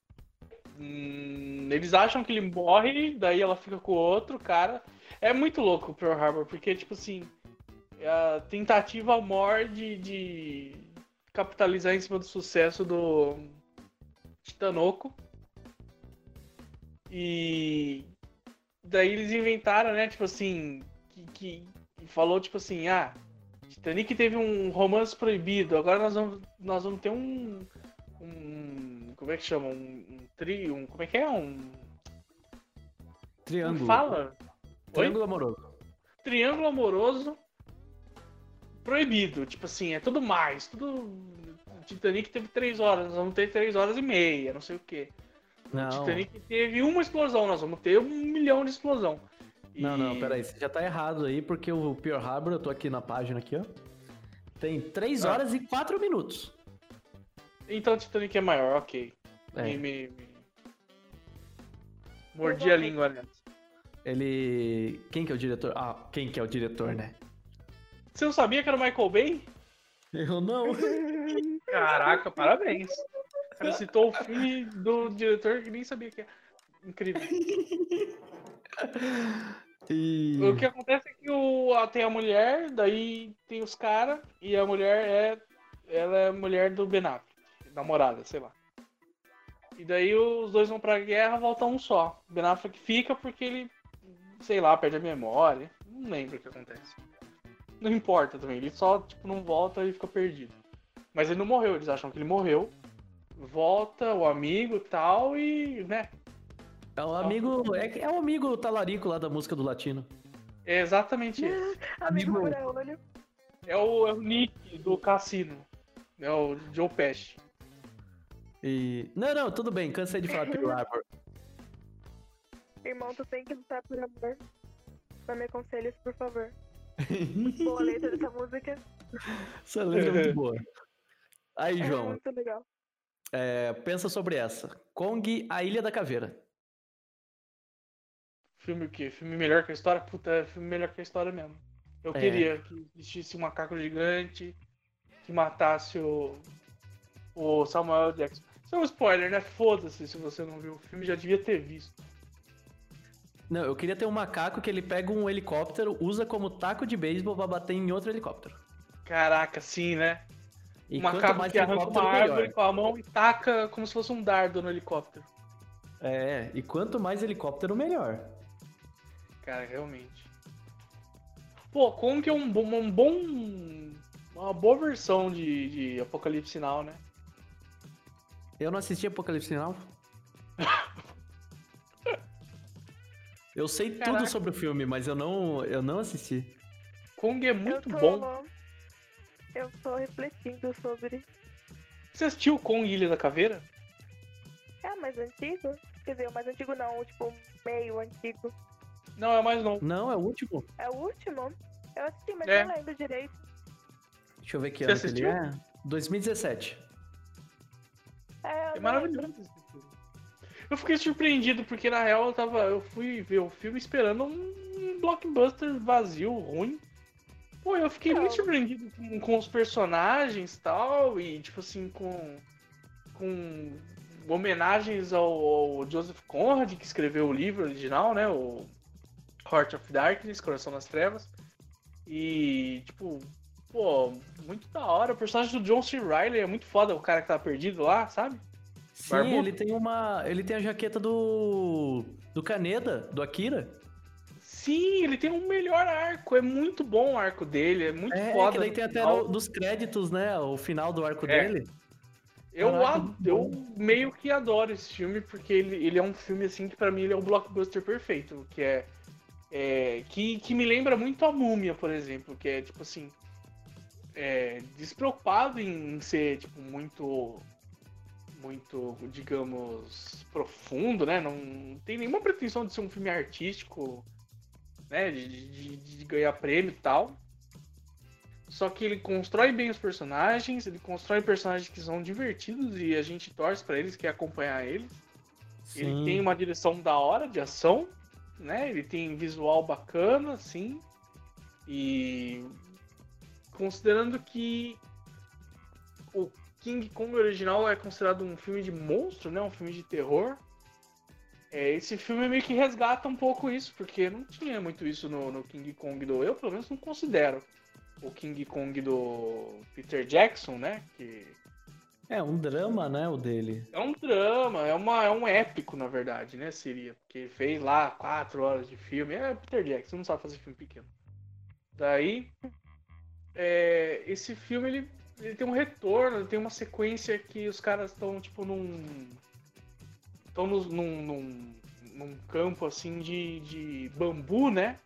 Hum, eles acham que ele morre, daí ela fica com o outro cara. É muito louco o Pearl Harbor, porque, tipo assim, a tentativa maior de, de capitalizar em cima do sucesso do Titanoco. E daí eles inventaram, né, tipo assim, que, que, que falou, tipo assim, ah, Titanic teve um romance proibido, agora nós vamos, nós vamos ter um, um como é que chama, um, um trio, um, como é que é, um... Triângulo. Como fala? Triângulo amoroso. Triângulo amoroso proibido, tipo assim, é tudo mais, tudo... Titanic teve três horas, nós vamos ter três horas e meia, não sei o quê. Não. Titanic teve uma explosão, nós vamos ter um milhão de explosão. E- Não, não, peraí, você já tá errado aí, porque o Pearl Harbor, eu tô aqui na página aqui, ó. Tem três Ah. horas e quatro minutos. Então Titanic é maior, ok. É. Me, me, me... Mordi a língua nessa. Ele... Quem que é o diretor? Ah, quem que é o diretor, né? Você não sabia que era o Michael Bay? Eu não. Caraca, parabéns. O cara citou o filme do diretor que nem sabia que é. Incrível. E... O que acontece é que o, a- tem a mulher, daí tem os caras, e a mulher é. Ela é a mulher do Ben Affleck, namorada, sei lá. E daí os dois vão pra guerra, volta um só. O Ben Affleck fica porque ele, sei lá, perde a memória. Não lembro o que acontece. Não importa também, ele só tipo, não volta e fica perdido. Mas ele não morreu, eles acham que ele morreu. Volta o amigo e tal, e, né? É o amigo... É, é o amigo talarico lá da música do latino. É exatamente isso. Amigo Amigo. fura olho. É o, é o Nick do Cassino. É o Joe Pesci. E... Não, não, tudo bem, cansei de falar de Pearl Harbor. Irmão, tu tem que lutar por amor. Não me aconselhos, por favor. Boa letra dessa música. Essa letra é muito boa. Aí, É João, muito legal. é, pensa sobre essa. Kong, a Ilha da Caveira. Filme o quê? Filme melhor que a história? Puta, é filme melhor que a história mesmo. Eu É. queria que existisse um macaco gigante que matasse o, o Samuel Jackson. Isso é um spoiler, né? Foda-se se você não viu o filme, já devia ter visto. Não, eu queria ter um macaco que ele pega um helicóptero, usa como taco de beisebol pra bater em outro helicóptero. Caraca, sim, né? E Um quanto macaco mais que arranca uma helicóptero, árvore melhor. com a mão e taca como se fosse um dardo no helicóptero. É, e quanto mais helicóptero, melhor. Cara, realmente. Pô, Kong é um bom, um bom uma boa versão de, de Apocalipse Now, né? Eu não assisti Apocalipse Now. Eu sei Caraca. tudo sobre o filme, mas eu não, eu não assisti. Kong é muito eu tô, bom. Eu tô refletindo sobre. Você assistiu Kong Ilha da Caveira? É o mais antigo? Quer dizer, o mais antigo não, tipo, meio antigo. Não, é o mais novo. Não, é o último. É o último? Eu assisti, mas É. não lembro direito. Deixa eu ver que Você ano que ele assistiu? é. dois mil e dezessete. É, eu É não lembro. maravilhoso esse filme. Eu fiquei surpreendido, porque na real eu tava. Eu fui ver o filme esperando um blockbuster vazio, ruim. Pô, eu fiquei Não. muito surpreendido com, com os personagens e tal, e tipo assim, com. com homenagens ao, ao Joseph Conrad, que escreveu o livro original, né? O Heart of Darkness, Coração das Trevas. E, tipo, pô, muito da hora. O personagem do John C. Reilly é muito foda, o cara que tá perdido lá, sabe? Sim, Barbudo. ele tem uma. Ele tem a jaqueta do. do Kaneda, do Akira. Sim, ele tem um melhor arco. É muito bom o arco dele, é muito É, foda. que daí tem até no- no- dos créditos, né? O final do arco É. dele. Eu, Caraca, a- muito eu bom. meio que adoro esse filme, porque ele, ele é um filme, assim, que pra mim ele é um blockbuster perfeito. Que é. é, que, que me lembra muito a Múmia, por exemplo. Que é, tipo assim. É, despreocupado em ser, tipo, muito. Muito, digamos, profundo, né? Não tem nenhuma pretensão de ser um filme artístico, né? De, de, de ganhar prêmio e tal. Só que ele constrói bem os personagens, ele constrói personagens que são divertidos e a gente torce pra eles, quer acompanhar eles. Ele Sim. tem uma direção da hora de ação, né? Ele tem visual bacana, assim. E considerando que o King Kong original é considerado um filme de monstro, né? Um filme de terror. É, esse filme meio que resgata um pouco isso, porque não tinha muito isso no, no King Kong do... Eu, pelo menos, não considero o King Kong do Peter Jackson, né? Que É um drama, né? O dele. é um drama, é, uma, é um épico, na verdade, né? Seria. Porque fez lá quatro horas de filme. É Peter Jackson, não sabe fazer filme pequeno. Daí, é, esse filme, ele, ele tem um retorno, ele tem uma sequência que os caras estão, tipo, num... Estão num, num, num campo, assim, de, de bambu, né?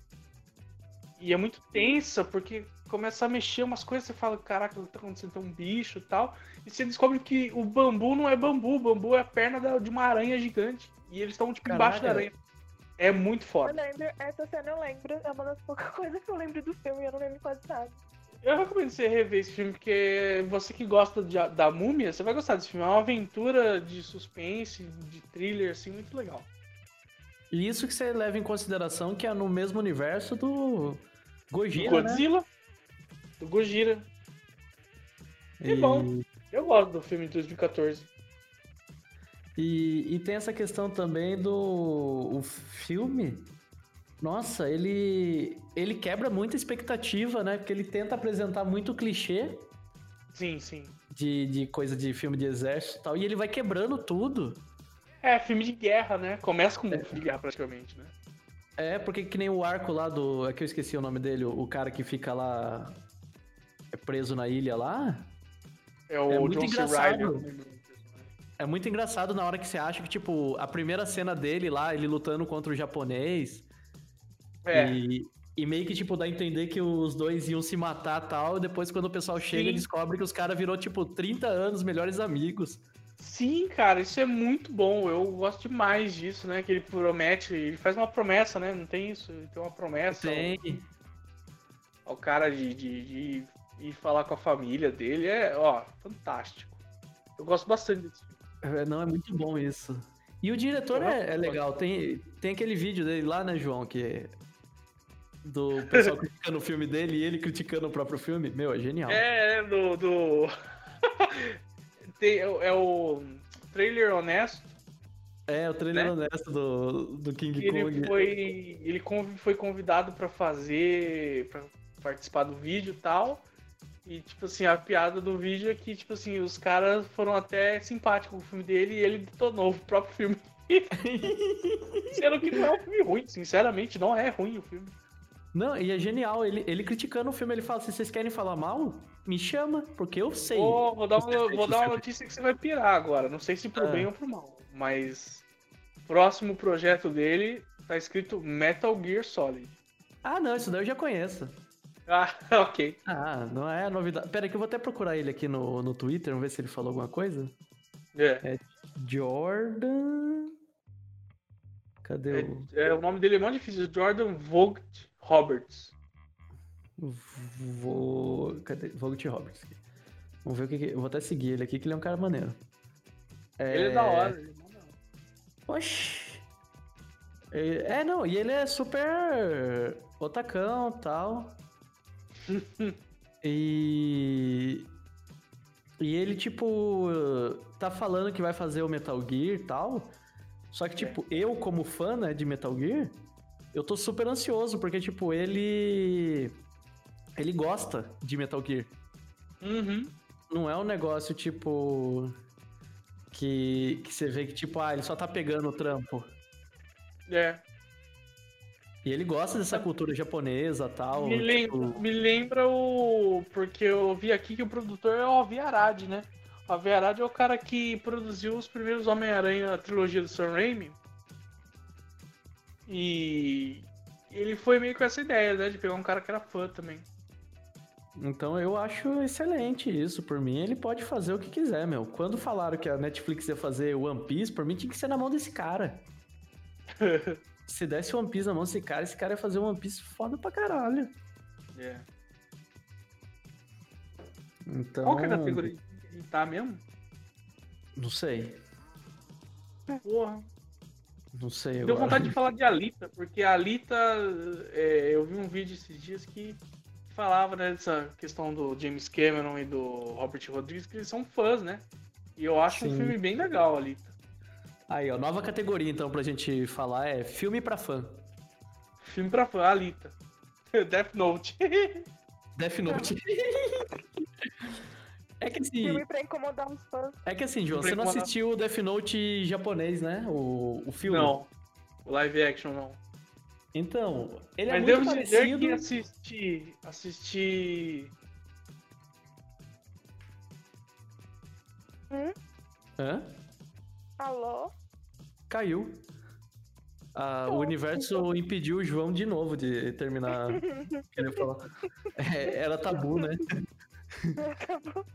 E é muito tensa, porque começa a mexer umas coisas, você fala, caraca, tá acontecendo, tem um bicho e tal. E você descobre que o bambu não é bambu, o bambu é a perna da- de uma aranha gigante. E eles estão, tipo, embaixo da Caraca. aranha. É muito Eu foda. lembro, essa cena eu lembro, é uma das poucas coisas que eu lembro do filme e eu não lembro quase nada. Eu recomendo você rever esse filme, porque você que gosta de- da Múmia, você vai gostar desse filme. É uma aventura de suspense, de thriller, assim, muito legal. E isso que você leva em consideração que é no mesmo universo do Do Gojira, né? Godzilla, do Gojira. Que E- bom. Eu gosto do filme de dois mil e quatorze. E, e tem essa questão também do o filme. Nossa, ele ele quebra muita expectativa, né? Porque ele tenta apresentar muito clichê Sim, sim. de, de coisa de filme de exército e tal. E ele vai quebrando tudo. É, filme de guerra, né? Começa com um filme de guerra, praticamente, né? É, porque que nem o arco lá do... É que eu esqueci o nome dele. O, o cara que fica lá preso na ilha lá. É o É muito John C. engraçado. Reilly. eu lembro do personagem. É muito engraçado na hora que você acha que, tipo, a primeira cena dele lá, ele lutando contra o japonês. É, E, e meio que, tipo, dá a entender que os dois iam se matar e tal. E depois, quando o pessoal chega, Sim. descobre que os caras virou, tipo, trinta anos melhores amigos. sim, cara, isso é muito bom. Eu gosto demais disso, né? Que ele promete, ele faz uma promessa, né? Não tem isso? Ele tem uma promessa Tem. ao, ao cara de, de, de ir falar com a família dele. É, ó, fantástico. Eu gosto bastante desse filme. É, não, é muito bom isso. E o diretor Eu é, gosto. é legal. Tem, tem aquele vídeo dele lá, né, João? Que é do pessoal criticando o filme dele e ele criticando o próprio filme. Meu, é genial. É, é do. do... tem, é o trailer honesto. É, o trailer Né? honesto do, do King Kong. Ele foi, ele conv- foi convidado pra fazer, pra participar do vídeo e tal. E, tipo assim, a piada do vídeo é que, tipo assim, os caras foram até simpáticos com o filme dele e ele detonou o próprio filme. Sendo que não é um filme ruim, sinceramente, não é ruim o filme. Não, e é genial. Ele, ele criticando o filme, ele fala: se vocês querem falar mal, me chama, porque eu sei. Vou, vou dar, os uma, defeitos vou do dar uma filme. notícia que você vai pirar agora. Não sei se pro Ah. bem ou pro mal. Mas próximo projeto dele tá escrito Metal Gear Solid. Ah, não, isso daí eu já conheço. Ah, ok. Ah, não é novidade. Pera aí que eu vou até procurar ele aqui no, no Twitter, vamos ver se ele falou alguma coisa. É. Jordan... Cadê o... É, é, o nome dele é muito difícil. Jordan Vogt Roberts. Vou... Cadê? Vogt Roberts. Aqui. Vamos ver o que, que... Eu vou até seguir ele aqui, que ele é um cara maneiro. Ele é da hora. Ele é da hora. Oxi. É, não, e ele é super otacão e tal. e... E ele, tipo, tá falando que vai fazer o Metal Gear e tal. Só que, tipo, eu como fã, né, de Metal Gear, eu tô super ansioso, porque, tipo, ele... Ele gosta de Metal Gear. Uhum. Não é um negócio, tipo... Que, que você vê que, tipo, ah, ele só tá pegando o trampo. É. E ele gosta dessa cultura japonesa e tal. Me tipo... lembra, me lembra o... Porque eu vi aqui que o produtor é o Avi Arad, né? O Avi Arad é o cara que produziu os primeiros Homem-Aranha, a trilogia do Sam Raimi. E... Ele foi meio com essa ideia, né? De pegar um cara que era fã também. Então eu acho excelente isso. Por mim, ele pode fazer o que quiser, meu. Quando falaram que a Netflix ia fazer One Piece, por mim tinha que ser na mão desse cara. Se desse One Piece na mão desse cara, esse cara ia fazer um One Piece foda pra caralho. É. Então... Qual que é a categoria que ele tá mesmo? Não sei. Porra. Não sei Deu agora. vontade de falar de Alita, porque a Alita, é, eu vi um vídeo esses dias que falava, né, dessa questão do James Cameron e do Robert Rodrigues, que eles são fãs, né? E eu acho Sim. um filme bem legal, Alita. Aí, ó, nova categoria então pra gente falar é filme pra fã. Filme pra fã, Alita. Death Note. Death Note. É que assim, Filme pra incomodar os fãs. é que assim, João, Pra você não incomodar. assistiu o Death Note japonês, né? O, o filme. Não, o live action não. Então, ele Mas é devo muito dizer parecido. que assisti, assisti... Hum? Hã? Alô? Caiu. Ah, o Oh, universo impediu o João de novo de terminar. Queria falar. É, era tabu, né? Acabou.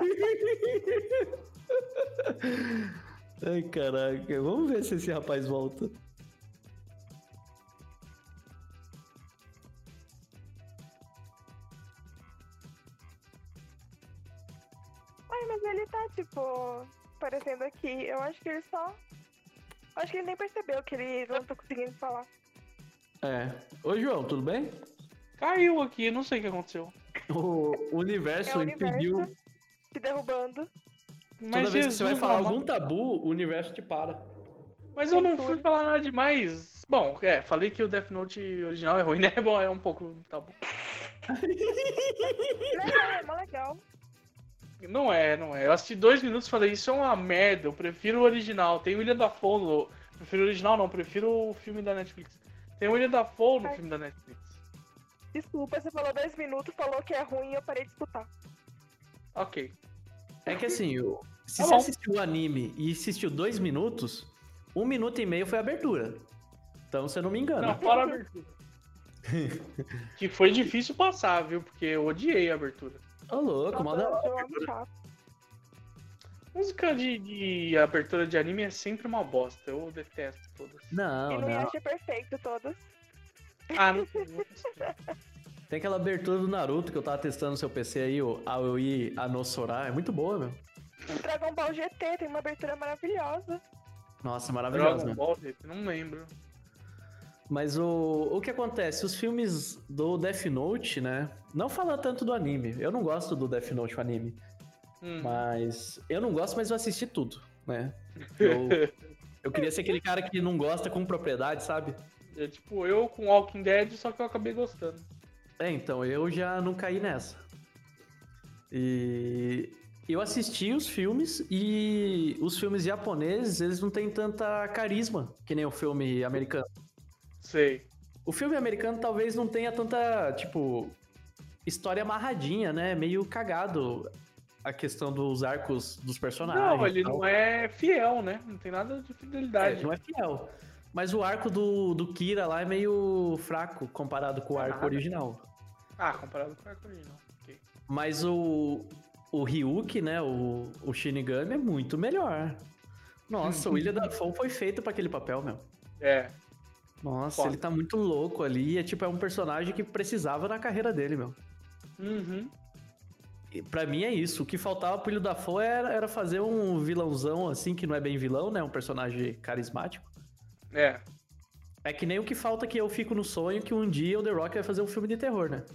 Ai, caraca. Vamos ver se esse rapaz volta. Ai, mas ele tá, tipo, aparecendo aqui. Eu acho que ele só... Eu acho que ele nem percebeu que ele não tá conseguindo falar. É. Oi, João, tudo bem? Caiu aqui, não sei o que aconteceu. O universo É o impediu. universo se derrubando. Mas Toda vez que Jesus, você vai falar amado. algum tabu, o universo te para. Mas eu não fui Censura. falar nada demais. Bom, é, falei que o Death Note original é ruim, né? Bom, é um pouco tabu. Não, é mó legal. Não é, não é. Eu assisti dois minutos e falei, isso é uma merda, eu prefiro o original. Tem o William Dafoe no... Prefiro o original não, prefiro o filme da Netflix. Tem o William Dafoe no Ai. filme da Netflix. Desculpa, você falou dois minutos, falou que é ruim e eu parei de escutar. Ok. É que assim, o- se Tá você bom. assistiu o anime e assistiu dois minutos, um minuto e meio foi a abertura. Então você não me engana. Não, fora a abertura. Que foi difícil passar, viu? Porque eu odiei a abertura. Ô, louco, mó da Nossa, hora. eu amo chato. Música de, de abertura de anime é sempre uma bosta. Eu detesto todas. Não, E não não. acha perfeito todos. Ah, não sei. Não sei. Tem aquela abertura do Naruto que eu tava testando no seu P C aí, o Aoi Anosora. É muito boa, meu. Dragon Ball G T tem uma abertura maravilhosa. Nossa, maravilhosa, Dragon meu. Ball, gente, não lembro. Mas o, o que acontece? Os filmes do Death Note, né? Não fala tanto do anime. Eu não gosto do Death Note, o anime. Hum. Mas eu não gosto, mas eu assisti tudo, né? Eu, eu queria ser aquele cara que não gosta com propriedade, sabe? É tipo eu com Walking Dead, só que eu acabei gostando. É, então, eu já não caí nessa. E eu assisti os filmes e os filmes japoneses, eles não têm tanta carisma que nem o filme americano. Sei. O filme americano talvez não tenha tanta, tipo, história amarradinha, né? Meio cagado a questão dos arcos dos personagens. Não, ele e tal. não é fiel, né? Não tem nada de É, fidelidade. não é fiel. Mas o arco do, do Kira lá é meio fraco comparado com o É arco nada. original. Ah, comparado com o arco original. Ok. Mas o, o Ryuki, né, o, o Shinigami é muito melhor. Nossa, o William Dafoe foi feito pra aquele papel, meu. É. Nossa, Foda. ele tá muito louco ali. É tipo, é um personagem que precisava na carreira dele, meu. Uhum. E pra mim é isso. O que faltava pro William Dafoe era, era fazer um vilãozão assim, que não é bem vilão, né? Um personagem carismático. É. É que nem o que falta que eu fico no sonho que um dia o The Rock vai fazer um filme de terror, né?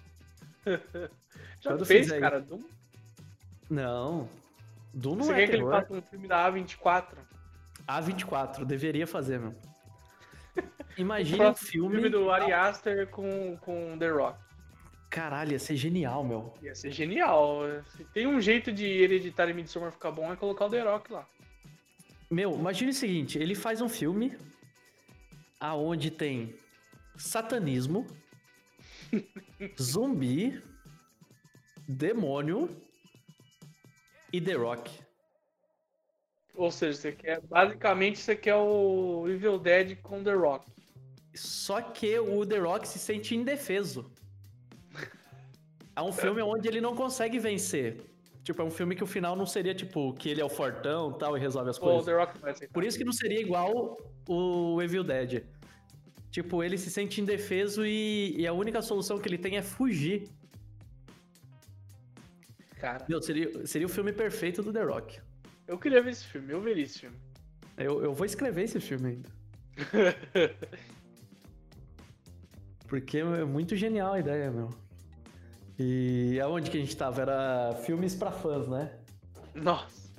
Já Quando fez, fizer cara? Doom? Não. Doom não Você é quer que ele terror. faça um filme da A vinte e quatro? A vinte e quatro, deveria fazer, meu. Imagine O um filme... filme do Ari Aster com, com The Rock. Caralho, ia ser genial, meu. Ia ser genial. Se tem um jeito de Hereditário e Midsommar ficar bom, é colocar o The Rock lá. Meu, imagine o seguinte, ele faz um filme aonde tem satanismo, zumbi, demônio e The Rock. Ou seja, você quer, basicamente você quer o Evil Dead com The Rock. Só que o The Rock se sente indefeso. É um filme onde ele não consegue vencer. Tipo, é um filme que o final não seria, tipo, que ele é o fortão e tal e resolve as O coisas. The Rock vai aceitar. Por isso que não seria igual o Evil Dead. Tipo, ele se sente indefeso e, e a única solução que ele tem é fugir. Cara, Meu, seria, seria o filme perfeito do The Rock. eu queria ver esse filme, eu veria esse filme. Eu, eu vou escrever esse filme ainda. Porque é muito genial a ideia, meu. E aonde que a gente tava? Era filmes pra fãs, né? Nossa.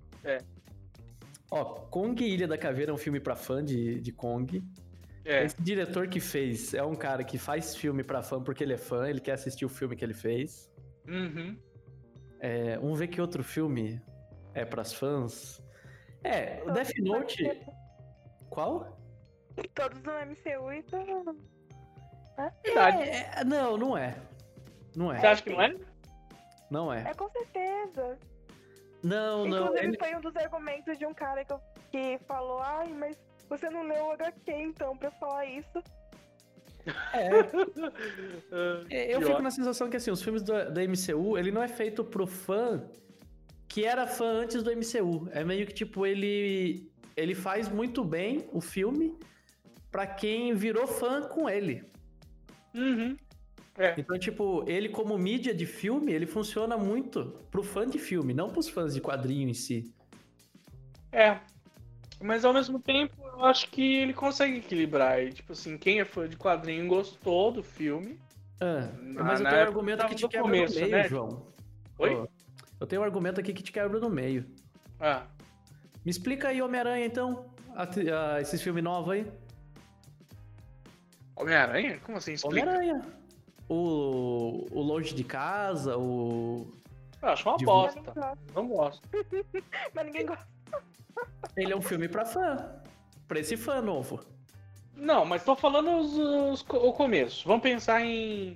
Ó, Kong e Ilha da Caveira é um filme pra fã de, de Kong. É. Esse diretor que fez é um cara que faz filme pra fã porque ele é fã, ele quer assistir o filme que ele fez. Uhum. É, vamos ver que outro filme é pras fãs. É, o Death Note... Qual? Todos no M C U e todo... Verdade. É, é, não, não é. Não Você é. acha que não é? Não é. É com certeza. Não, não. Inclusive Ele... foi um dos argumentos de um cara que, eu- que falou, ai, mas você não leu o H Q então pra falar isso. É, É, eu Pior. fico na sensação que assim, os filmes da, da M C U, ele não é feito pro fã que era fã antes do M C U. É meio que tipo, ele ele faz muito bem o filme pra quem virou fã com ele. Uhum. É. Então, tipo, ele como mídia de filme, ele funciona muito pro fã de filme, não pros fãs de quadrinho em si. É. Mas ao mesmo tempo, eu acho que ele consegue equilibrar. E, tipo assim, quem é fã de quadrinho gostou do filme. Ah, Na- mas eu na tenho um época argumento tava que te no quebra começo, no meio, né? João. Oi? Ó, eu tenho um argumento aqui que te quebra no meio. Ah. Me explica aí, Homem-Aranha, então, a, a, esses filmes novos aí. Homem-Aranha? Como assim? Explica. Homem-Aranha. O, o Longe de Casa, o... Eu acho uma De Mas bosta. ninguém gosta. Não gosto. Mas ninguém gosta. Ele é um filme pra fã. Pra esse fã novo. Não, mas tô falando os, os- o começo. Vamos pensar em.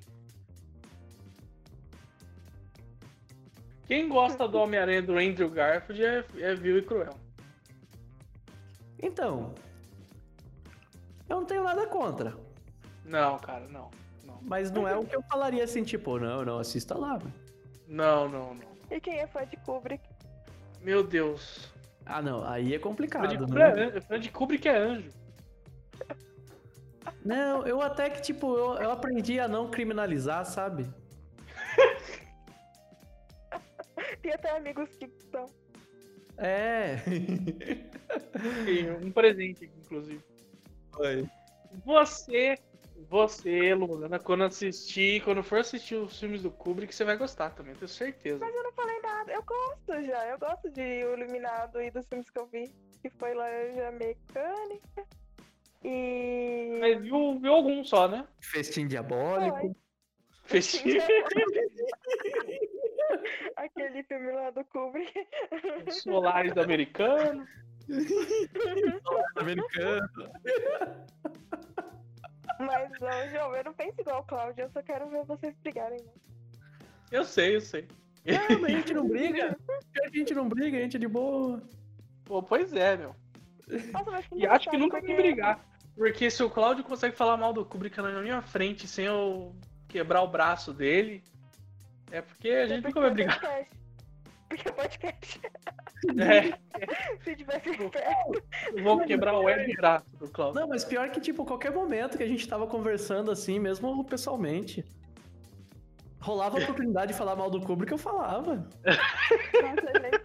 Quem gosta do Homem-Aranha do Andrew Garfield é, é vil e cruel. Então, eu não tenho nada contra. Não, cara, não. Não, Mas não é o que eu falaria assim, tipo, não, não, assista lá. Mano. não, não. não. E quem é fã de Kubrick? Meu Deus. Ah, não, aí é Fã de, complicado, Kubrick né? é, an- fã de Kubrick é anjo. Não, eu até que, tipo, eu, eu aprendi a não criminalizar, sabe? Tem até amigos que são. É. Tem um presente aqui, inclusive. Oi. Você, você, Luana, quando assistir, quando for assistir os filmes do Kubrick, você vai gostar também, tenho certeza. Mas eu não falei nada. Eu gosto já. Eu gosto de O Iluminado e dos filmes que eu vi. Que foi Laranja Mecânica. E. Mas viu, viu algum só, né? Festim diabólico. Festinha. Aquele filme lá do Kubrick. Solares do Americano. Americano. Mas, não, João, eu não penso igual o Cláudio. Eu só quero ver vocês brigarem. Né? Eu sei, eu sei. Não, mas a gente não briga. A gente não briga, a gente é de boa. Pô, pois é, meu. Nossa, mas que E acho que engraçado, nunca porque- vou brigar. Porque se o Cláudio consegue falar mal do Kubrick na minha frente sem eu quebrar o braço dele, é porque a gente nunca vai brigar. Podcast. Porque é podcast. É, Se tivesse perto. eu vou quebrar o web braço do Cláudio. Não, mas pior que, tipo, qualquer momento que a gente tava conversando assim, mesmo pessoalmente, rolava a oportunidade de falar mal do Kubrick, eu falava. Nossa, gente.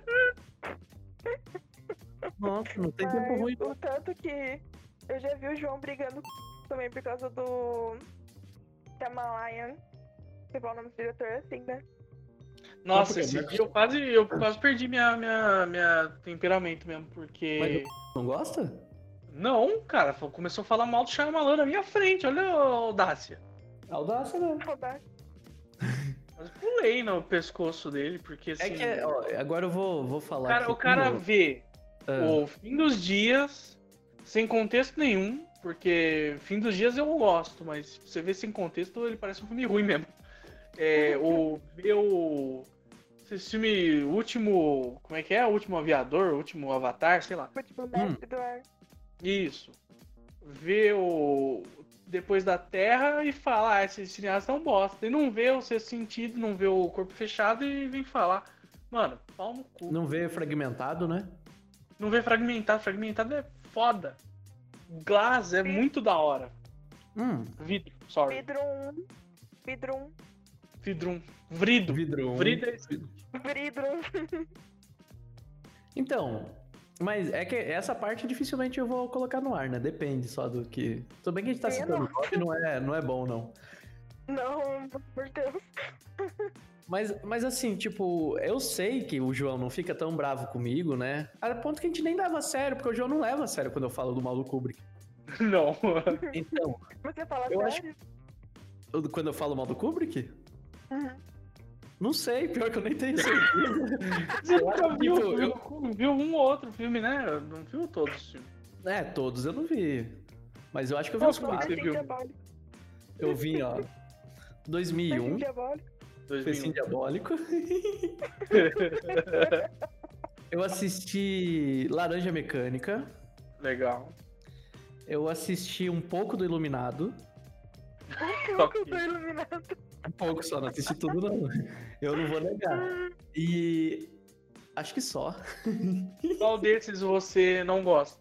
Nossa, não tem tempo Mas ruim. o tanto que eu já vi o João brigando também por causa do Shyamalan. Você fala o nome do diretor assim, né? Nossa, Não, esse porque- dia eu quase, eu quase perdi minha, minha, minha temperamento mesmo, porque. Mas Não gosta? Não, cara, começou a falar mal do Shyamalan na minha frente, olha a audácia. Audácia, né? Saudade. Mas eu pulei no pescoço dele, porque assim... É que, ó, agora eu vou, vou o falar cara, aqui. o cara como- vê Ah, o Fim dos Dias sem contexto nenhum, porque Fim dos Dias eu gosto, mas se você vê sem contexto, ele parece um filme ruim mesmo. É, o ver o esse filme o último, como é que é? O último aviador, o último Avatar, sei lá. Último mestre do ar. Isso. Ver o Depois da Terra e falar, ah, esses cineastas não bosta. E não vê o Sexto Sentido, não vê o Corpo Fechado e vem falar. Mano, pau no cu. não vê fragmentado, né? Não vê Fragmentado. Fragmentado é foda. Glass é muito da hora. Hum, Vidro, sorry. Vidro um. Vidro um. Vidrum. Vrido. vidro. Vrido é esse. Vidro um. Então, mas é que essa parte dificilmente eu vou colocar no ar, né? Depende só do que. Tudo bem que a gente tá É, citando não. nome, não é, não é bom, não. Não, por Deus. Mas, mas assim, tipo, eu sei que o João não fica tão bravo comigo, né? A ponto que a gente nem leva a sério, porque o João não leva a sério quando eu falo do mal do Kubrick. Não. Então, Você fala Eu acho- sério? eu- quando eu falo mal do Kubrick, Uhum. não sei, pior que eu nem tenho certeza. Você nunca viu, Tipo, eu- viu, viu um ou outro filme, né? Não viu todos os filmes. É, todos eu não vi. Mas eu acho que eu vi Qual uns filme quatro. você Fecinho viu? diabólico. Eu vi, ó. dois mil e Fecinho um, diabólico. Fecinho Diabólico. Eu assisti Laranja Mecânica. Legal. Eu assisti um pouco do Iluminado. Eu Ok. tô iluminado. Um pouco só, não assisti tudo não. Eu não vou negar. E acho que só. Qual desses você não gosta?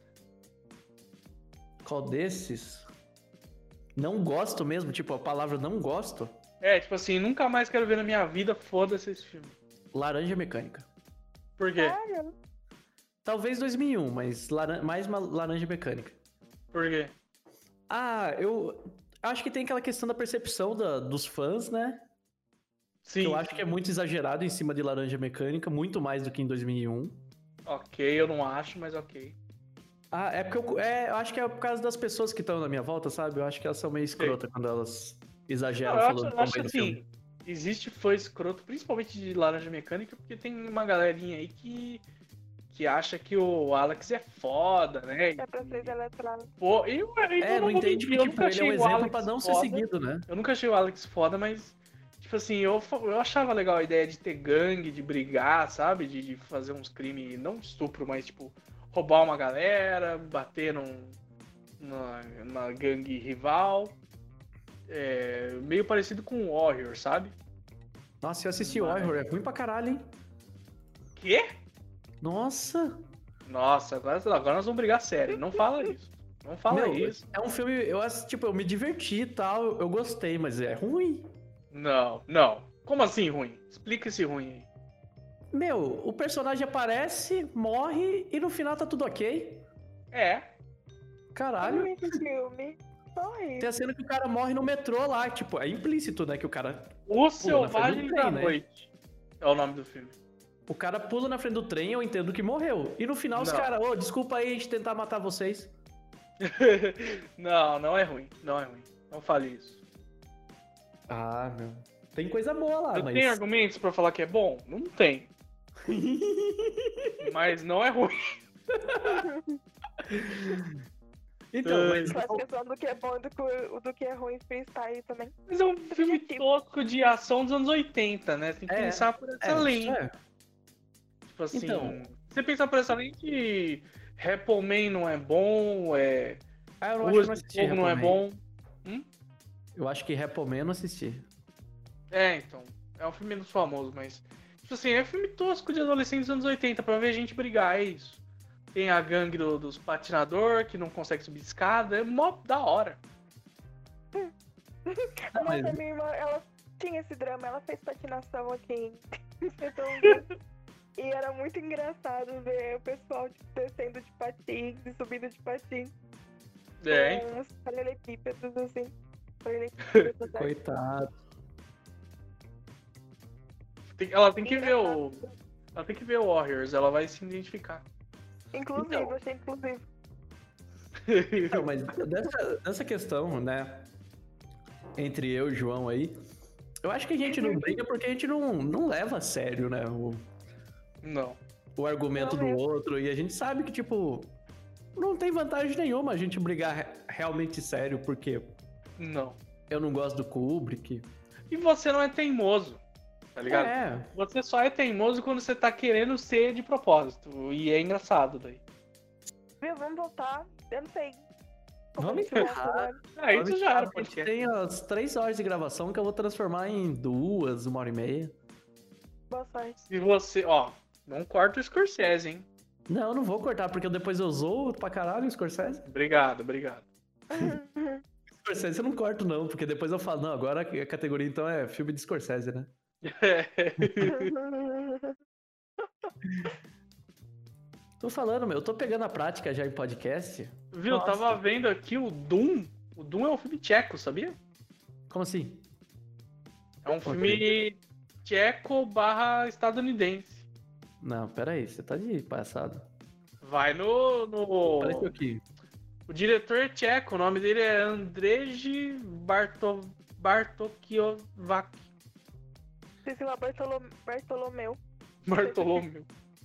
Qual desses? Não gosto mesmo, tipo, a palavra não gosto. É, tipo assim, nunca mais quero ver na minha vida, foda-se esse filme. Laranja Mecânica. Por quê? Sério? Talvez dois mil e um, mas laran- mais uma Laranja Mecânica. Por quê? Ah, eu acho que tem aquela questão da percepção da- dos fãs, né? Sim. Que eu acho que é muito exagerado em cima de Laranja Mecânica, muito mais do que em dois mil e um. Ok, eu não acho, mas ok. Ah, é porque eu, é, eu acho que é por causa das pessoas que estão na minha volta, sabe? Eu acho que elas são meio escrotas quando elas exageram Não, eu falando acho, tão acho bem do assim, filme. existe fã escroto, principalmente de Laranja Mecânica, porque tem uma galerinha aí que, que acha que o Alex é foda, né? É pra ser eletrônico. Pô, eu, eu É, não vou entende mentir, que eu tipo, nunca ele é achei um o exemplo Alex pra não ser foda. seguido, né? Eu nunca achei o Alex foda, mas, tipo assim, eu, eu achava legal a ideia de ter gangue, de brigar, sabe? De, de fazer uns crimes, não estupro, mas, tipo, roubar uma galera, bater num, na, na gangue rival. É, meio parecido com o Warrior, sabe? Nossa, eu assisti Mas- Warrior, é ruim pra caralho, hein? Quê? Nossa! Nossa, agora, agora nós vamos brigar sério. Não fala isso. Não fala Meu, isso. é um filme, eu ass- tipo, eu me diverti e tal, eu gostei, mas é ruim. Não, não. Como assim ruim? Explica esse ruim aí. Meu, o personagem aparece, morre e no final tá tudo ok. É. Caralho. Olha esse filme. Só Tem isso. a cena que o cara morre no metrô lá, tipo, é implícito, né, que o cara O na frente Selvagem do da trem, né? Noite é o nome do filme. O cara pula na frente do trem, eu entendo que morreu. E no final os Não. caras, ô, desculpa aí a gente tentar matar vocês. Não, não é ruim. Não é ruim. Não fale isso. Ah, meu. Tem coisa boa lá, Eu mas... tenho argumentos pra falar que é bom? Não tem. Mas não é ruim. Então, mas... Faz questão do que é bom e do que, do que é ruim freestyle também. Mas é um filme tosco de ação dos anos oitenta, né? Tem que É, pensar por essa É, lente. é. Tipo assim, Então. você pensar por essa lente, Rappleman não é bom, é... Ah, eu não acho que Ruas eu não de assisti Fogo não é Rappleman. bom. Eu acho que Rappleman eu não assisti. É, então. É um filme menos famoso, mas... Tipo assim, é filme tosco de adolescente dos anos oitenta, pra ver gente brigar, é isso. Tem a gangue do- dos patinador, que não consegue subir escada, é mó da hora. Ah, Mas mas- a minha irmã, ela tinha esse drama, ela fez patinação aqui em Setúbal. E era muito engraçado ver o pessoal tipo, descendo de patins e subindo de patins. É, Com uns paralelepípedos, assim. Paralelepípedos, né? Coitado. tem- ela tem que ver o... Ela tem que ver o Warriors, ela vai se identificar. Inclusive, Então. eu achei inclusive. Não, mas dessa, dessa questão, né? Entre eu e o João aí, eu acho que a gente não briga porque a gente não, não leva a sério, né? O, Não. o argumento Não do mesmo. outro. E a gente sabe que, tipo, não tem vantagem nenhuma a gente brigar re- realmente sério, porque Não. eu não gosto do Kubrick. E você não é teimoso, tá ligado? É, Você só é teimoso quando você tá querendo ser de propósito. E é engraçado daí. Viu, vamos voltar. Eu não sei. como Vamos a gente volta encerrar. agora. Ah, isso já era a gente podcast. tem as três horas de gravação que eu vou transformar em duas, uma hora e meia. Boa sorte. Se você, ó, não corta o Scorsese, hein? Não, eu não vou cortar, porque depois eu zoo pra caralho o Scorsese. Obrigado, obrigado. Scorsese eu não corto, não, porque depois eu falo, não, agora a categoria então é filme de Scorsese, né? Tô falando, meu, eu tô pegando a prática já em podcast. Viu, eu Nossa. tava vendo aqui o Doom. O Doom é um filme tcheco, sabia? Como assim? É um filme tcheco barra estadunidense. Não, pera aí, você tá de passado. Vai no. no... Apareceu aqui. O diretor é tcheco, o nome dele é Andrzej Barto... Bartokiovac. Se sei lá, Bartolo... Bartolomeu. Bartolomeu.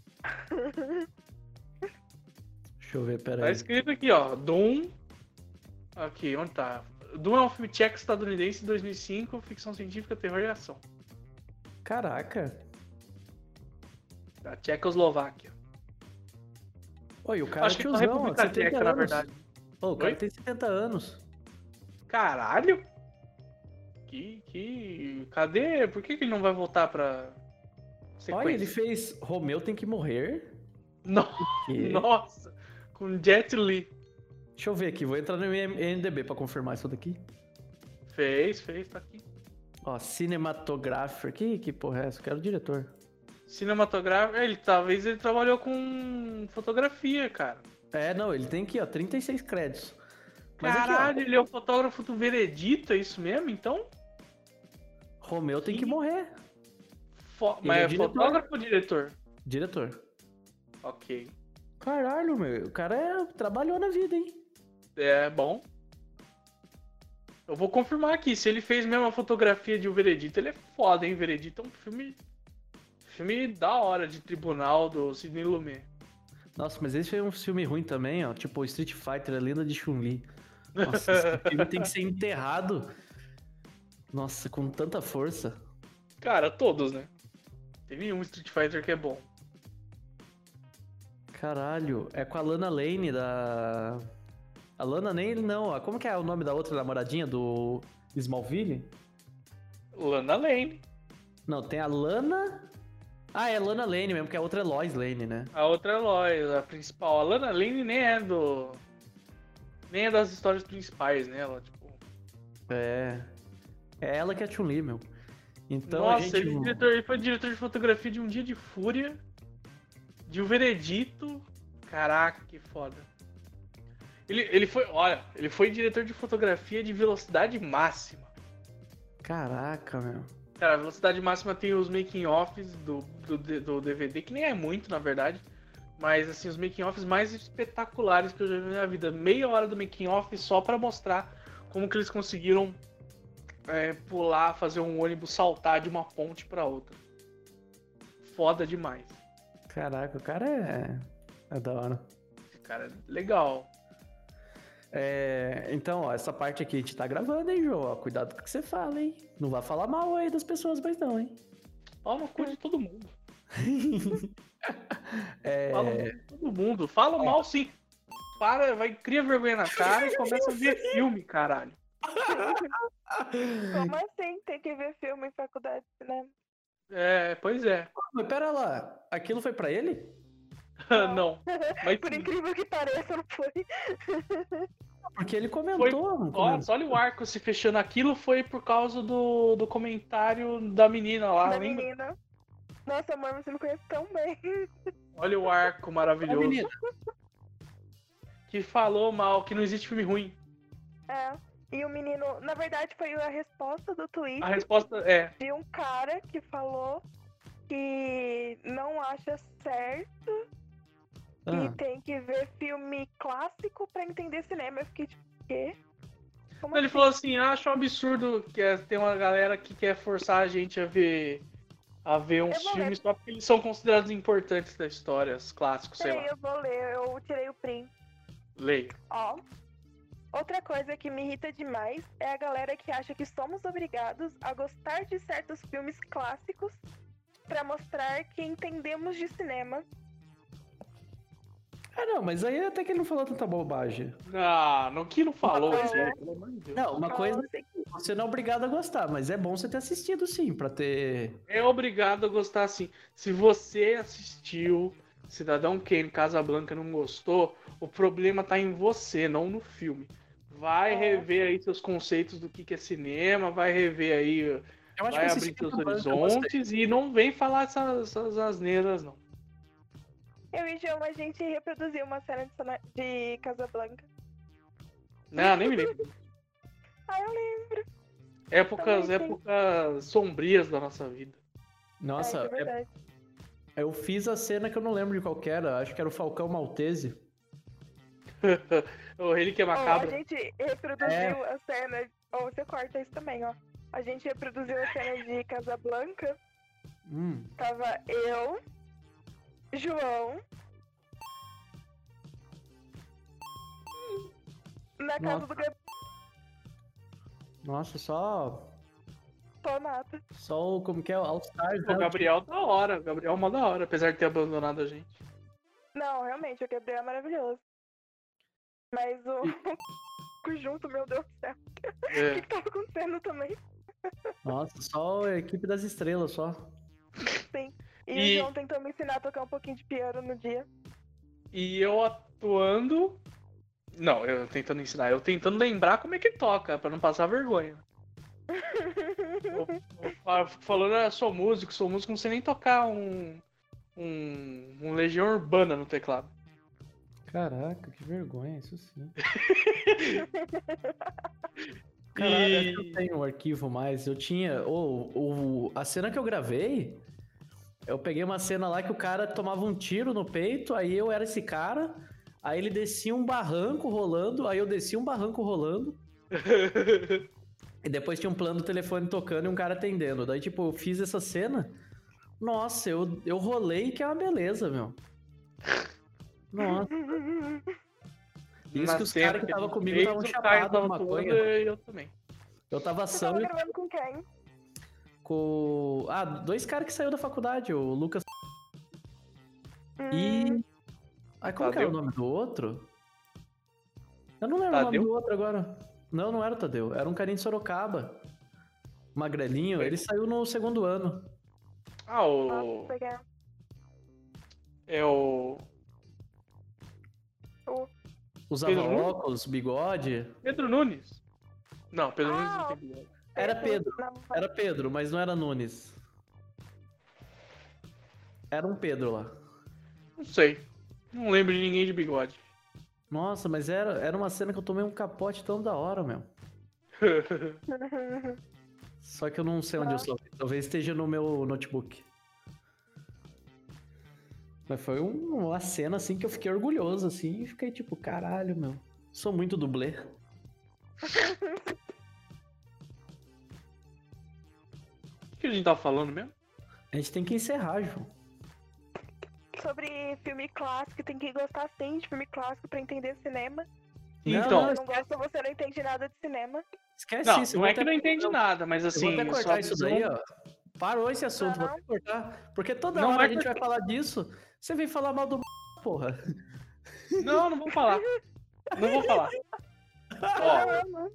Deixa eu ver, pera Tá aí. escrito aqui, ó. Doom. Aqui, onde tá? Doom é um filme tcheco estadunidense de dois mil e cinco, ficção científica, terror e ação. Caraca. Da Tchecoslováquia. Oi, o cara é Acho que na tiozão, ó, República setenta Tcheca, na anos. verdade. Ô, o cara Oi? tem setenta anos. Caralho! Que. que. Cadê? Por que, que ele não vai voltar pra. Sequência? Olha, ele fez Romeu Tem Que Morrer. No- Que... Nossa! Com Jet Li. Deixa eu ver aqui, vou entrar no I M D B pra confirmar isso daqui. Fez, fez, tá aqui. Ó, Cinematographer. Que, que porra é essa? Eu quero o diretor. Cinematográfico. Ele talvez ele trabalhou com fotografia, cara. É, não, ele tem aqui, ó, trinta e seis créditos. Mas Caralho, aqui, ele é o fotógrafo do Veredito, é isso mesmo? Então? ó, Romeu Tem Que Morrer. Fo- Ele Mas é é diretor. fotógrafo ou diretor? Diretor. Ok. Caralho, meu, o cara é... trabalhou na vida, hein? É bom. Eu vou confirmar aqui. Se ele fez mesmo a fotografia de O Veredito, ele é foda, hein? Veredito é um filme. Filme da hora de tribunal do Sidney Lumet. Nossa, mas esse foi um filme ruim também, ó. Tipo, Street Fighter, a lenda de Chun-Li. Nossa, esse filme tem que ser enterrado. Nossa, com tanta força. Cara, todos, né? Teve um Street Fighter que é bom. Caralho, é com a Lana Lane da... A Lana Lane não, como que é o nome da outra namoradinha do Smallville? Lana Lane. Não, tem a Lana... Ah, é Lana Lane mesmo, porque a outra é Lois Lane, né? A outra é Lois, a principal. A Lana Lane nem é do. Nem é das histórias principais, né? Ela, tipo. É... É ela que é a Chun-Li, meu. Então Nossa, a gente... ele, é diretor, ele foi diretor de fotografia de Um Dia de Fúria. De O Veredito. Caraca, que foda. Ele, ele foi. Olha, ele foi diretor de fotografia de Velocidade Máxima. Caraca, meu. Cara, a Velocidade Máxima tem os making-offs do, do, do D V D, que nem é muito, na verdade. Mas, assim, os making-offs mais espetaculares que eu já vi na minha vida. Meia hora do making-off só pra mostrar como que eles conseguiram é, pular, fazer um ônibus saltar de uma ponte pra outra. Foda demais. Caraca, o cara é... É da hora. Cara, legal. É, então, ó, essa parte aqui a gente tá gravando, hein, João? Ó, cuidado com o que você fala, hein? Não vai falar mal aí das pessoas, mas não, hein? Fala no cu de todo mundo. É, Fala mal de todo mundo. Fala mal sim. Para, vai, cria vergonha na cara e começa a ver filme, caralho. Como assim? Tem que ver filme em faculdade de cinema? É, pois é. mas pera lá, aquilo foi pra ele? Não. Mas Por sim. incrível que pareça, não foi. Porque ele comentou. não comentou? Nossa, olha o arco se fechando. Aquilo foi por causa do, do comentário da menina lá, da lembra? menina. Nossa, amor, você me conhece tão bem. Olha o arco A maravilhoso. menina. Que falou mal, que não existe filme ruim. É. E o menino, na verdade, foi a resposta do tweet A resposta é. de um cara que falou que não acha certo Ah, E tem que ver filme clássico pra entender cinema. Eu fiquei tipo, quê? Como Ele assim? falou assim, acho um absurdo que é- tem uma galera que quer forçar a gente a ver a ver uns Eu vou filmes ler. só porque eles são considerados importantes da história, os clássicos, sei Peraí, lá. eu vou ler. Eu tirei o print. Leia. Ó. Outra coisa que me irrita demais é a galera que acha que somos obrigados a gostar de certos filmes clássicos pra mostrar que entendemos de cinema. ah, não, mas aí até que ele não falou tanta bobagem. Ah, não que não falou coisa- isso aí, pelo amor de Deus. Não, uma Ó, coisa sei que- você não é obrigado a gostar, mas é bom você ter assistido sim, pra ter. É obrigado a gostar assim. Se você assistiu Cidadão Kane, Casablanca, não gostou, o problema tá em você, não no filme. Vai É. rever aí seus conceitos do que que é cinema, vai rever aí, Eu acho que vai eu abrir assisti seus Casablanca, eu gostei. horizontes e não vem falar essas, essas asneiras, não. Eu e João, a gente reproduziu uma cena de, Sona- de Casablanca. Não, nem me lembro. Ah, eu lembro. Épocas, Também tem. épocas sombrias da nossa vida. Nossa, é, isso é é- verdade. eu fiz a cena que eu não lembro de qual que era, acho que era o Falcão Maltese. O Relíquia Ó, a Macabra. gente reproduziu a cena. Ou você corta isso também, ó. A gente reproduziu a cena de Casablanca. Hum, Tava eu, João. Na casa Nossa. do Gabriel nossa, só. Nata. Só o. Como que é? All Stars, O né? Gabriel da hora, o Gabriel é uma da hora, apesar de ter abandonado a gente. Não, realmente, o Gabriel é maravilhoso. Mas o junto, meu Deus do céu. O É. que, que tava acontecendo também? Nossa, só a equipe das estrelas, só. Sim. E, E- o João tentou me ensinar a tocar um pouquinho de piano no dia. E eu atuando. Não, eu tentando ensinar, eu tentando lembrar como é que toca, pra não passar vergonha. Eu, eu fa- falando, ah, sou músico, sou músico, não sei nem tocar um. Um, um Legião Urbana no teclado. Caraca, que vergonha, isso sim. E- Caralho, acho que eu tenho um arquivo mais. Eu tinha. O, o, a cena que eu gravei, eu peguei uma cena lá que o cara tomava um tiro no peito, aí eu era esse cara, aí ele descia um barranco rolando, aí eu descia um barranco rolando, e depois tinha um plano do telefone tocando e um cara atendendo. Daí, tipo, eu fiz essa cena. Nossa, eu, eu rolei que é uma beleza, meu. Nossa. Isso Na que os cena caras que a estavam gente comigo fez, estavam o Caio chapados tava de maconha. atuando e eu também. Eu tava Você tava são gravando com quem? com. Ah, dois caras que saiu da faculdade, o Lucas Hum, e. Ai, como que era Tadeu? o nome do outro? Eu não lembro o nome Tadeu? do outro agora. Não, não era o Tadeu. Era um carinha de Sorocaba. Magrelinho. Foi. Ele saiu no segundo ano. Ah, o. Nossa, que é. É o. Usava Pedro Nunes? óculos, bigode. Pedro Nunes. Não, Pedro Nunes Ah, não tem bigode. Era Pedro. Não, Era Pedro, mas não era Nunes. Era um Pedro lá. Não sei. Não lembro de ninguém de bigode. Nossa, mas era, era uma cena que eu tomei um capote tão da hora, meu. Só que eu não sei onde eu sou. Talvez esteja no meu notebook. Mas foi um- uma cena assim que eu fiquei orgulhoso, assim, e fiquei tipo, caralho, meu. Sou muito dublê. O que a gente tava falando mesmo? A gente tem que encerrar, João. Sobre filme clássico, tem que gostar sim de filme clássico pra entender cinema. Então, Se não gosta, você não entende nada de cinema. Esquece não, isso. eu não vou é que até- não entende eu- nada, mas Eu assim. vou até cortar sua isso visão- daí, ó. Parou esse assunto, vou Não. até cortar. Porque toda Não hora vai a gente vai falar disso. Você vem falar mal do porra. Não, não vou falar. Não vou falar. Ó, Não, não.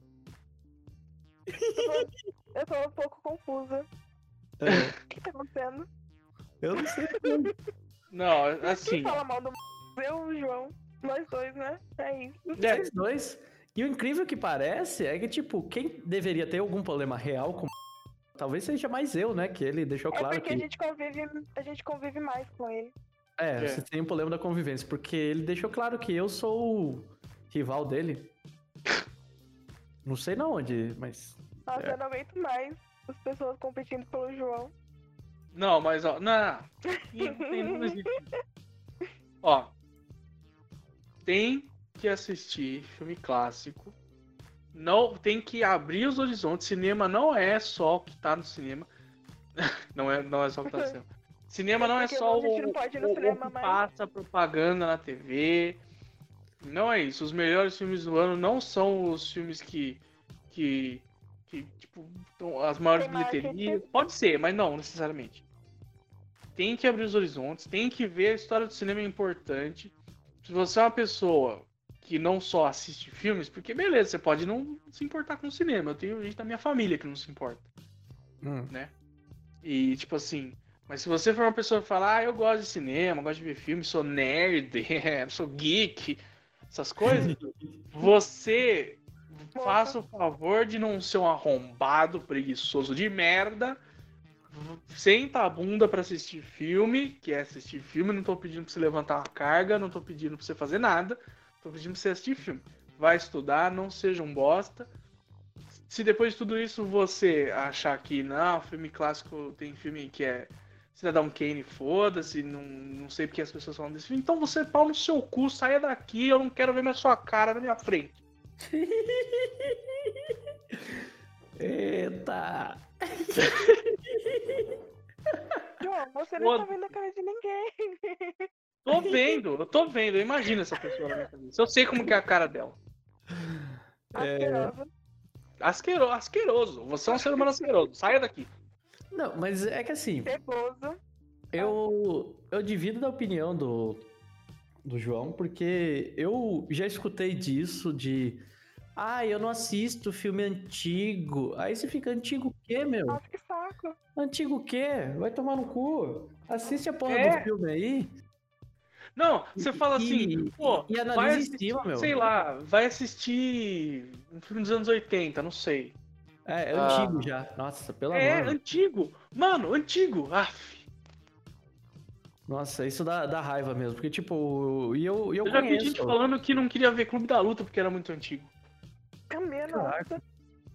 Eu tô- Eu tô um pouco confusa. É, O que tá acontecendo? eu não sei. não, assim. Quem fala mal do eu e o João? Nós dois, né? É isso. É, Vocês dois. E o incrível que parece é que, tipo, quem deveria ter algum problema real com talvez seja mais eu, né? Que ele deixou É claro porque que. a gente convive, a gente convive mais com ele. É, É. você tem um problema da convivência, porque ele deixou claro que eu sou o rival dele. Não sei na onde, mas. Nossa, É. eu não aguento mais as pessoas competindo pelo João. Não, mas ó, não. Não tem- não existe. Ó, tem que assistir filme clássico. Não, tem que abrir os horizontes. Cinema não é só o que tá no cinema. Não é, não é só o que tá no cinema. Cinema não é Porque só a gente não o, pode ir no o, o cinema que mais. passa propaganda na T V. Não é isso. Os melhores filmes do ano não são os filmes que, que, que tipo, tão- as maiores Tem marketing. bilheterias. Pode ser, mas não necessariamente. Tem que abrir os horizontes, tem que ver a história do cinema é importante. Se você é uma pessoa que não só assiste filmes, porque beleza, você pode não se importar com o cinema. Eu tenho gente da minha família que não se importa, Hum. né? E tipo assim, mas se você for uma pessoa que fala, ah, eu gosto de cinema, gosto de ver filme, sou nerd, sou geek, essas coisas, você faça o favor de não ser um arrombado preguiçoso de merda. Senta a bunda pra assistir filme, que é assistir filme, não tô pedindo pra você levantar uma carga, não tô pedindo pra você fazer nada, tô pedindo pra você assistir filme. Vai estudar, não seja um bosta. Se depois de tudo isso você achar que não, filme clássico tem filme que é Cidadão Kane, foda-se, não, não sei porque as pessoas falam desse filme, então você pau no seu cu, saia daqui, eu não quero ver mais sua cara na minha frente. Eita! João, você não Foda. tá vendo a cara de ninguém. Tô vendo, eu tô vendo, eu imagino essa pessoa na minha cabeça. Eu sei como que é a cara dela. Asquerosa. Asqueroso, asqueroso. Você é um ser humano asqueroso. Saia daqui. Não, mas é que assim, Ceboso. eu, eu divido da opinião do, do João, porque eu já escutei disso de... Ah, eu não assisto filme antigo. Aí você fica, antigo o quê, meu? Nossa, que saco. Antigo o quê? Vai tomar no cu. Assiste a porra É. do filme aí. Não, você fala assim, E- pô, e vai analisa em assistir, cima, meu. sei lá, vai assistir um filme dos anos oitenta, não sei. É, é Ah. antigo já. Nossa, pelo É, amor. antigo. Mano, antigo. Aff. Nossa, isso dá, dá raiva mesmo. Porque, tipo, e eu, e eu, Eu já vi conheço. gente falando que não queria ver Clube da Luta porque era muito antigo. Também, Caraca. nossa.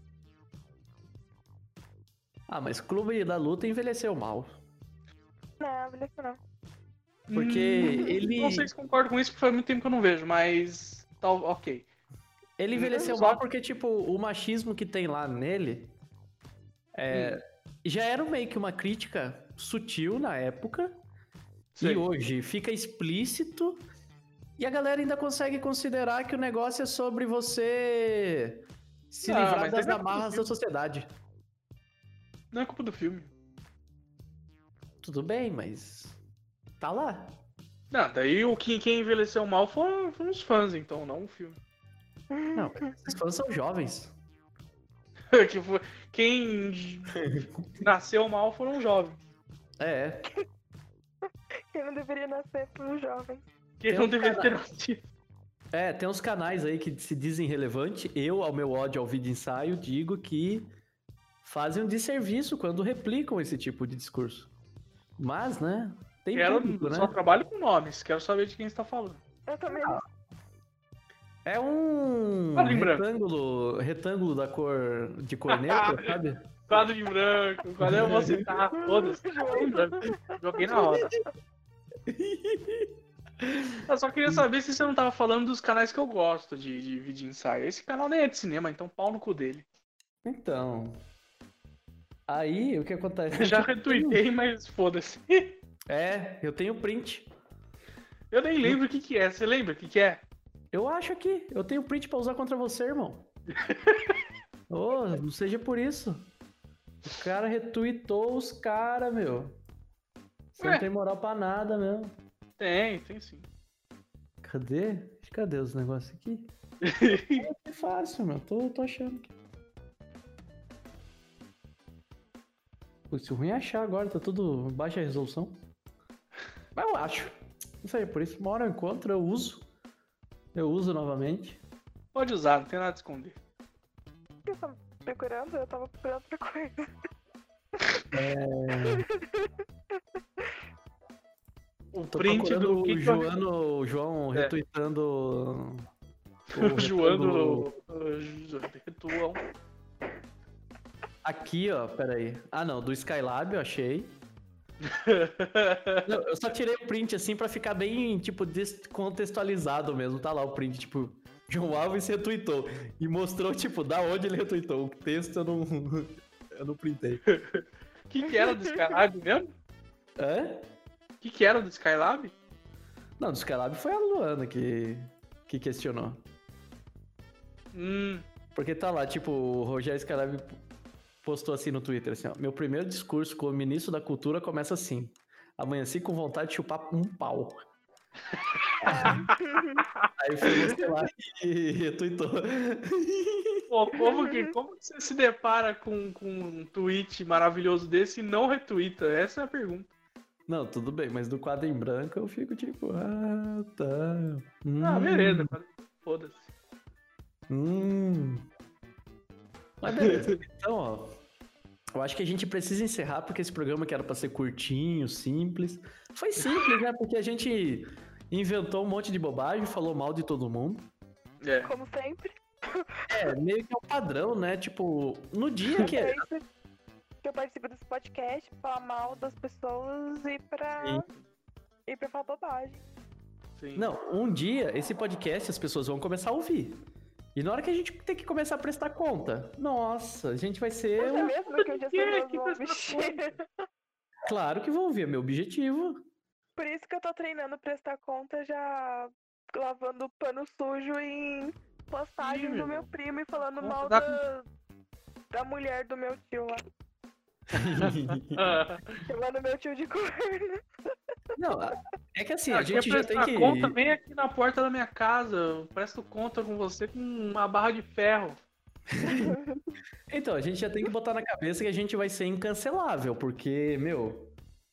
Ah, mas Clube da Luta envelheceu mal. Não, beleza não. Porque Hum, ele- Não sei se concordo com isso, porque faz muito tempo que eu não vejo, mas. Tá, ok. Ele envelheceu Só- mal porque, tipo, o machismo que tem lá nele é, já era meio que uma crítica sutil na época. Sei. E hoje fica explícito. E a galera ainda consegue considerar que o negócio é sobre você se Ah, livrar mas das aí não é amarras da filme. sociedade. Não é culpa do filme. Tudo bem, mas tá lá. Não, daí o que quem envelheceu mal foram, foram os fãs, então, não o filme. Não, esses fãs são jovens. Tipo, quem nasceu mal foram os jovens. É, Quem não deveria nascer pro jovem. Quem Tem não um deveria ter cara- nascido. é, tem uns canais aí que se dizem relevantes. Eu, ao meu ódio ao vídeo ensaio, digo que fazem um desserviço quando replicam esse tipo de discurso. Mas, né? Tem Quero, público, né? só trabalho com nomes, quero saber de quem você tá falando. Eu também Ah, não. É um Quadro em branco. retângulo, retângulo da cor de cor neutra, sabe? Quadro de branco, quadro eu vou citar, foda-se, quadro em branco. Joguei na roda. Eu só queria saber se você não tava falando dos canais que eu gosto de, de vídeo ensaio. Esse canal nem é de cinema, então pau no cu dele. Então. Aí, o que acontece? Eu já retuitei, mas foda-se. É, eu tenho print. Eu nem lembro o que que é. Você lembra o que que é? Eu acho aqui, eu tenho print pra usar contra você, irmão. Ô, não seja por isso. O cara retuitou os caras, meu. Você Ué. não tem moral pra nada, meu. Tem, tem sim. Cadê? Cadê os negócios aqui? É fácil, meu. Tô, tô achando aqui. Putz, o ruim é achar agora, tá tudo baixa resolução. Mas eu acho. Não sei, por isso, uma hora eu encontro, eu uso. Eu uso novamente. Pode usar, não tem nada a esconder. O que você tá procurando? Eu tava procurando outra coisa. O Tô print procurando do o que que eu- Joano, o João É. retuitando... O Joano retângulo- Não, eu só tirei o print assim pra ficar bem, tipo, descontextualizado mesmo. Tá lá o print, tipo, João Alves retweetou. E mostrou, tipo, da onde ele retweetou. O texto eu não, eu não printei. O que, que era do Skylab mesmo? É? O que, que era do Skylab? Não, do Skylab foi a Luana que, que questionou. Hum. Porque tá lá, tipo, o Rogério Skylab postou assim no Twitter, assim, ó. Meu primeiro discurso como ministro da cultura começa assim. Amanheci com vontade de chupar um pau. Aí foi você lá e retweetou. Pô, como que, como que você se depara com, com um tweet maravilhoso desse e não retweeta? Essa é a pergunta. Não, tudo bem, mas do quadro em branco eu fico tipo, ah, tá. Hum, Ah, beleza. Foda-se. Hum. Mas beleza. Então, ó, eu acho que a gente precisa encerrar porque esse programa que era pra ser curtinho, simples. Foi simples, né? Porque a gente inventou um monte de bobagem, falou mal de todo mundo. É. Como sempre. É, meio que é o padrão, né? Tipo, no dia que... É isso que eu participo desse podcast, pra falar mal das pessoas e pra... Sim. E pra falar bobagem. Sim. Não, um dia esse podcast as pessoas vão começar a ouvir. E na hora que a gente tem que começar a prestar conta, nossa, a gente vai ser... É um- mesmo que um dia as Que? pessoas Que vão pessoa mexer. Claro que vão ouvir, é meu objetivo. Por isso que eu tô treinando prestar conta já lavando pano sujo em postagens Ih, do meu. meu primo e falando Conta mal da- da, da mulher do meu tio lá. Ah, Chamando meu tio de corno. Não, é que assim, a quer gente já tem prestar que... conta, vem aqui na porta da minha casa. Eu presto conta com você com uma barra de ferro. Então, a gente já tem que botar na cabeça que a gente vai ser incancelável, porque, meu...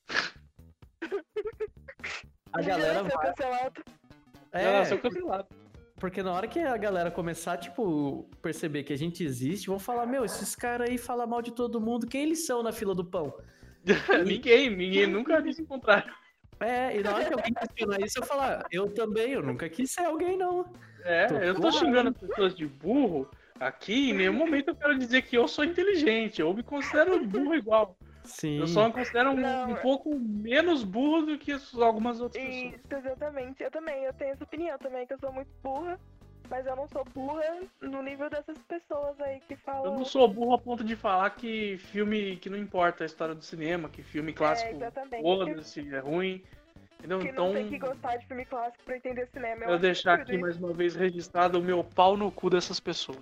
A galera vai ser vai... cancelado. É, É, sou cancelado. porque na hora que a galera começar, tipo, perceber que a gente existe, vão falar, meu, esses caras aí falam mal de todo mundo, quem eles são na fila do pão? ninguém, ninguém nunca disse o contrário. É, e na hora que alguém questionar isso, eu falar, eu também, eu nunca quis ser alguém, não. É, Tô eu tô claro. xingando as pessoas de burro aqui, em nenhum momento eu quero dizer que eu sou inteligente. Eu me considero burro igual. Sim. Eu só me considero um, Não, um é- pouco menos burro do que algumas outras pessoas. Isso, exatamente. Eu também, eu tenho essa opinião também, que eu sou muito burra. Mas eu não sou burra no nível dessas pessoas aí que falam... Eu não sou burro a ponto de falar que filme que não importa a história do cinema, que filme clássico, exatamente. foda-se, é ruim. Entendeu? Que Então, não tem que gostar de filme clássico pra entender cinema. eu acho deixar absurdo aqui isso. mais uma vez registrado o meu pau no cu dessas pessoas.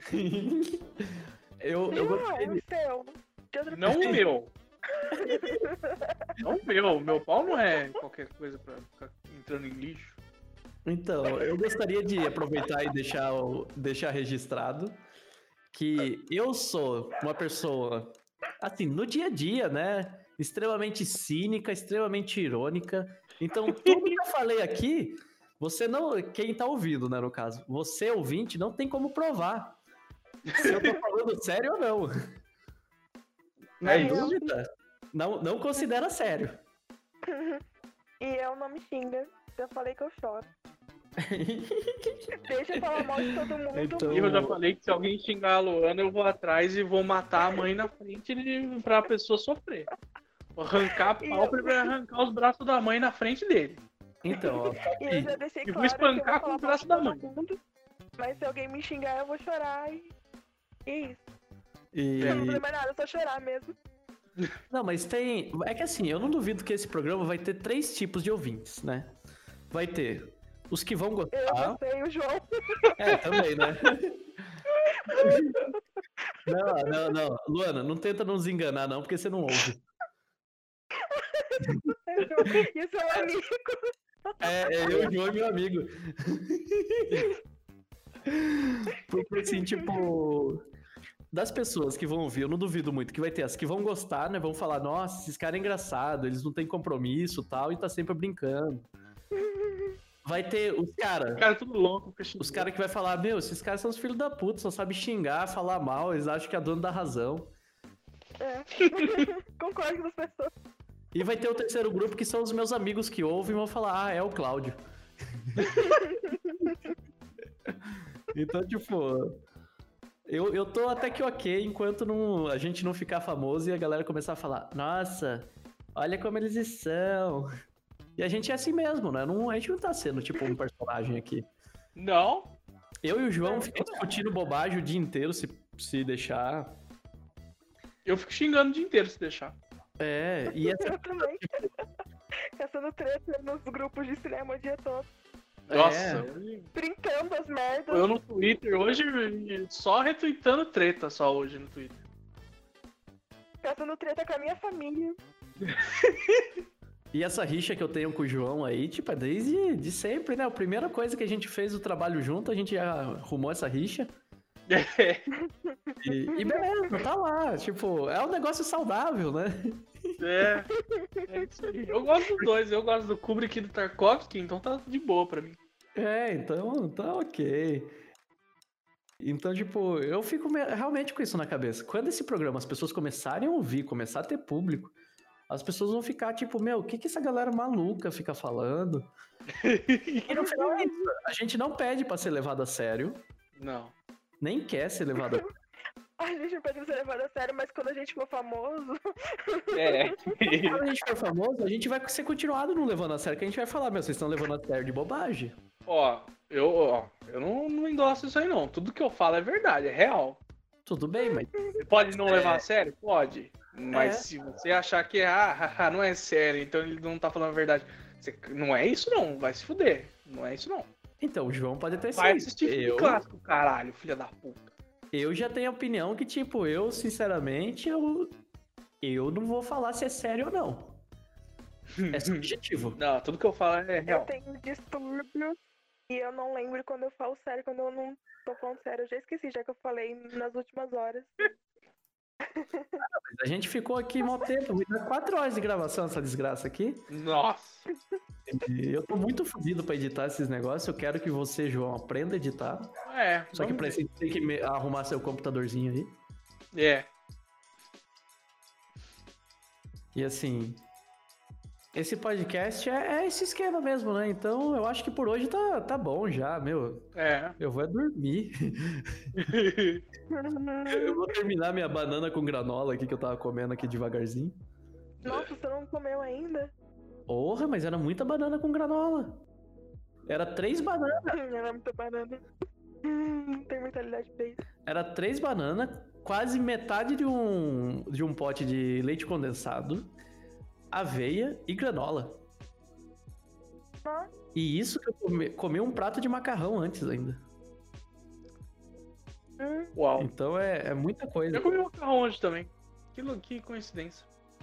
eu, eu Não, gostei é de... o seu. De outra Não o meu. Não o meu. Meu pau não é qualquer coisa pra ficar entrando em lixo. Então, eu gostaria de aproveitar e deixar, o- deixar registrado que eu sou uma pessoa, assim, no dia a dia, né? Extremamente cínica, extremamente irônica. Então, tudo que eu falei aqui, você não. Quem tá ouvindo, né, no caso? Você, ouvinte, não tem como provar se eu tô falando sério ou não. Na É isso. dúvida, não, não considera sério. E eu não me xinga. Já falei que eu choro. Deixa eu falar mal de todo mundo. Então- E eu já falei que se alguém xingar a Luana, eu vou atrás e vou matar a mãe na frente de, pra pessoa sofrer. Vou arrancar a pálpebra e arrancar os braços da mãe na frente dele. Então, ó, E eu já deixei E vou claro espancar que eu com vou o falar braço mal da de todo mundo. Mas se alguém me xingar, eu vou chorar e... E é isso. e... Eu não vou mais nada, é só chorar mesmo. Não, mas tem. É que assim, eu não duvido que esse programa vai ter três tipos de ouvintes, né? Vai ter os que vão Eu, gostar. você e o João. É, também, né? Não, não, não. Luana, não tenta nos enganar, não, porque você não ouve. E o seu amigo. É, é eu, o João e meu amigo. Porque assim, tipo. Das pessoas que vão ouvir, eu não duvido muito que vai ter as que vão gostar, né? Vão falar, nossa, esses caras é engraçado, eles não têm compromisso e tal, e tá sempre brincando. Vai ter os caras. Cara, tudo louco. Os caras que vai falar, meu, esses caras são os filhos da puta, só sabem xingar, falar mal, eles acham que é dono da razão. É. Concordo com as pessoas. E vai ter o terceiro grupo que são os meus amigos que ouvem e vão falar, ah, é o Cláudio. Então, tipo, eu, eu tô até que ok enquanto não, a gente não ficar famoso e a galera começar a falar, nossa, Olha como eles são. E a gente é assim mesmo, né? Não, a gente não tá sendo, tipo, um personagem aqui. Não. Eu e o João ficam discutindo bobagem o dia inteiro, se, se deixar. Eu fico xingando o dia inteiro se deixar. É, e essa... Eu também. Caçando treta nos grupos de cinema o dia todo. Nossa, É. Brincando as merdas. eu no Twitter hoje, só retweetando treta só hoje no Twitter. Caçando treta com a minha família. E essa rixa que eu tenho com o João aí, tipo, é desde de sempre, né? A primeira coisa que a gente fez o trabalho junto, a gente já arrumou essa rixa. É, E, e beleza, tá lá. Tipo, é um negócio saudável, né? é, é isso aí. Eu gosto dos dois, eu gosto do Kubrick e do Tarkovsky, então tá de boa pra mim. É, então, tá ok. Então, tipo, eu fico me- realmente com isso na cabeça. Quando esse programa as pessoas começarem a ouvir, começar a ter público, as pessoas vão ficar tipo, meu, o que que essa galera maluca fica falando? E no final é isso. A gente não pede pra ser levado a sério, Não. nem quer ser levado a sério. A gente não pode ser levado a sério, mas quando a gente for famoso. É. Quando a gente for famoso, a gente vai ser continuado não levando a sério, que a gente vai falar, meu, vocês estão levando a sério de bobagem. Ó, eu, ó, eu não, não endosso isso aí não. Tudo que eu falo é verdade, é real. Tudo bem, mas Você pode não levar a sério? Pode. Mas É. se você achar que ah, haha, não é sério, então ele não tá falando a verdade. Você- não é isso não, vai se fuder. Não é isso não. então, o João pode ter Vai sido. assistir filme Eu, clássico, caralho, filha da puta. eu já tenho a opinião que, tipo, eu, sinceramente, eu, eu não vou falar se é sério ou não. É subjetivo. Não, tudo que eu falo é Eu real. tenho distúrbio e eu não lembro quando eu falo sério, quando eu não tô falando sério. Eu já esqueci, já que eu falei nas últimas horas. A gente ficou aqui mó tempo, me dá quatro horas de gravação essa desgraça aqui. Nossa. E eu tô muito fodido pra editar esses negócios. Eu quero que você, João, aprenda a editar. É. Só que vamos pra isso você tem que me- arrumar seu computadorzinho aí. ver. É. E assim, esse podcast é, é esse esquema mesmo, né? Então eu acho que por hoje tá, tá bom já, meu. É. Eu vou é dormir. Eu vou terminar minha banana com granola aqui que eu tava comendo aqui devagarzinho. Nossa, você não comeu ainda? Porra, mas era muita banana com granola. Era três bananas. Era muita banana. Hum, Não tem mentalidade pra isso. Era três bananas, quase metade de um, de um pote de leite condensado, aveia e granola. Nossa, E isso que eu comi, comi um prato de macarrão antes ainda. hum, Uau. Então é, é muita coisa. Eu comi macarrão hoje também. Que, lou- que coincidência.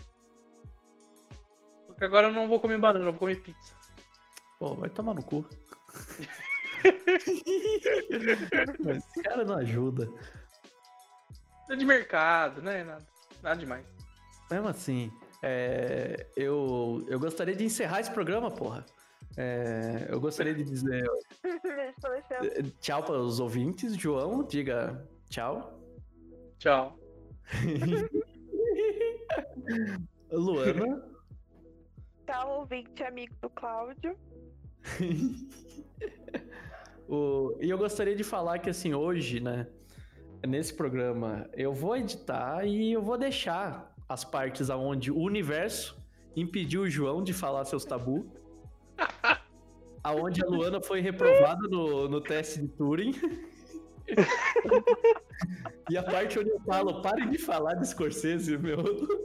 Porque agora eu não vou comer banana, eu vou comer pizza. Pô, vai tomar no cu. Esse cara não ajuda. É de mercado, né? Nada, nada demais. Mesmo assim, é, eu, eu gostaria de encerrar esse programa, porra. É, eu gostaria de dizer a gente tá deixando. tchau para os ouvintes. João, diga tchau. Tchau. Luana. Tá, ouvinte amigo do Cláudio. O- e eu gostaria de falar que, assim, hoje, né, nesse programa, eu vou editar e eu vou deixar as partes onde o universo impediu o João de falar seus tabus, aonde a Luana foi reprovada no, no teste de Turing, e a parte onde eu falo, pare de falar de Scorsese, meu.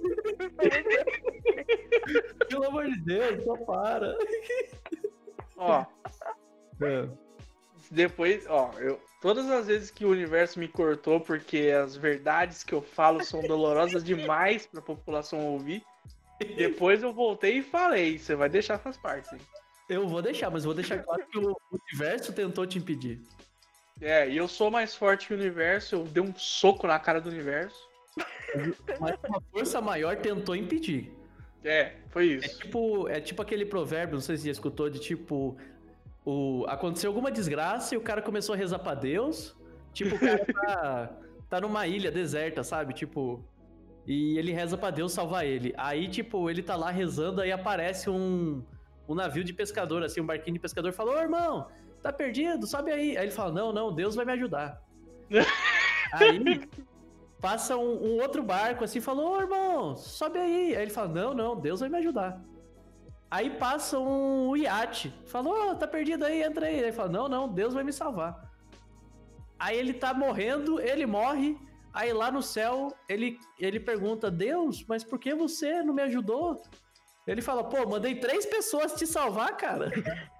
Pelo amor de Deus, só para. Ó, É. depois, ó, eu, todas as vezes que o universo me cortou porque as verdades que eu falo são dolorosas demais pra população ouvir, depois eu voltei e falei, você vai deixar essas partes, hein? Eu vou deixar, mas vou deixar claro que o universo tentou te impedir. É, e eu sou mais forte que o universo, eu dei um soco na cara do universo. Mas uma força maior tentou impedir. É, foi É isso. tipo, é tipo aquele provérbio, não sei se você já escutou, de tipo... O, aconteceu alguma desgraça e o cara começou a rezar pra Deus. Tipo, o cara tá, tá numa ilha deserta, sabe? Tipo... E ele reza pra Deus salvar ele. Aí, tipo, ele tá lá rezando, aí aparece um, um navio de pescador, assim, um barquinho de pescador. Fala, ô irmão, tá perdido? Sobe aí. Aí ele fala, não, não, Deus vai me ajudar. Aí... passa um, um outro barco assim, falou, ô irmão, sobe aí. Aí ele fala, não, não, Deus vai me ajudar. Aí passa um iate, falou, oh, tá perdido aí, entra aí. Aí ele fala, não, não, Deus vai me salvar. Aí ele tá morrendo, ele morre, aí lá no céu ele, ele pergunta, Deus, mas por que você não me ajudou? Ele fala, pô, mandei três pessoas te salvar, cara.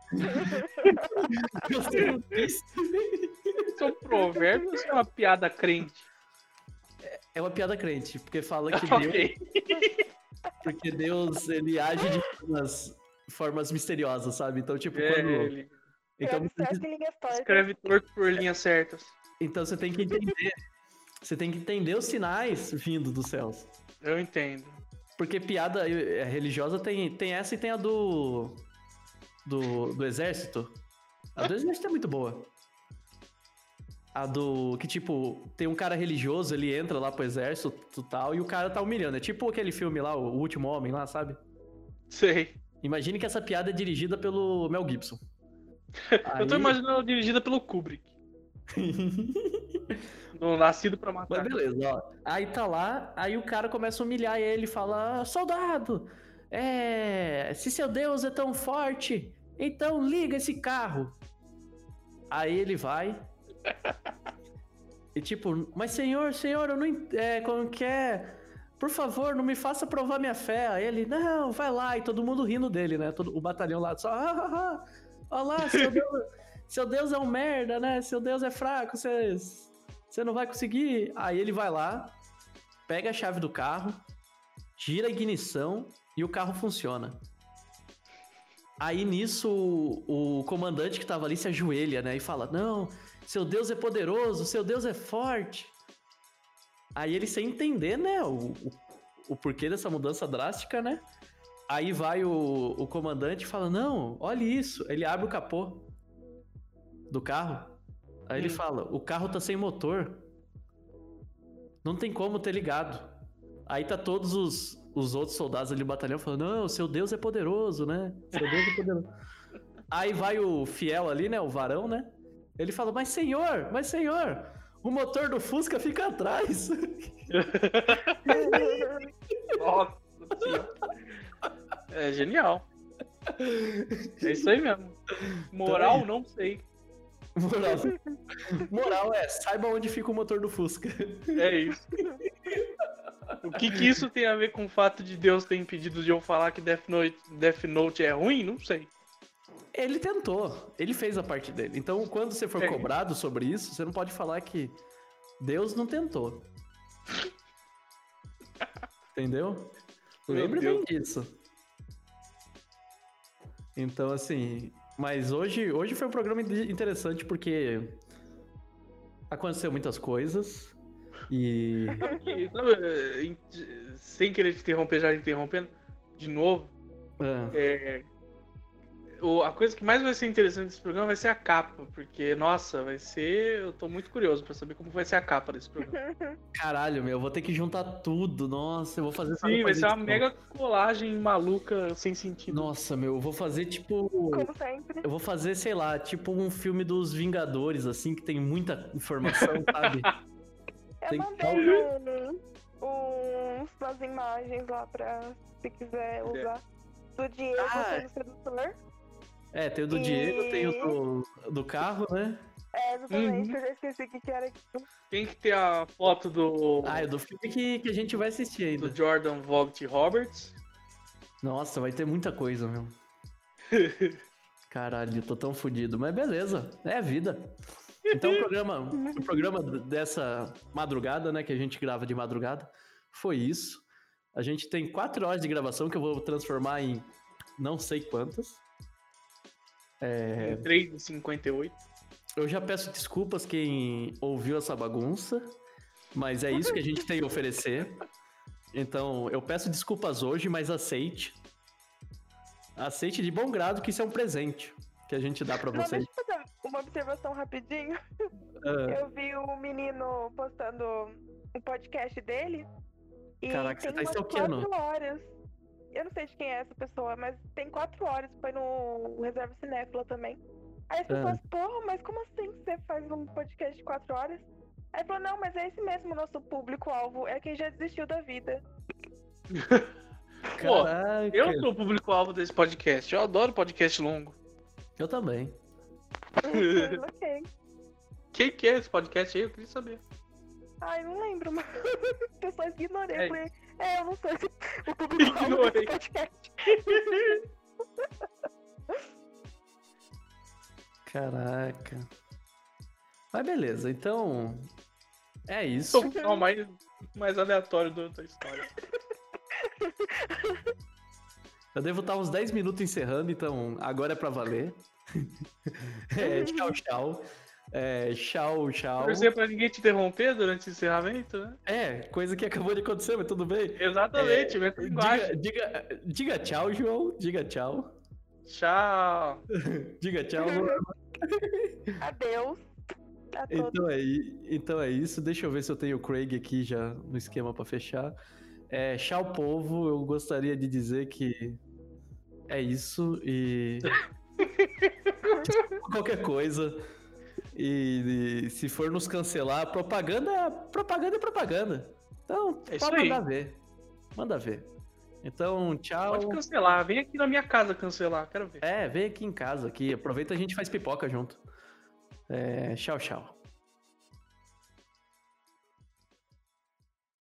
Isso é um provérbio ou isso é uma piada crente? É uma piada crente, porque fala que Ok. Deus... Porque Deus, ele age de formas, formas misteriosas, sabe? Então, tipo, É, quando... ele Então, Escreve certo em linhas tortas. escreve torto por linhas certas. então você tem que entender. Você tem que entender os sinais vindo dos céus. Eu entendo. Porque piada eh, religiosa tem, tem essa e tem a do, do. do exército. A do exército é muito boa. A do. Que tipo, tem um cara religioso, ele entra lá pro exército e tal, e o cara tá humilhando. É tipo aquele filme lá, O Último Homem lá, sabe? Sei. Imagine que essa piada é dirigida pelo Mel Gibson. Eu tô Aí- imaginando ela dirigida pelo Kubrick. No Nascido pra Matar. Mas beleza, ó. Aí tá lá, aí o cara começa a humilhar ele e fala: soldado, é. Se seu Deus é tão forte, então liga esse carro. Aí ele vai. E tipo, mas senhor, senhor, eu não. ent- É, como que é? Por favor, não me faça provar minha fé. Aí ele, não, vai lá. E todo mundo rindo dele, né? Todo, o batalhão lá só. Ah, ah, ah. Olha lá, seu Deus, seu Deus é um merda, né? Seu Deus é fraco, você, você não vai conseguir. Aí ele vai lá, pega a chave do carro, gira a ignição e o carro funciona. Aí nisso o, o comandante que tava ali se ajoelha, né? E fala, não, seu Deus é poderoso, seu Deus é forte. Aí ele sem entender, né? O, o, o porquê dessa mudança drástica, né? Aí vai o, o comandante e fala, não, olha isso. Ele abre o capô do carro. Aí ele Hum. fala, o carro tá sem motor. Não tem como ter ligado. Aí tá todos os, os outros soldados ali do batalhão falando, não, seu Deus é poderoso, né? Seu Deus é poderoso. Aí vai o fiel ali, né? O varão, né? Ele fala, mas senhor, mas senhor, o motor do Fusca fica atrás. Nossa senhora. É genial. É isso aí mesmo. Moral, não sei. Moral, moral é, saiba onde fica o motor do Fusca. É isso. O que que isso tem a ver com o fato de Deus ter impedido de eu falar que Death Note, Death Note é ruim? Não sei. Ele tentou, ele fez a parte dele. Então, quando você for É. cobrado sobre isso, você não pode falar que Deus não tentou. Entendeu? Meu Lembre bem Deus. disso. Então, assim... Mas hoje, hoje foi um programa in- interessante porque aconteceu muitas coisas e... E, sabe, em- sem querer te interromper, já interrompendo, de novo, Ah, é, o- a coisa que mais vai ser interessante desse programa vai ser a capa, porque, nossa, vai ser... Eu tô muito curioso pra saber como vai ser a capa desse programa. caralho, meu, eu vou ter que juntar tudo. Nossa, eu vou fazer... sabe Sim, vai fazer ser uma tipo- mega colagem maluca, sem sentido. Nossa, meu, eu vou fazer tipo... Como sempre. Eu vou fazer, sei lá, tipo um filme dos Vingadores, assim, que tem muita informação, sabe? Eu Tem- mandei um, uns, umas imagens lá pra se quiser usar. Do Diego Ah, sendo sedutor. É, tem o do E- Diego, tem o do, do carro, né? É, exatamente, Uhum. eu já esqueci o que que era aquilo. Tem que ter a foto do, Ah, é do filme que, que a gente vai assistir ainda. do Jordan Vogt Roberts. Nossa, vai ter muita coisa, meu. Caralho, eu tô tão fodido. Mas beleza, é a vida. Então o programa, o programa dessa madrugada, né, que a gente grava de madrugada, foi isso. A gente tem quatro horas de gravação que eu vou transformar em não sei quantas. É, três e cinquenta e oito. eu já peço desculpas quem ouviu essa bagunça, mas é isso que a gente tem a oferecer. Então, eu peço desculpas hoje, mas aceite. Aceite de bom grado que isso é um presente que a gente dá pra Não, vocês. deixa eu fazer uma observação rapidinho. Ah, Eu vi o menino postando um podcast dele. E Caraca, você tem tá umas stalkeando. quatro horas. Eu não sei de quem é essa pessoa, mas tem quatro horas. Foi no Reserva Cinéfila também. Aí as Ah. pessoas, porra, mas como assim você faz um podcast de quatro horas? Aí falou, não, mas é esse mesmo o nosso público-alvo, é quem já desistiu da vida. Pô, Caraca. eu sou o público-alvo desse podcast. Eu adoro podcast longo. Eu também. Hum, ok. Quem que é esse podcast aí? Eu queria saber. Ai, não lembro, mas eu só ignorei. É. Falei, é, eu não sou esse, o público-alvo Ignorei. desse podcast. Caraca. Mas beleza, então. É isso. Sou o final mais, mais aleatório da da história. Eu devo estar uns dez minutos encerrando, então agora é pra valer. É, tchau, tchau. É, tchau, tchau. Torcer pra ninguém te interromper durante o encerramento, né? É, coisa que acabou de acontecer, mas tudo bem. Exatamente, É, meta linguagem. diga, diga, diga tchau, João. Diga tchau. Tchau. Diga tchau, Luana. Adeus a todos. Então é, i- então é isso. Deixa eu ver se eu tenho o Craig aqui já no esquema pra fechar. É, tchau, povo. Eu gostaria de dizer que é isso e qualquer coisa. E, e se for nos cancelar, propaganda, propaganda é propaganda. Então, É isso pode aí. mandar ver. Manda ver. Então, tchau. Pode cancelar. Vem aqui na minha casa cancelar. Quero ver. É, vem aqui em casa aqui. Aproveita e a gente faz pipoca junto. É, tchau, tchau.